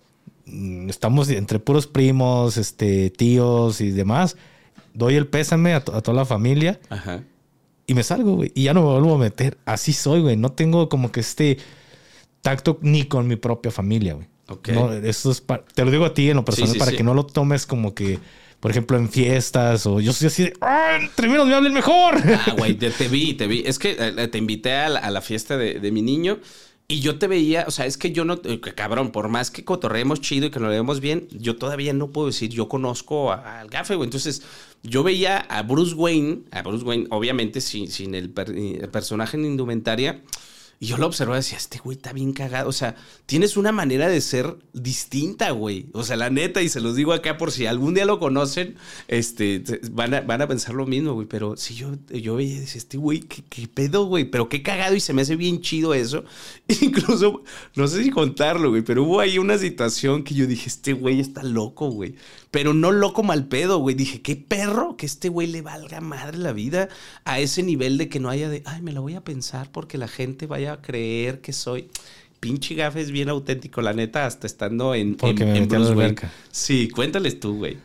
Estamos entre puros primos, este, tíos y demás. Doy el pésame a, to- a toda la familia. Ajá. Y me salgo, güey. Y ya no me vuelvo a meter. Así soy, güey. No tengo como que este tacto ni con mi propia familia, güey. Okay. No, eso es pa- te lo digo a ti en lo personal, sí, sí, para sí. que no lo tomes como que, por ejemplo, en fiestas o yo soy así de, ¡ah! Entre menos me hablen mejor. Ah, güey, te, te vi, te vi. Es que eh, te invité a la, a la fiesta de, de mi niño. Y yo te veía, o sea, es que yo no, eh, cabrón, por más que cotorreemos chido y que nos veamos bien, yo todavía no puedo decir, yo conozco al Gafe, güey. Entonces, yo veía a Bruce Wayne, a Bruce Wayne, obviamente sin, sin el, per, el personaje en indumentaria, y yo lo observaba y decía, este güey está bien cagado. O sea, tienes una manera de ser distinta, güey. O sea, la neta, y se los digo acá por si algún día lo conocen, este, van a, van a pensar lo mismo, güey. Pero si yo, yo veía y decía, este güey, ¿qué, qué pedo, güey? Pero qué cagado y se me hace bien chido eso. Incluso, no sé si contarlo, güey, pero hubo ahí una situación que yo dije, este güey está loco, güey. Pero no loco mal pedo, güey. Dije, qué perro que este güey le valga madre la vida a ese nivel de que no haya de, ay, me la voy a pensar porque la gente vaya a creer que soy. Pinche Gafe es bien auténtico, la neta, hasta estando en, porque en, me en Bruce Wayne. Sí, cuéntales tú, güey.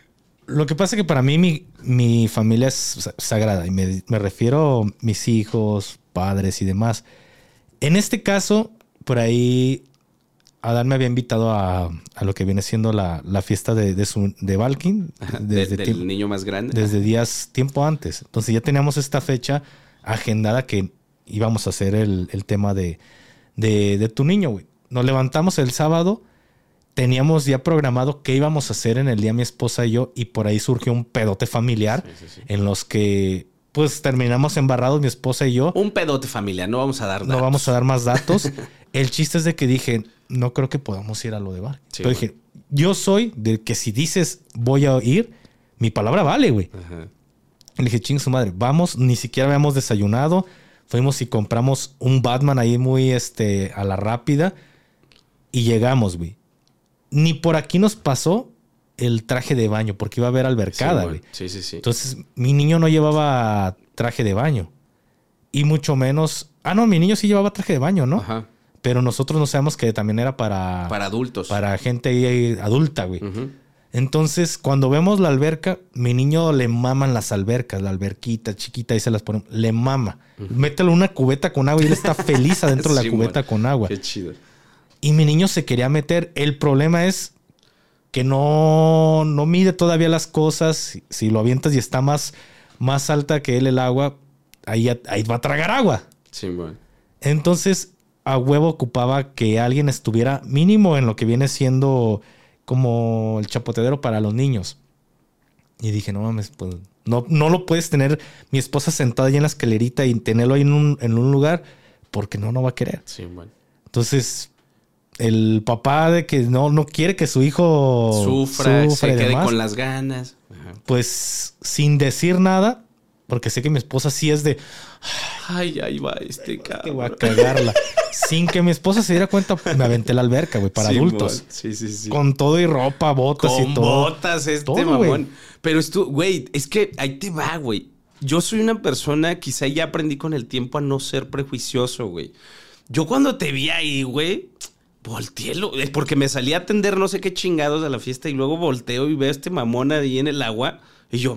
Lo que pasa es que para mí mi, mi familia es sagrada y me, me refiero a mis hijos, padres y demás. En este caso, por ahí Adán me había invitado a, a lo que viene siendo la, la fiesta de, de, su, de Valkin. Desde de, del tiempo, niño más grande. Desde días, tiempo antes. Entonces ya teníamos esta fecha agendada que íbamos a hacer el, el tema de, de, de tu niño, güey. Nos levantamos el sábado, teníamos ya programado qué íbamos a hacer en el día mi esposa y yo, y por ahí surgió un pedote familiar sí, sí, sí. en los que pues terminamos embarrados mi esposa y yo. Un pedote familiar, no vamos a dar datos. No vamos a dar más datos. El chiste es de que dije, no creo que podamos ir a lo de bar. Sí, Pero bueno. dije, yo soy de que si dices voy a ir, mi palabra vale, güey. Ajá. Le dije, ching su madre, vamos, ni siquiera habíamos desayunado. Fuimos y compramos un Batman ahí muy este, a la rápida. Y llegamos, güey. ni por aquí nos pasó el traje de baño, porque iba a haber albercada, güey. Sí, sí, sí, sí. Entonces, mi niño no llevaba traje de baño. Y mucho menos... Ah, no, mi niño sí llevaba traje de baño, ¿no? Ajá. Pero nosotros no sabemos que también era para... Para adultos. Para gente adulta, güey. Uh-huh. Entonces, cuando vemos la alberca, mi niño le maman las albercas, la alberquita chiquita, ahí se las ponemos. Le mama. Uh-huh. Mételo en una cubeta con agua y él está feliz adentro de la sí, cubeta man. Con agua. Qué chido. Y mi niño se quería meter. El problema es que no, no mide todavía las cosas. Si, si lo avientas y está más, más alta que él el agua, ahí, ahí va a tragar agua. Sí, bueno. Entonces, a huevo ocupaba que alguien estuviera mínimo en lo que viene siendo como el chapoteadero para los niños. Y dije, no mames, pues no, no lo puedes tener mi esposa sentada ahí en la escalerita y tenerlo ahí en un, en un lugar porque no, no va a querer. Sí, bueno. Entonces, el papá de que no, no quiere que su hijo sufra, sufra se quede demás, con las ganas. Ajá. Pues sin decir nada, porque sé que mi esposa sí es de... Ay, ahí va este cabrón. Que voy a cagarla. Sin que mi esposa se diera cuenta, me aventé la alberca, güey, para sí, adultos. Sí, sí, sí. Con todo y ropa, botas con y todo. Con botas, este todo, mamón. Güey. Pero esto, güey, es que ahí te va, güey. Yo soy una persona, quizá ya aprendí con el tiempo a no ser prejuicioso, güey. Yo cuando te vi ahí, güey, volteé, lo, porque me salí a atender no sé qué chingados a la fiesta y luego volteo y veo a este mamón ahí en el agua y yo...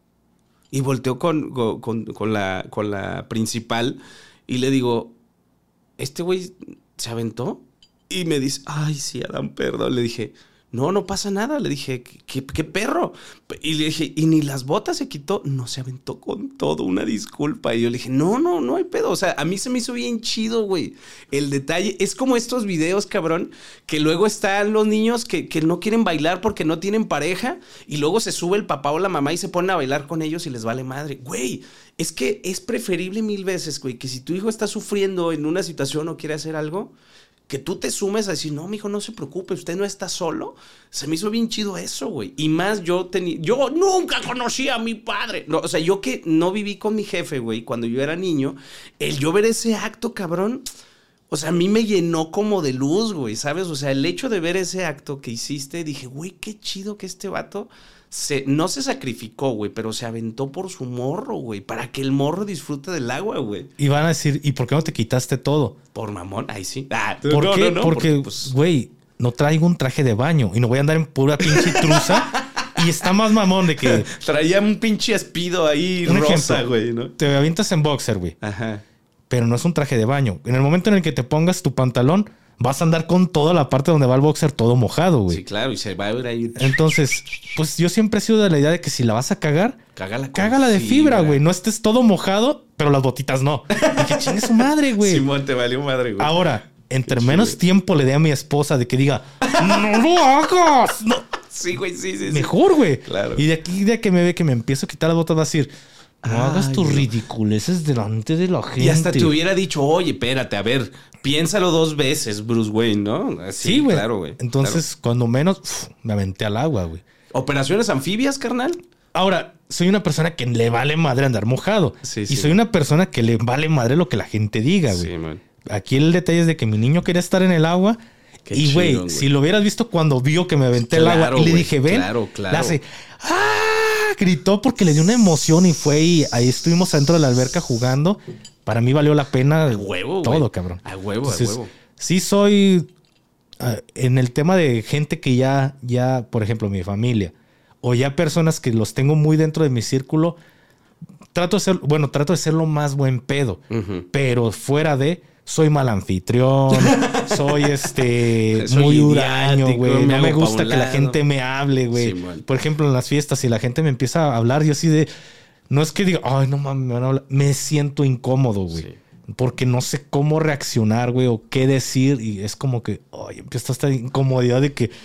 Y volteo con, con, con, la, con la principal y le digo, ¿este güey se aventó? Y me dice, ay, sí, Adán, perdón. Le dije, no, no pasa nada. Le dije, ¿qué, qué perro? Y le dije, ¿y ni las botas se quitó? No, se aventó con todo, una disculpa. Y yo le dije, no, no, no hay pedo. O sea, a mí se me hizo bien chido, güey. El detalle es como estos videos, cabrón, que luego están los niños que, que no quieren bailar porque no tienen pareja y luego se sube el papá o la mamá y se ponen a bailar con ellos y les vale madre. Güey, es que es preferible mil veces, güey, que si tu hijo está sufriendo en una situación o quiere hacer algo... Que tú te sumes a decir, no, mijo, no se preocupe, usted no está solo. Se me hizo bien chido eso, güey. Y más yo tenía... Yo nunca conocí a mi padre. No, o sea, yo que no viví con mi jefe, güey, cuando yo era niño, el yo ver ese acto, cabrón... O sea, a mí me llenó como de luz, güey, ¿sabes? O sea, el hecho de ver ese acto que hiciste, dije, güey, qué chido que este vato... Se, no se sacrificó, güey, pero se aventó por su morro, güey, para que el morro disfrute del agua, güey. Y van a decir, ¿y por qué no te quitaste todo? Por mamón, ahí sí. Ah, ¿Por no, qué? No, no, porque, güey, pues... no traigo un traje de baño y no voy a andar en pura pinche truza. Y está más mamón de que... Traía un pinche espido ahí un rosa, güey, ¿no? Te avientas en boxer, güey. Ajá. Pero no es un traje de baño. En el momento en el que te pongas tu pantalón... Vas a andar con toda la parte donde va el boxer todo mojado, güey. Sí, claro, y se va a ir ahí. Entonces, pues yo siempre he sido de la idea de que si la vas a cagar, cágala, cágala de fibra, güey. No estés todo mojado, pero las botitas no. Y que chingue su madre, güey. Simón, te valió madre, güey. Ahora, entre Qué menos chido. tiempo le dé a mi esposa de que diga, ¡no lo hagas! No. Sí, güey, sí, sí. Mejor, güey. Claro. Y de aquí, de que me ve que me empiezo a quitar las botas, va a decir... No Ay, hagas tus no. ridiculeces delante de la gente. Y hasta te hubiera dicho, oye, espérate, a ver, piénsalo dos veces, Bruce Wayne, ¿no? Así, sí, güey. Claro, güey. Entonces, claro. cuando menos, uf, me aventé al agua, güey. ¿Operaciones anfibias, carnal? Ahora, soy una persona que le vale madre andar mojado. Sí, y sí. soy una persona que le vale madre lo que la gente diga, güey. Sí, man. Aquí el detalle es de que mi niño quería estar en el agua. Qué y, güey, si lo hubieras visto cuando vio que me aventé claro, el agua y le dije, ven, claro, claro. le hace, ¡ah! Gritó porque le dio una emoción y fue y ahí estuvimos adentro de la alberca jugando. Para mí valió la pena a huevo, todo, güey. cabrón. A huevo, Entonces, a huevo. Sí soy uh, en el tema de gente que ya, ya, por ejemplo, mi familia o ya personas que los tengo muy dentro de mi círculo, trato de ser, bueno, trato de ser lo más buen pedo, uh-huh. pero fuera de... Soy mal anfitrión, soy este soy muy huraño, güey. No me gusta que la gente me hable, güey. Sí, por ejemplo, en las fiestas, si la gente me empieza a hablar, yo así de... No es que diga, ay, no mames, me van a hablar. Me siento incómodo, güey. Sí. Porque no sé cómo reaccionar, güey, o qué decir. Y es como que, ay, empieza esta incomodidad de que...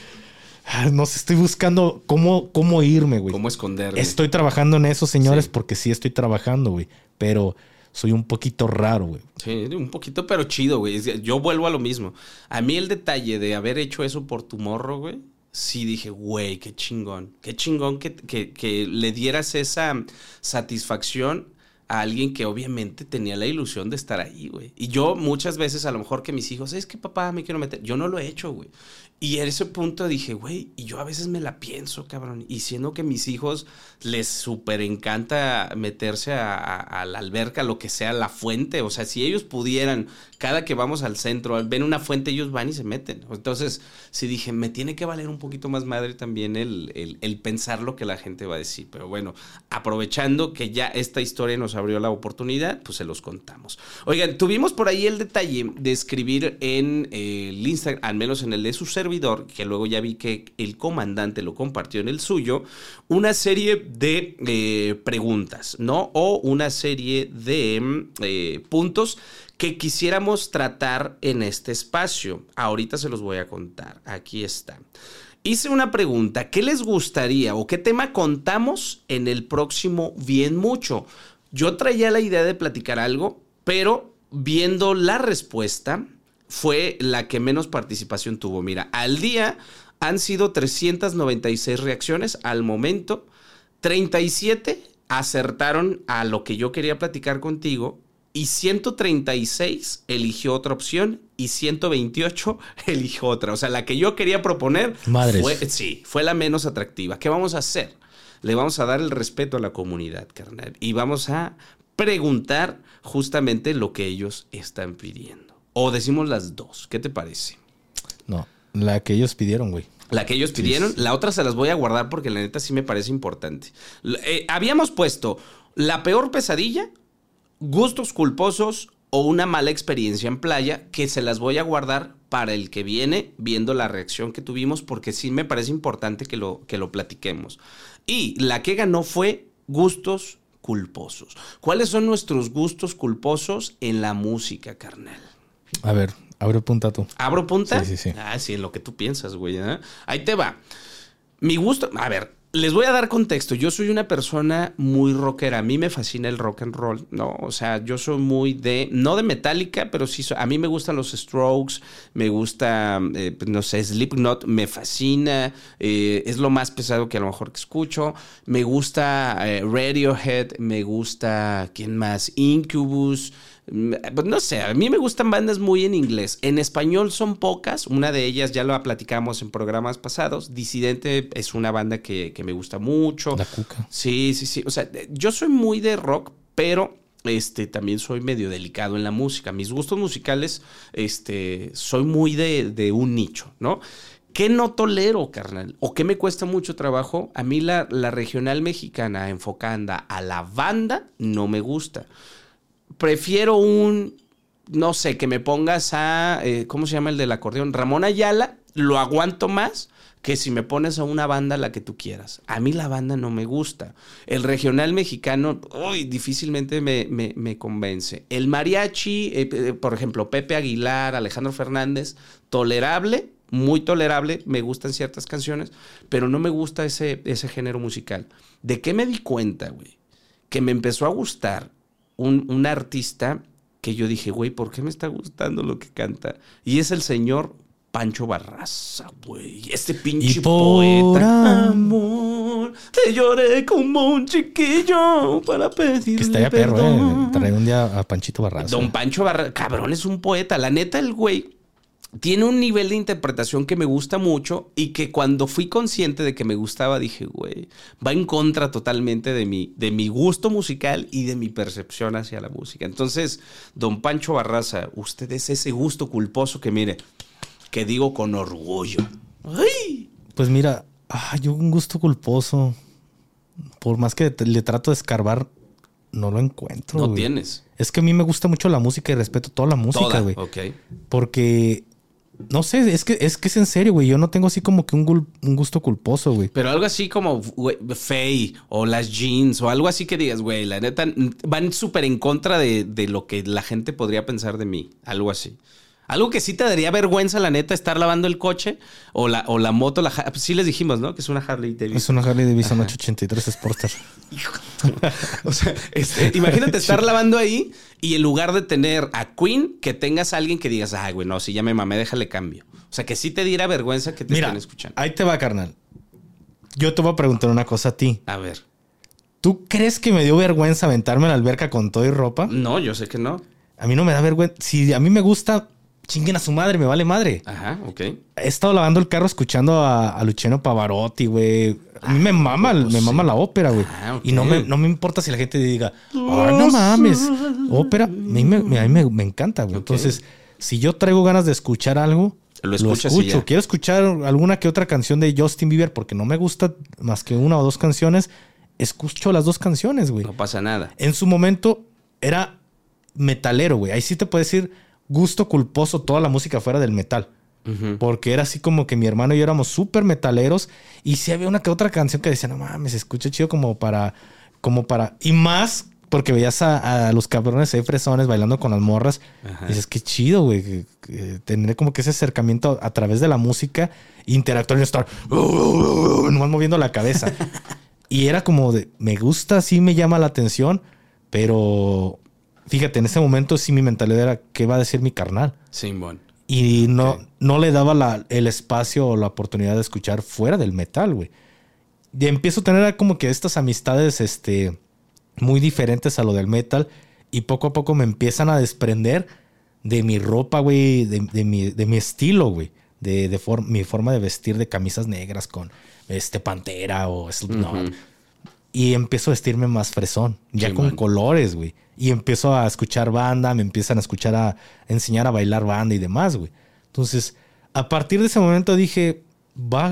No sé, estoy buscando cómo, cómo irme, güey. Cómo esconderme. Estoy trabajando en eso, señores, sí. porque sí estoy trabajando, güey. Pero... soy un poquito raro, güey. Sí, un poquito, pero chido, güey. Yo vuelvo a lo mismo. A mí el detalle de haber hecho eso por tu morro, güey, sí dije, güey, qué chingón. Qué chingón que, que, que le dieras esa satisfacción a alguien que obviamente tenía la ilusión de estar ahí, güey. Y yo muchas veces, a lo mejor que mis hijos, es que papá, me quiero meter. Yo no lo he hecho, güey. Y en ese punto dije, güey, y yo a veces me la pienso, cabrón. Y siendo que a mis hijos les súper encanta meterse a, a, a la alberca, lo que sea, la fuente. O sea, si ellos pudieran, cada que vamos al centro, ven una fuente, ellos van y se meten. Entonces, sí dije, me tiene que valer un poquito más madre también el, el, el pensar lo que la gente va a decir. Pero bueno, aprovechando que ya esta historia nos abrió la oportunidad, pues se los contamos. Oigan, tuvimos por ahí el detalle de escribir en eh, el Instagram, al menos en el de su servidor, que luego ya vi que el comandante lo compartió en el suyo, una serie de eh, preguntas, ¿no? O una serie de eh, puntos que quisiéramos tratar en este espacio. Ahorita se los voy a contar. Aquí está. Hice una pregunta. ¿Qué les gustaría o qué tema contamos en el próximo Bien Mucho? Yo traía la idea de platicar algo, pero viendo la respuesta, fue la que menos participación tuvo. Mira, al día han sido trescientas noventa y seis reacciones al momento. treinta y siete acertaron a lo que yo quería platicar contigo y ciento treinta y seis eligió otra opción y ciento veintiocho eligió otra. O sea, la que yo quería proponer Madres. Fue, sí, fue la menos atractiva. ¿Qué vamos a hacer? Le vamos a dar el respeto a la comunidad, carnal. Y vamos a preguntar justamente lo que ellos están pidiendo. O decimos las dos. ¿Qué te parece? No, la que ellos pidieron, güey. La que ellos pidieron. Sí. La otra se las voy a guardar porque la neta sí me parece importante. Eh, habíamos puesto la peor pesadilla, gustos culposos o una mala experiencia en playa, que se las voy a guardar para el que viene, viendo la reacción que tuvimos, porque sí me parece importante que lo, que lo platiquemos. Y la que ganó fue gustos culposos. ¿Cuáles son nuestros gustos culposos en la música, carnal? A ver, abre punta tú. ¿Abro punta? Sí, sí, sí. Ah, sí, en lo que tú piensas, güey. ¿eh? Ahí te va. Mi gusto... A ver, les voy a dar contexto. Yo soy una persona muy rockera. A mí me fascina el rock and roll, ¿no? O sea, yo soy muy de... No de Metallica, pero sí... So, a mí me gustan los Strokes. Me gusta, eh, no sé, Slipknot. Me fascina. Eh, es lo más pesado que a lo mejor que escucho. Me gusta eh, Radiohead. Me gusta... ¿Quién más? Incubus. No sé, a mí me gustan bandas muy en inglés. En español son pocas. Una de ellas ya lo platicamos en programas pasados. Disidente es una banda que, que me gusta mucho. La Cuca. Sí, sí, sí. O sea, yo soy muy de rock, pero este, también soy medio delicado en la música. Mis gustos musicales, este, soy muy de, de un nicho, ¿no? ¿Qué no tolero, carnal? ¿O qué me cuesta mucho trabajo? A mí la, la regional mexicana enfocada a la banda no me gusta. Prefiero un, no sé, que me pongas a, eh, ¿cómo se llama el del acordeón? Ramón Ayala, lo aguanto más que si me pones a una banda la que tú quieras. A mí la banda no me gusta. El regional mexicano, uy, difícilmente me, me, me convence. El mariachi, eh, eh, por ejemplo, Pepe Aguilar, Alejandro Fernández, tolerable, muy tolerable, me gustan ciertas canciones, pero no me gusta ese, ese género musical. ¿De qué me di cuenta, güey? Que me empezó a gustar Un, un artista que yo dije, güey, ¿por qué me está gustando lo que canta? Y es el señor Pancho Barraza, güey. Este pinche poeta. Amor, te lloré como un chiquillo para pedirle Que está ya perro, eh. Trae un día a Panchito Barraza. Don Pancho Barraza, cabrón, es un poeta. La neta, el güey tiene un nivel de interpretación que me gusta mucho y que cuando fui consciente de que me gustaba dije, güey, va en contra totalmente de mi, de mi gusto musical y de mi percepción hacia la música. Entonces, don Pancho Barraza, usted es ese gusto culposo que mire, que digo con orgullo. ¡Ay! Pues mira, ah, yo un gusto culposo, por más que le trato de escarbar, no lo encuentro. No güey. Tienes. Es que a mí me gusta mucho la música y respeto toda la música, güey. Ok. Porque... No sé, es que es que es en serio, güey. Yo no tengo así como que un, gul- un gusto culposo, güey. Pero algo así como güey, Faye o las jeans o algo así que digas, güey, la neta, van súper en contra de, de lo que la gente podría pensar de mí. Algo así. Algo que sí te daría vergüenza, la neta, estar lavando el coche o la, o la moto. La, sí les dijimos, ¿no? Que es una Harley Davidson. Es una Harley Davidson ocho ochenta y tres Sporter. O sea, este, imagínate estar lavando ahí y en lugar de tener a Queen, que tengas a alguien que digas, ay, güey, no, si ya me mamé, déjale cambio. O sea, que sí te diera vergüenza que te Mira, estén escuchando. Ahí te va, carnal. Yo te voy a preguntar una cosa a ti. A ver. ¿Tú crees que me dio vergüenza aventarme en la alberca con todo y ropa? No, yo sé que no. A mí no me da vergüenza. Si a mí me gusta, chinguen a su madre, me vale madre. Ajá, ok. He estado lavando el carro escuchando a, a Luciano Pavarotti, güey. A mí me mama, pues me sí. mama la ópera, güey. Ah, ok. Y no me, no me importa si la gente diga, ay, no mames, ópera. A mí me, me- a mí me, me encanta, güey. Ok. Entonces, si yo traigo ganas de escuchar algo, Lo lo, escuchas y escucho. ya. Quiero escuchar alguna que otra canción de Justin Bieber porque no me gusta más que una o dos canciones. Escucho las dos canciones, güey. No pasa nada. En su momento era metalero, güey. Ahí sí te puedo decir gusto culposo toda la música fuera del metal. Ujú. Porque era así como que mi hermano y yo éramos súper metaleros. Y sí había una que otra canción que decía, no mames, se escucha chido como para... Como para... Y más porque veías a, a los cabrones de fresones bailando con las morras. Ajá. Y dices, qué chido, güey. que- que tener como que ese acercamiento a través de la música. Interactuar y estar... nomás moviendo la cabeza. Y era como de... Me gusta, sí me llama la atención. Pero... Fíjate, en ese momento sí mi mentalidad era... ¿Qué va a decir mi carnal? Simón. Y no, Ok. no le daba la- el espacio o la oportunidad de escuchar fuera del metal, güey. Y empiezo a tener como que estas amistades este, muy diferentes a lo del metal. Y poco a poco me empiezan a desprender de mi ropa, güey. De, de mi, de mi estilo, güey. De, de for- mi forma de vestir de camisas negras con este Pantera o Slipknot. Ujú. Y empiezo a vestirme más fresón, ya Sí, con man. colores, güey. Y empiezo a escuchar banda, me empiezan a escuchar a, a enseñar a bailar banda y demás, güey. Entonces, a partir de ese momento dije, va,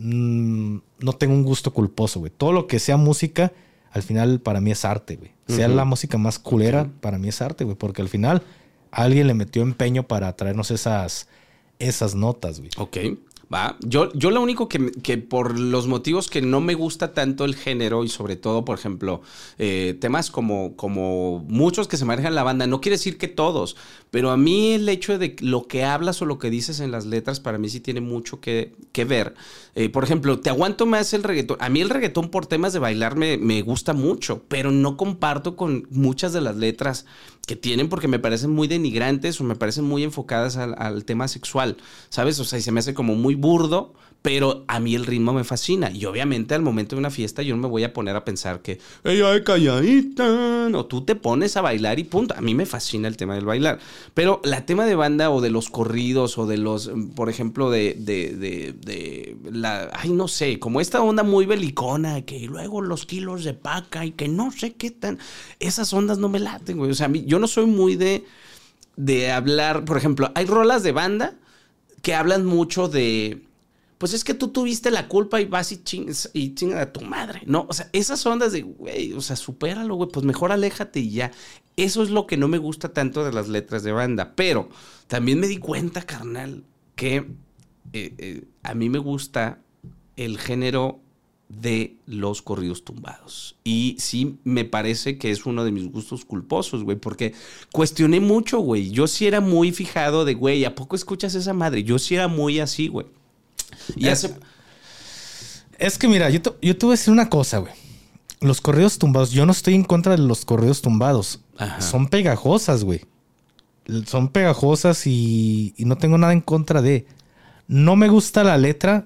mm, no tengo un gusto culposo, güey. Todo lo que sea música, al final para mí es arte, güey. Sea Ujú. la música más culera, Ok. para mí es arte, güey. Porque al final alguien le metió empeño para traernos esas, esas notas, güey. Ok, va. Yo, yo lo único que, que por los motivos que no me gusta tanto el género y sobre todo, por ejemplo, eh, temas como, como muchos que se manejan en la banda, no quiere decir que todos, pero a mí el hecho de lo que hablas o lo que dices en las letras para mí sí tiene mucho que, que ver. Eh, por ejemplo, te aguanto más el reggaetón. A mí el reggaetón por temas de bailar me, me gusta mucho, pero no comparto con muchas de las letras que tienen porque me parecen muy denigrantes o me parecen muy enfocadas al, al tema sexual, ¿sabes? O sea, y se me hace como muy burdo, pero a mí el ritmo me fascina. Y obviamente al momento de una fiesta yo no me voy a poner a pensar que ella es calladita. No, tú te pones a bailar y punto. A mí me fascina el tema del bailar. Pero la tema de banda o de los corridos o de los, por ejemplo, de, de, de, de la, ay, no sé, como esta onda muy belicona, que luego los kilos de paca y que no sé qué tan, esas ondas no me laten, güey. O sea, a mí, yo no soy muy de, de hablar, por ejemplo, hay rolas de banda que hablan mucho de, pues es que tú tuviste la culpa y vas y chingas y chingas a tu madre, ¿no? O sea, esas ondas de, güey, o sea, supéralo, güey, pues mejor aléjate y ya. Eso es lo que no me gusta tanto de las letras de banda. Pero también me di cuenta, carnal, que eh, eh, a mí me gusta el género de los corridos tumbados. Y sí me parece que es uno de mis gustos culposos, güey, porque cuestioné mucho, güey. Yo sí era muy fijado de, güey, ¿a poco escuchas esa madre? Yo sí era muy así, güey. Y Es- hace... Es que mira, yo te, yo te voy a decir una cosa, güey. Los corridos tumbados, yo no estoy en contra de los corridos tumbados. Ajá. Son pegajosas, güey. Son pegajosas y, y no tengo nada en contra de. No me gusta la letra,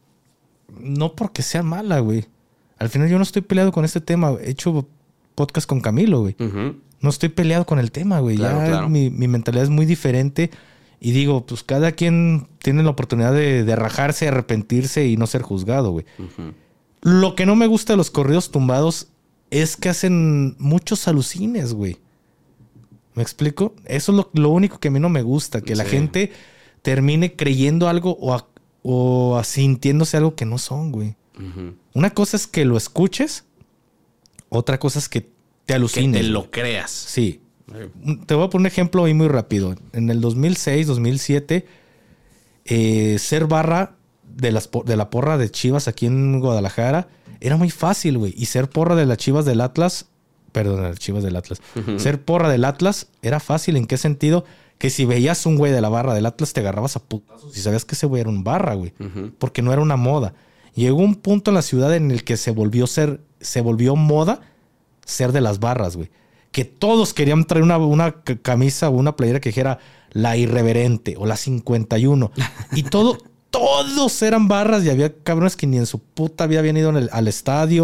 no porque sea mala, güey. Al final yo no estoy peleado con este tema. He hecho podcast con Camilo, güey. Ujú. No estoy peleado con el tema, güey. Claro, ya claro. Mi, mi mentalidad es muy diferente. Y digo, pues cada quien tiene la oportunidad de, de rajarse, arrepentirse y no ser juzgado, güey. Ujú. Lo que no me gusta de los corridos tumbados es que hacen muchos alucines, güey. ¿Me explico? Eso es lo, lo único que a mí no me gusta. Que la Sí. gente termine creyendo algo o, a- o sintiéndose algo que no son, güey. Ujú. Una cosa es que lo escuches. Otra cosa es que te Que alucines. te güey. lo creas. Sí. Te voy a poner un ejemplo ahí muy rápido. En el dos mil seis, dos mil siete, eh, ser barra de, las, po- de la porra de Chivas aquí en Guadalajara era muy fácil, güey. Y ser porra de las Chivas del Atlas, perdón, de las Chivas del Atlas. Ujú. Ser porra del Atlas era fácil. ¿En qué sentido? Que si veías un güey de la barra del Atlas, te agarrabas a putazos y sabías que ese güey era un barra, güey. Ujú. Porque no era una moda. Llegó un punto en la ciudad en el que se volvió ser, se volvió moda ser de las barras, güey. Que todos querían traer una, una c- camisa o una playera que dijera la irreverente o la cincuenta y uno. Y todo, todos eran barras y había cabrones que ni en su puta vida habían ido en el- al estadio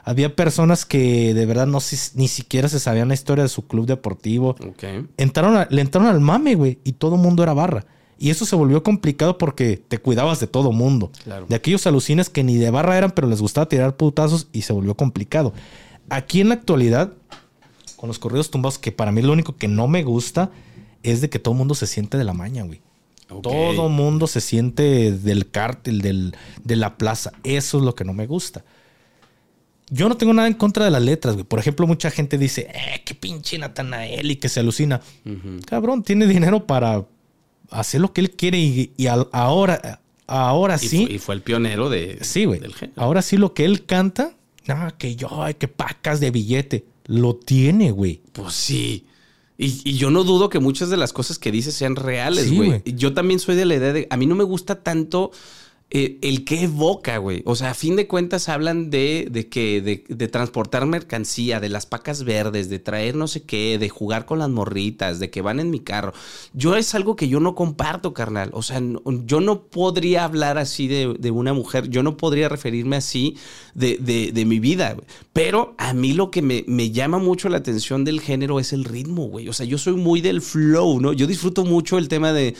Había personas que de verdad no ni siquiera se sabían la historia de su club deportivo. Okay. Entraron a, le entraron al mame, güey, y todo mundo era barra. Y eso se volvió complicado porque te cuidabas de todo mundo. Claro. De aquellos alucines que ni de barra eran, pero les gustaba tirar putazos y se volvió complicado. Aquí en la actualidad, con los corridos tumbados, que para mí lo único que no me gusta es de que todo mundo se siente de la maña, güey. Okay. Todo mundo se siente del cártel, del, de la plaza. Eso es lo que no me gusta. Yo no tengo nada en contra de las letras, güey. Por ejemplo, mucha gente dice, eh, qué pinche Natanael y que se alucina. Uh-huh. Cabrón, tiene dinero para hacer lo que él quiere y, y a, ahora, ahora y sí. Fue, y fue el pionero de, sí, güey. del género. Ahora sí lo que él canta, ah, que yo, ay, que pacas de billete. Lo tiene, güey. Pues sí. Y, y yo no dudo que muchas de las cosas que dice sean reales, güey. Sí, yo también soy de la idea de... A mí no me gusta tanto eh, el que evoca, güey. O sea, a fin de cuentas hablan de, de que de, de transportar mercancía, de las pacas verdes, de traer no sé qué, de jugar con las morritas, de que van en mi carro. Yo es algo que yo no comparto, carnal. O sea, no, yo no podría hablar así de, de una mujer. Yo no podría referirme así de, de, de mi vida, güey. Pero a mí lo que me, me llama mucho la atención del género es el ritmo, güey. O sea, yo soy muy del flow, ¿no? Yo disfruto mucho el tema de...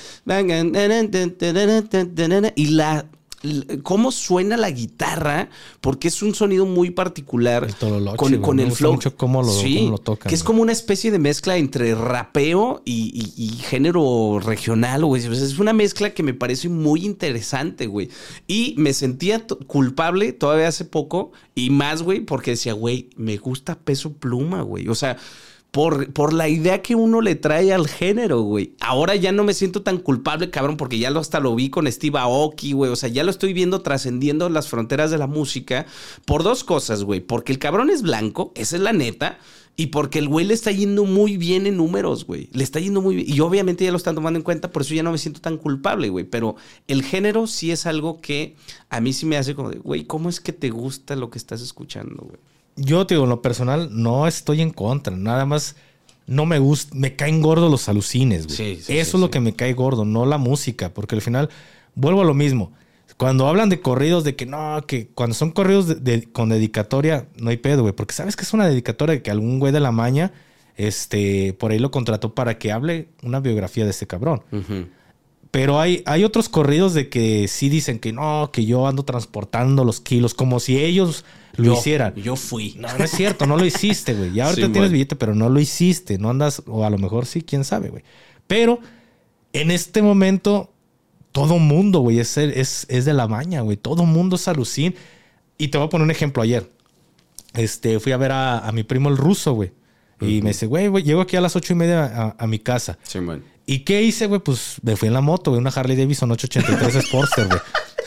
Y la... cómo suena la guitarra, porque es un sonido muy particular el tololoche, con, con el flow. Mucho cómo lo, sí, cómo lo tocan, que es como una especie de mezcla entre rapeo y, y, y género regional, güey. O sea, es una mezcla que me parece muy interesante, güey. Y me sentía t- culpable todavía hace poco y más, güey, porque decía, güey, me gusta Peso Pluma, güey. O sea... Por, por la idea que uno le trae al género, güey. Ahora ya no me siento tan culpable, cabrón, porque ya lo, hasta lo vi con Steve Aoki, güey. O sea, ya lo estoy viendo trascendiendo las fronteras de la música por dos cosas, güey. Porque el cabrón es blanco, esa es la neta. Y porque el güey le está yendo muy bien en números, güey. Le está yendo muy bien. Y obviamente ya lo están tomando en cuenta, por eso ya no me siento tan culpable, güey. Pero el género sí es algo que a mí sí me hace como de, güey, ¿cómo es que te gusta lo que estás escuchando, güey? Yo, te digo, en lo personal, no estoy en contra. Nada más no me gusta, me caen gordos los alucines, güey. Sí, sí, Eso sí, es lo sí. que me cae gordo, no la música. Porque al final, vuelvo a lo mismo. Cuando hablan de corridos, de que no, que cuando son corridos de, de, con dedicatoria, no hay pedo, güey. Porque sabes que es una dedicatoria de que algún güey de la maña, este, por ahí lo contrató para que hable una biografía de ese cabrón. Uh-huh. Pero hay, hay otros corridos de que sí dicen que no, que yo ando transportando los kilos, como si ellos lo yo, hicieran. Yo fui. No, no es cierto, no lo hiciste, güey. Ya ahorita sí, tienes bueno. billete, pero no lo hiciste. No andas, o a lo mejor sí, quién sabe, güey. Pero en este momento, todo mundo, güey, es, es, es de la maña, güey. Todo mundo es alucín. Y te voy a poner un ejemplo ayer. Este, fui a ver a, a mi primo el ruso, güey. Y uh-huh. me dice, güey, güey, llego aquí a las ocho y media a, a mi casa. Sí, man. ¿Y qué hice, güey? Pues me fui en la moto, güey. Una Harley Davidson ocho ochenta y tres Sportster, güey.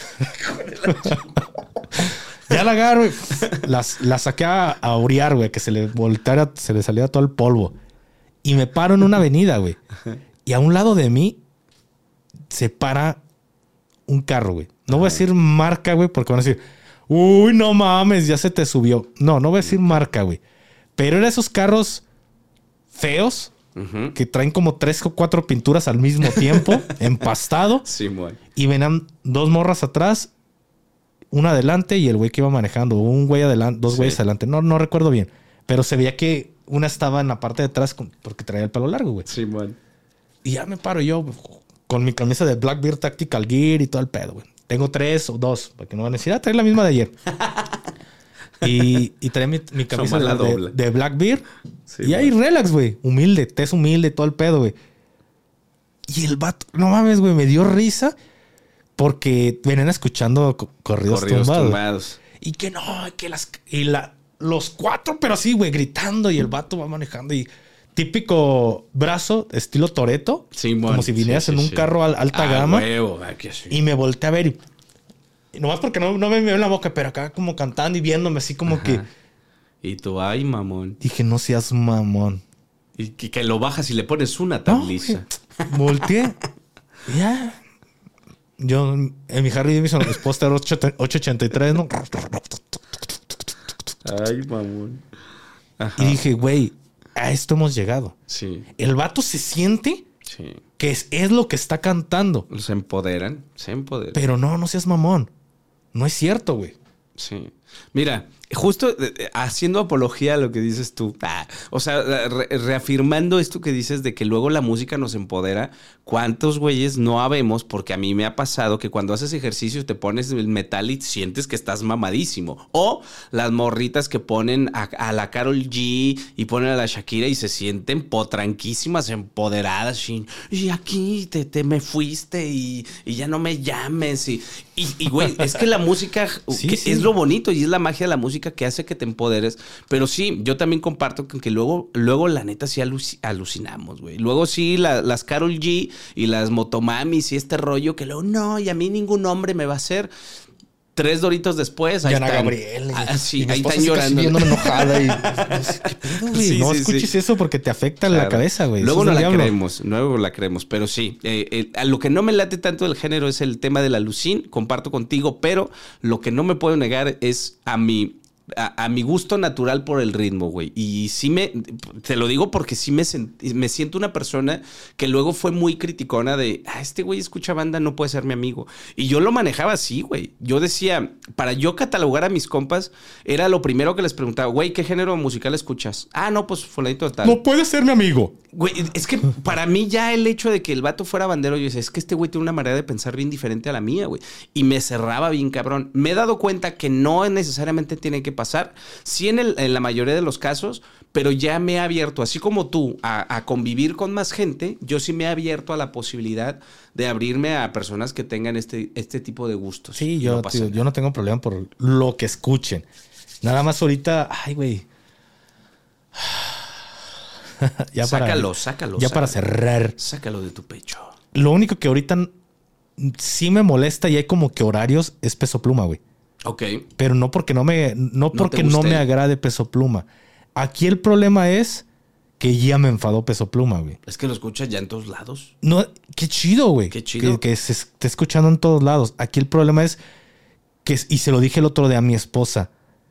Ya la agarro, güey. La, la saqué a, a orear, güey. Que se le volteara, se le salía todo el polvo. Y me paro en una avenida, güey. Y a un lado de mí se para un carro, güey. No voy a decir marca, güey, porque van a decir, uy, no mames, ya se te subió. No, no voy a decir marca, güey. Pero eran esos carros feos. Uh-huh. Que traen como tres o cuatro pinturas al mismo tiempo, empastado. Sí, muy. Y venían dos morras atrás, una adelante y el güey que iba manejando. Un güey adelante, dos sí. güeyes adelante. No, no recuerdo bien. Pero se veía que una estaba en la parte de atrás con, porque traía el pelo largo, güey. Sí, muy. Y ya me paro yo con mi camisa de Blackbeard Tactical Gear y todo el pedo, güey. Tengo tres o dos, para que no van a decir, ah, trae la misma de ayer. Y, y trae mi, mi camisa de, de, de Blackbeard. Sí, y ahí relax, güey. Humilde, tez humilde, todo el pedo, güey. Y el vato, no mames, güey, me dio risa porque venían escuchando co- corridos, corridos tumbados. tumbados. Y que no, que las... Y la, los cuatro, pero sí, güey, gritando. Y el vato va manejando y... Típico brazo, estilo Toretto. Sí, bueno, como si vinieras sí, sí, en un sí. carro al, alta ah, gama. Huevo, que sí. Y me volteé a ver y... y nomás porque no, no me vio en la boca, pero acá como cantando y viéndome así como Ajá. que... Y tú, ay, mamón. Dije, no seas mamón. Y que, que lo bajas y le pones una tabliza. No, volteé. Ya. Yo en mi Harley Davidson Sportster ocho ochenta y tres, ¿no? Ay, mamón. Ajá. Y dije, güey, a esto hemos llegado. Sí. El vato se siente sí. que es, es lo que está cantando. Se empoderan, se empoderan. Pero no, no seas mamón. No es cierto, güey. Sí. Mira, justo haciendo apología a lo que dices tú, ah, o sea, re reafirmando esto que dices de que luego la música nos empodera, ¿cuántos güeyes no habemos? Porque a mí me ha pasado que cuando haces ejercicio te pones el metal y sientes que estás mamadísimo. O las morritas que ponen a, a la Karol G y ponen a la Shakira y se sienten potranquísimas, empoderadas. Y, y aquí te, te me fuiste y, y ya no me llames. Y, y, y güey, es que la música sí, que sí. es lo bonito y es la magia de la música que hace que te empoderes. Pero sí, yo también comparto que, que luego, luego la neta sí aluc alucinamos, güey. Luego sí, la, las Karol G y las Motomamis y este rollo que luego, no, y a mí ningún hombre me va a hacer. Tres doritos después, ahí Yana están. Gabriel. Ah, sí, y mi ahí esposa están llorando. Viéndome enojada y, ¿qué pedo, güey? Sí, no sí, escuches sí. eso porque te afecta Claro. la cabeza, güey. Luego Eso no es la del diablo. creemos, luego la creemos, pero sí. Eh, eh, a lo que no me late tanto del género es el tema de la alucin, comparto contigo, pero lo que no me puedo negar es a mi... A, a mi gusto natural por el ritmo, güey. Y sí me... Te lo digo porque sí me, me siento una persona que luego fue muy criticona de... Ah, este güey escucha banda, no puede ser mi amigo. Y yo lo manejaba así, güey. Yo decía... Para yo catalogar a mis compas, era lo primero que les preguntaba. Güey, ¿qué género musical escuchas? Ah, no, pues fulanito tal. No puede ser mi amigo. Güey, es que para mí ya el hecho de que el vato fuera bandero, yo decía, es que este güey tiene una manera de pensar bien diferente a la mía, güey. Y me cerraba bien cabrón. Me he dado cuenta que no necesariamente tiene que pasar. Sí en, el, en la mayoría de los casos, pero ya me he abierto, así como tú, a, a convivir con más gente, yo sí me he abierto a la posibilidad de abrirme a personas que tengan este, este tipo de gustos. Sí, yo no no, pasa tío, nada. yo no tengo problema por lo que escuchen. Nada más ahorita, ay, güey. ya sácalo, para, sácalo. Ya sácalo. para cerrar. Sácalo de tu pecho. Lo único que ahorita sí me molesta y hay como que horarios es Peso Pluma, güey. Ok. Pero no porque no me, no porque te no guste. me agrade Peso Pluma. Aquí el problema es que ya me enfadó Peso Pluma, güey. Es que lo escuchas ya en todos lados. No, qué chido, güey. Qué chido. Que, que se esté escuchando en todos lados. Aquí el problema es que, y se lo dije el otro día a mi esposa,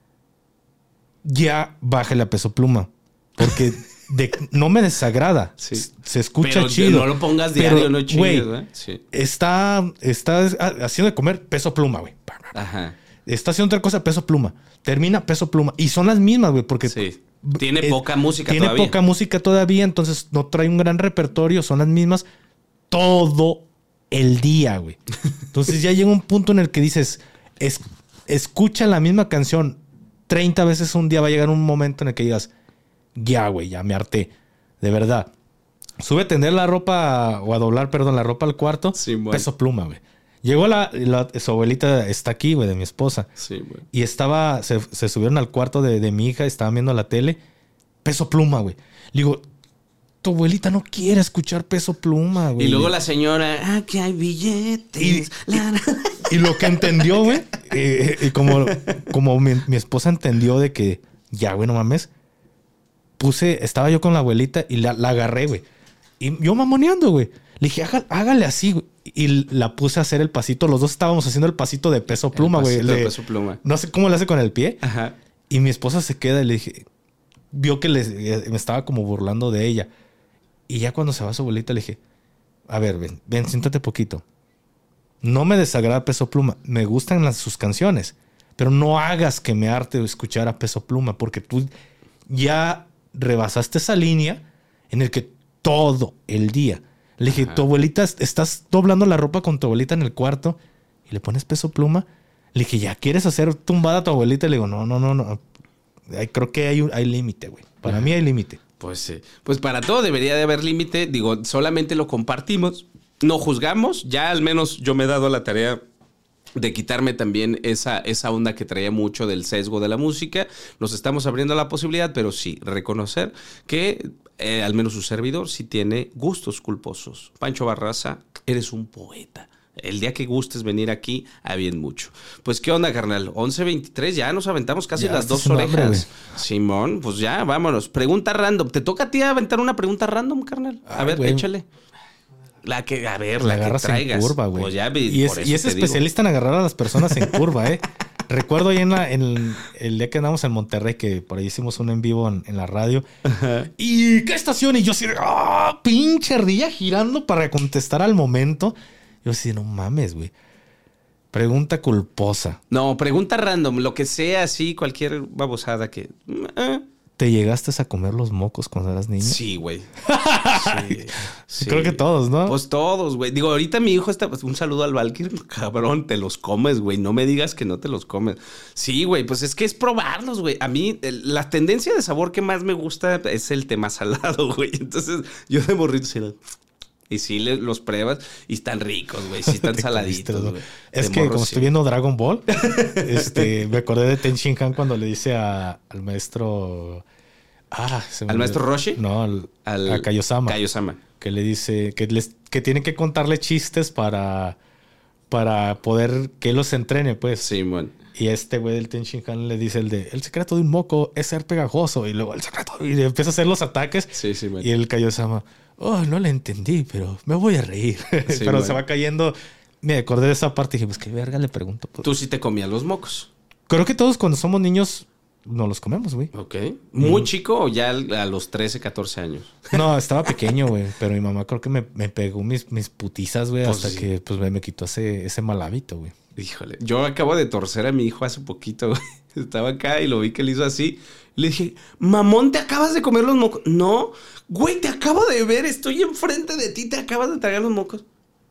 ya bájale a Peso Pluma. Porque de, no me desagrada. Sí. Se escucha pero chido. no lo pongas diario, Pero, no chingues, güey, güey. Sí. Está, está haciendo de comer Peso Pluma, güey. Ajá. Está haciendo otra cosa, Peso Pluma. Termina Peso Pluma. Y son las mismas, güey, porque... Sí. Tiene eh, poca música tiene todavía. poca música todavía, entonces no trae un gran repertorio. Son las mismas todo el día, güey. Entonces ya llega un punto en el que dices, es, escucha la misma canción treinta veces un día. Va a llegar un momento en el que digas, ya, güey, ya me harté. De verdad. Sube a tender la ropa, o a doblar, perdón, la ropa al cuarto. Sí, bueno. Peso Pluma, güey. Llegó la, la... Su abuelita está aquí, güey, de mi esposa. Sí, güey. Y estaba... Se, se subieron al cuarto de, de mi hija. Estaban viendo la tele. Peso Pluma, güey. Le digo... Tu abuelita no quiere escuchar Peso Pluma, güey. Y luego la señora... Aquí hay billetes. Y, la... y, y lo que entendió, güey... Eh, y como, como mi, mi esposa entendió de que... Ya, güey, no mames. Puse... Estaba yo con la abuelita y la, la agarré, güey. Y yo mamoneando, güey. Le dije, Hágale, hágale así, güey. Y la puse a hacer el pasito. Los dos estábamos haciendo el pasito de Peso Pluma, güey. El pasito de Le- Peso Pluma. No sé cómo le hace con el pie. Ajá. Y mi esposa se queda y le dije... Vio que le, me estaba como burlando de ella. Y ya cuando se va su abuelita le dije... A ver, ven, ven, siéntate poquito. No me desagrada Peso Pluma. Me gustan las, sus canciones. Pero no hagas que me harte escuchar a Peso Pluma. Porque tú ya rebasaste esa línea en el que todo el día... Le dije, Ajá. tu abuelita, estás doblando la ropa con tu abuelita en el cuarto y le pones Peso Pluma. Le dije, ¿ya quieres hacer tumbada a tu abuelita? Le digo, no, no, no, no. Ay, creo que hay, un- hay límite, güey. Para mí hay límite. Pues sí. Pues para todo debería de haber límite. Digo, solamente lo compartimos. No juzgamos. Ya al menos yo me he dado la tarea de quitarme también esa, esa onda que traía mucho del sesgo de la música. Nos estamos abriendo la posibilidad, pero sí, reconocer que eh, al menos su servidor sí tiene gustos culposos. Pancho Barraza, eres un poeta. El día que gustes venir aquí, a bien mucho. Pues, ¿qué onda, carnal? once veintitrés, ya nos aventamos casi Ya las estás dos haciendo hambre, orejas. Simón, pues ya, vámonos. Pregunta random. ¿Te toca a ti aventar una pregunta random, carnal? A Ay, ver, güey. échale. La que, a ver, La la, que agarras traigas. en curva, güey. Pues ya, vi- y es, por y eso es te digo. especialista en agarrar a las personas en curva, ¿eh? Recuerdo ahí en, la, en el, el día que andamos en Monterrey, que por ahí hicimos un en vivo en, en la radio. ¿Y qué estación? Y yo así, ¡ah! Pinche ardilla girando para contestar al momento. Yo así, no mames, güey. Pregunta culposa. No, pregunta random, lo que sea así, cualquier babosada que... Eh. ¿Te llegaste a comer los mocos cuando eras niño? Sí, güey. Sí, sí. Creo que todos, ¿no? Pues todos, güey. Digo, ahorita mi hijo está... Pues, un saludo al Valkyr. Cabrón, te los comes, güey. No me digas que no te los comes. Sí, güey. Pues es que es probarlos, güey. A mí, el, la tendencia de sabor que más me gusta es el tema salado, güey. Entonces, yo de morrito sí los... Y sí le, los pruebas y están ricos, güey. Sí están saladitos, güey. Es que como sí. Estoy viendo Dragon Ball, este, me acordé de Ten Shin Han cuando le dice a, al maestro... Ah, se me ¿Al olvidó. maestro Roshi? No, al, al a Kaiosama. Kaiosama. Que le dice que, les, que tiene que contarle chistes para, para poder que él los entrene, pues. Sí, bueno. Y este güey del Ten Shin Han le dice el de el secreto de un moco es ser pegajoso. Y luego el secreto... Y empieza a hacer los ataques. Sí, sí, bueno. Y el Kaiosama... Oh, no le entendí, pero me voy a reír. Sí, pero bueno. Se va cayendo. Me acordé de esa parte y dije, pues qué verga le pregunto. Pues. Tú sí te comías los mocos. Creo que todos cuando somos niños no los comemos, güey. Ok. ¿Muy mm. chico o ya a los trece, catorce años? No, estaba pequeño, güey. Pero mi mamá creo que me, me pegó mis, mis putizas, güey, pues hasta sí. que pues, me quitó ese, ese mal hábito, güey. Híjole. Yo acabo de torcer a mi hijo hace poquito, güey. Estaba acá y lo vi que le hizo así. Le dije, mamón, ¿te acabas de comer los mocos? No, güey, te acabo de ver, estoy enfrente de ti, ¿te acabas de tragar los mocos?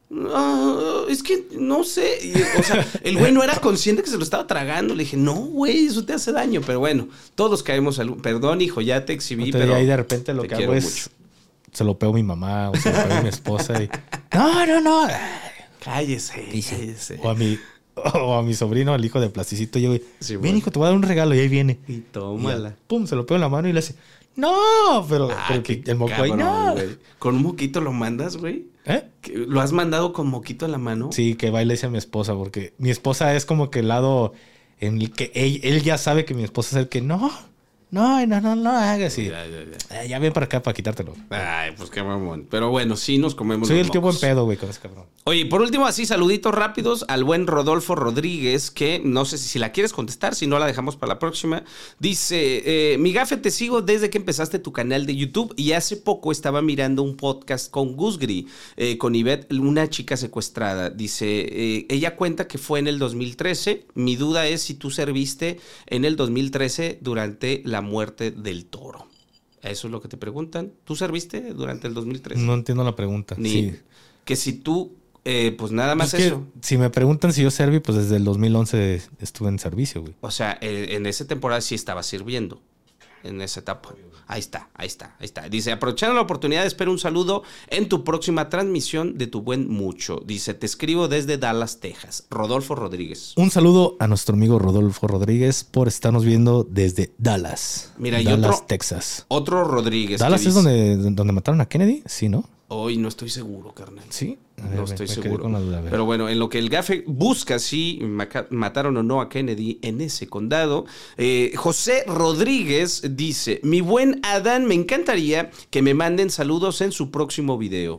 No, es que no sé. Y, o sea, el güey no era consciente que se lo estaba tragando. Le dije, no, güey, eso te hace daño. Pero bueno, todos caemos al... Perdón, hijo, ya te exhibí, te pero... ahí de repente lo que hago es... Mucho. Se lo pego a mi mamá o se lo pego a mi esposa y... No, no, no. Cállese, cállese. O a mi... O a mi sobrino, al hijo de Plasticito, yo, sí, ven, bueno. hijo, te voy a dar un regalo. Y ahí viene. Y tómala. Y ya, pum, se lo pego en la mano y le hace, no, pero, ah, pero que el moco ahí, no. Güey. ¿Con un moquito lo mandas, güey? ¿Eh? ¿Lo has mandado con moquito en la mano? Sí, que va y le dice a mi esposa, porque mi esposa es como que el lado en el que él, él ya sabe que mi esposa es el que, no, no, no, no, no hagas así. Ya, ya, ya. Eh, ya ven para acá para quitártelo. Ay, pues qué mamón. Pero bueno, sí nos comemos Soy los el tío buen mocos. pedo, güey, con ese cabrón. Oye, por último, así, saluditos rápidos al buen Rodolfo Rodríguez, que no sé si, si la quieres contestar, si no la dejamos para la próxima. Dice, eh, mi gafe, te sigo desde que empezaste tu canal de YouTube y hace poco estaba mirando un podcast con Gusgri, eh, con Ivette, una chica secuestrada. Dice, eh, ella cuenta que fue en el dos mil trece. Mi duda es si tú serviste en el dos mil trece durante la muerte del toro. Eso es lo que te preguntan. ¿Tú serviste durante el dos mil trece? No entiendo la pregunta. Ni, sí. Que si tú... Eh, pues nada más pues eso. Si me preguntan si yo serví, pues desde el dos mil once estuve en servicio, güey. O sea, eh, en esa temporada sí estaba sirviendo. En esa etapa. Ahí está, ahí está, ahí está. Dice, aprovechando la oportunidad, espero un saludo en tu próxima transmisión de Tu Buen Mucho. Dice, te escribo desde Dallas, Texas. Rodolfo Rodríguez. Un saludo a nuestro amigo Rodolfo Rodríguez por estarnos viendo desde Dallas. Mira, Dallas, y otro, Texas. Otro Rodríguez. ¿Dallas es donde, donde mataron a Kennedy? Sí, ¿no? Hoy no estoy seguro, carnal. Sí. No ver, estoy me seguro. Con la duda, pero bueno, en lo que el gafe busca si mataron o no a Kennedy en ese condado, eh, José Rodríguez dice, mi buen Adán, me encantaría que me manden saludos en su próximo video.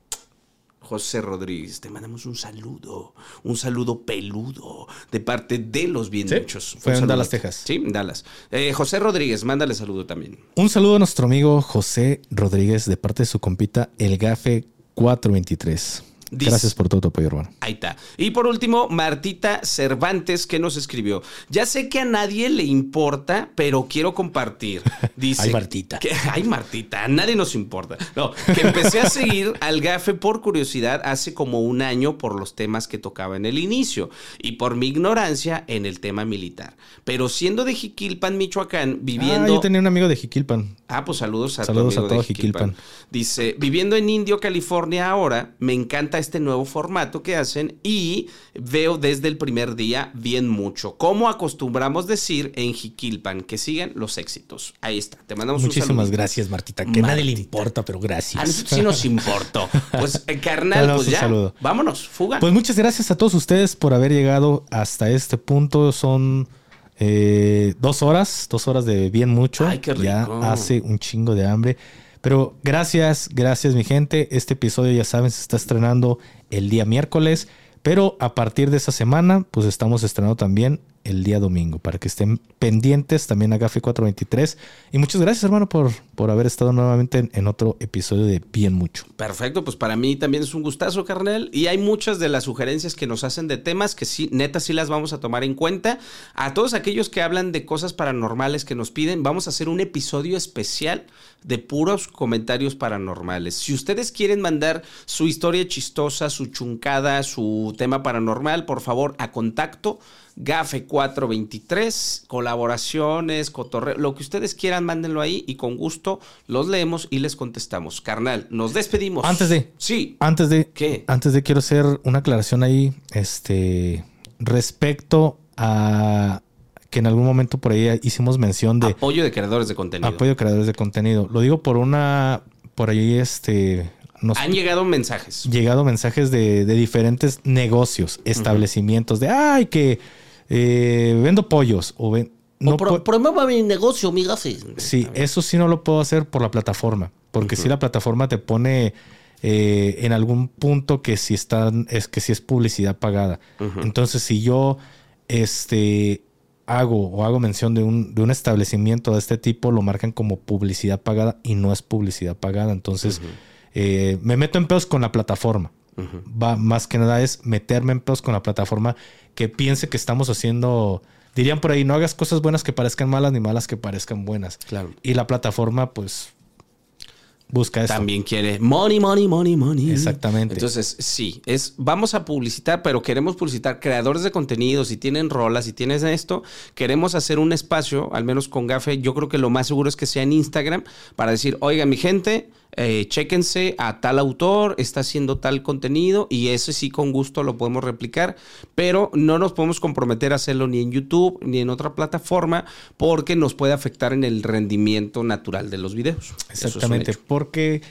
José Rodríguez, te mandamos un saludo, un saludo peludo de parte de los bien ¿Sí? muchos. Fue un en Dallas, Texas. Sí, en Dallas. Eh, José Rodríguez, mándale saludo también. Un saludo a nuestro amigo José Rodríguez de parte de su compita El Gafe cuatro veintitrés. Dice, gracias por todo tu apoyo, hermano. Ahí está. Y por último, Martita Cervantes, que nos escribió. Ya sé que a nadie le importa, pero quiero compartir. Dice, ay, Martita. Que, ay, Martita, a nadie nos importa. No, que empecé a seguir al gafe por curiosidad hace como un año por los temas que tocaba en el inicio y por mi ignorancia en el tema militar. Pero siendo de Jiquilpan, Michoacán, viviendo... Ah, yo tenía un amigo de Jiquilpan. Ah, pues saludos a saludos tu amigo a todo de Jiquilpan. Jiquilpan. Dice, viviendo en Indio, California ahora, me encanta este nuevo formato que hacen y veo desde el primer día bien mucho. Como acostumbramos decir en Jiquilpan, que sigan los éxitos. Ahí está, te mandamos muchísimas un saludo. Gracias, Martita. Que a nadie le importa, pero gracias. Ah, sí nos importó. Pues, eh, carnal, pues ya, saludo. Vámonos, fuga. Pues muchas gracias a todos ustedes por haber llegado hasta este punto. Son... Eh, dos horas, dos horas de bien mucho. Ay, qué rico. Ya hace un chingo de hambre. Pero gracias, gracias mi gente. Este episodio ya saben se está estrenando el día miércoles. Pero a partir de esta semana pues estamos estrenando también el día domingo, para que estén pendientes también a Gafe cuatrocientos veintitrés. Y muchas gracias, hermano, por, por haber estado nuevamente en, en otro episodio de Bien Mucho. Perfecto, pues para mí también es un gustazo, carnal. Y hay muchas de las sugerencias que nos hacen de temas que sí, neta, sí las vamos a tomar en cuenta. A todos aquellos que hablan de cosas paranormales que nos piden, vamos a hacer un episodio especial de puros comentarios paranormales. Si ustedes quieren mandar su historia chistosa, su chuncada, su tema paranormal, por favor, a contacto Gafe cuatrocientos veintitrés, colaboraciones, cotorreo, lo que ustedes quieran, mándenlo ahí y con gusto los leemos y les contestamos. Carnal, nos despedimos. Antes de... Sí. Antes de... ¿Qué? Antes de quiero hacer una aclaración ahí, este, respecto a que en algún momento por ahí hicimos mención de... Apoyo de creadores de contenido. Apoyo de creadores de contenido. Lo digo por una... Por ahí, este... Nos Han llegado mensajes. Llegado mensajes de, de diferentes negocios, establecimientos, uh-huh. de, ay, que eh, vendo pollos. O, ven, no o pro, promueva mi negocio, mi Gafe. Sí, eso sí no lo puedo hacer por la plataforma. Porque uh-huh. si la plataforma te pone eh, en algún punto que si, están, es, que si es publicidad pagada. Uh-huh. Entonces, si yo este, hago o hago mención de un, de un establecimiento de este tipo, lo marcan como publicidad pagada y no es publicidad pagada. Entonces... Uh-huh. Eh, me meto en pedos con la plataforma. Uh-huh. Va, más que nada es meterme en pedos con la plataforma que piense que estamos haciendo... Dirían por ahí, no hagas cosas buenas que parezcan malas ni malas que parezcan buenas. Claro. Y la plataforma, pues, busca eso. También quiere money, money, money, money. Exactamente. Entonces, sí, es vamos a publicitar, pero queremos publicitar creadores de contenido. Si tienen rolas, si tienes esto, queremos hacer un espacio, al menos con Gafe. Yo creo que lo más seguro es que sea en Instagram, para decir, oiga, mi gente... Eh, chéquense a tal autor, está haciendo tal contenido y ese sí con gusto lo podemos replicar, pero no nos podemos comprometer a hacerlo ni en YouTube ni en otra plataforma porque nos puede afectar en el rendimiento natural de los videos. Exactamente, es porque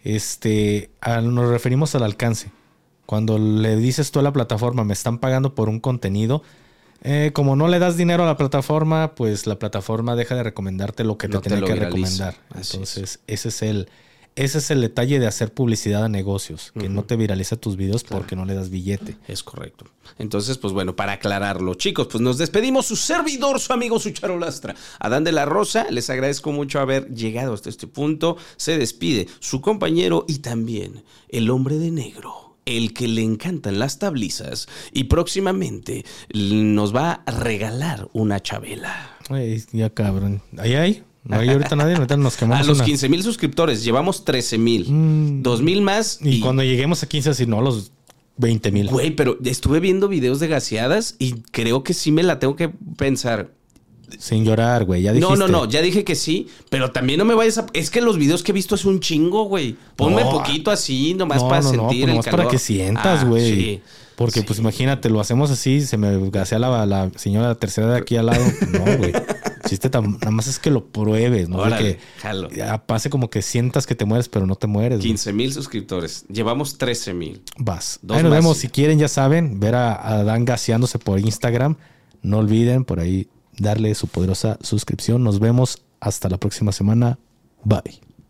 este, a, nos referimos al alcance. Cuando le dices tú a la plataforma, me están pagando por un contenido, eh, como no le das dinero a la plataforma, pues la plataforma deja de recomendarte lo que te no tiene que recomendar. Así Entonces, es. ese es el... Ese es el detalle de hacer publicidad a negocios, que uh-huh. no te viraliza tus videos claro. porque no le das billete. Es correcto. Entonces, pues bueno, para aclararlo, chicos, pues nos despedimos. Su servidor, su amigo, su charolastra, Adán de la Rosa. Les agradezco mucho haber llegado hasta este punto. Se despide su compañero y también el hombre de negro, el que le encantan las tablizas y próximamente nos va a regalar una chabela. Ay, ya cabrón. ¿Ahí hay? No hay ahorita nadie, ahorita nos quemamos. A los una. quince mil suscriptores, llevamos trece mil. Mm. dos mil más. Y, y cuando lleguemos a quince, así no, a los veinte mil. Güey, pero estuve viendo videos de gaseadas y creo que sí me la tengo que pensar. Sin llorar, güey, ya dijiste. No, no, no, ya dije que sí, pero también no me vayas a... Es que los videos que he visto es un chingo, güey. Ponme no, poquito así, nomás no, para no, sentir no, pues el nomás calor. Para que sientas, güey. Ah, sí. Porque, sí. pues, imagínate, lo hacemos así, se me gasea la, la señora tercera de aquí al lado. No, güey. Chiste tan, nada más es que lo pruebes, ¿no? Órale, que jalo. Ya pase como que sientas que te mueres, pero no te mueres. quince mil suscriptores. Llevamos trece mil. Vas. Dos ahí nos vemos. Si quieren, ya saben, ver a, a Adán gaseándose por Instagram. No olviden por ahí darle su poderosa suscripción. Nos vemos hasta la próxima semana. Bye.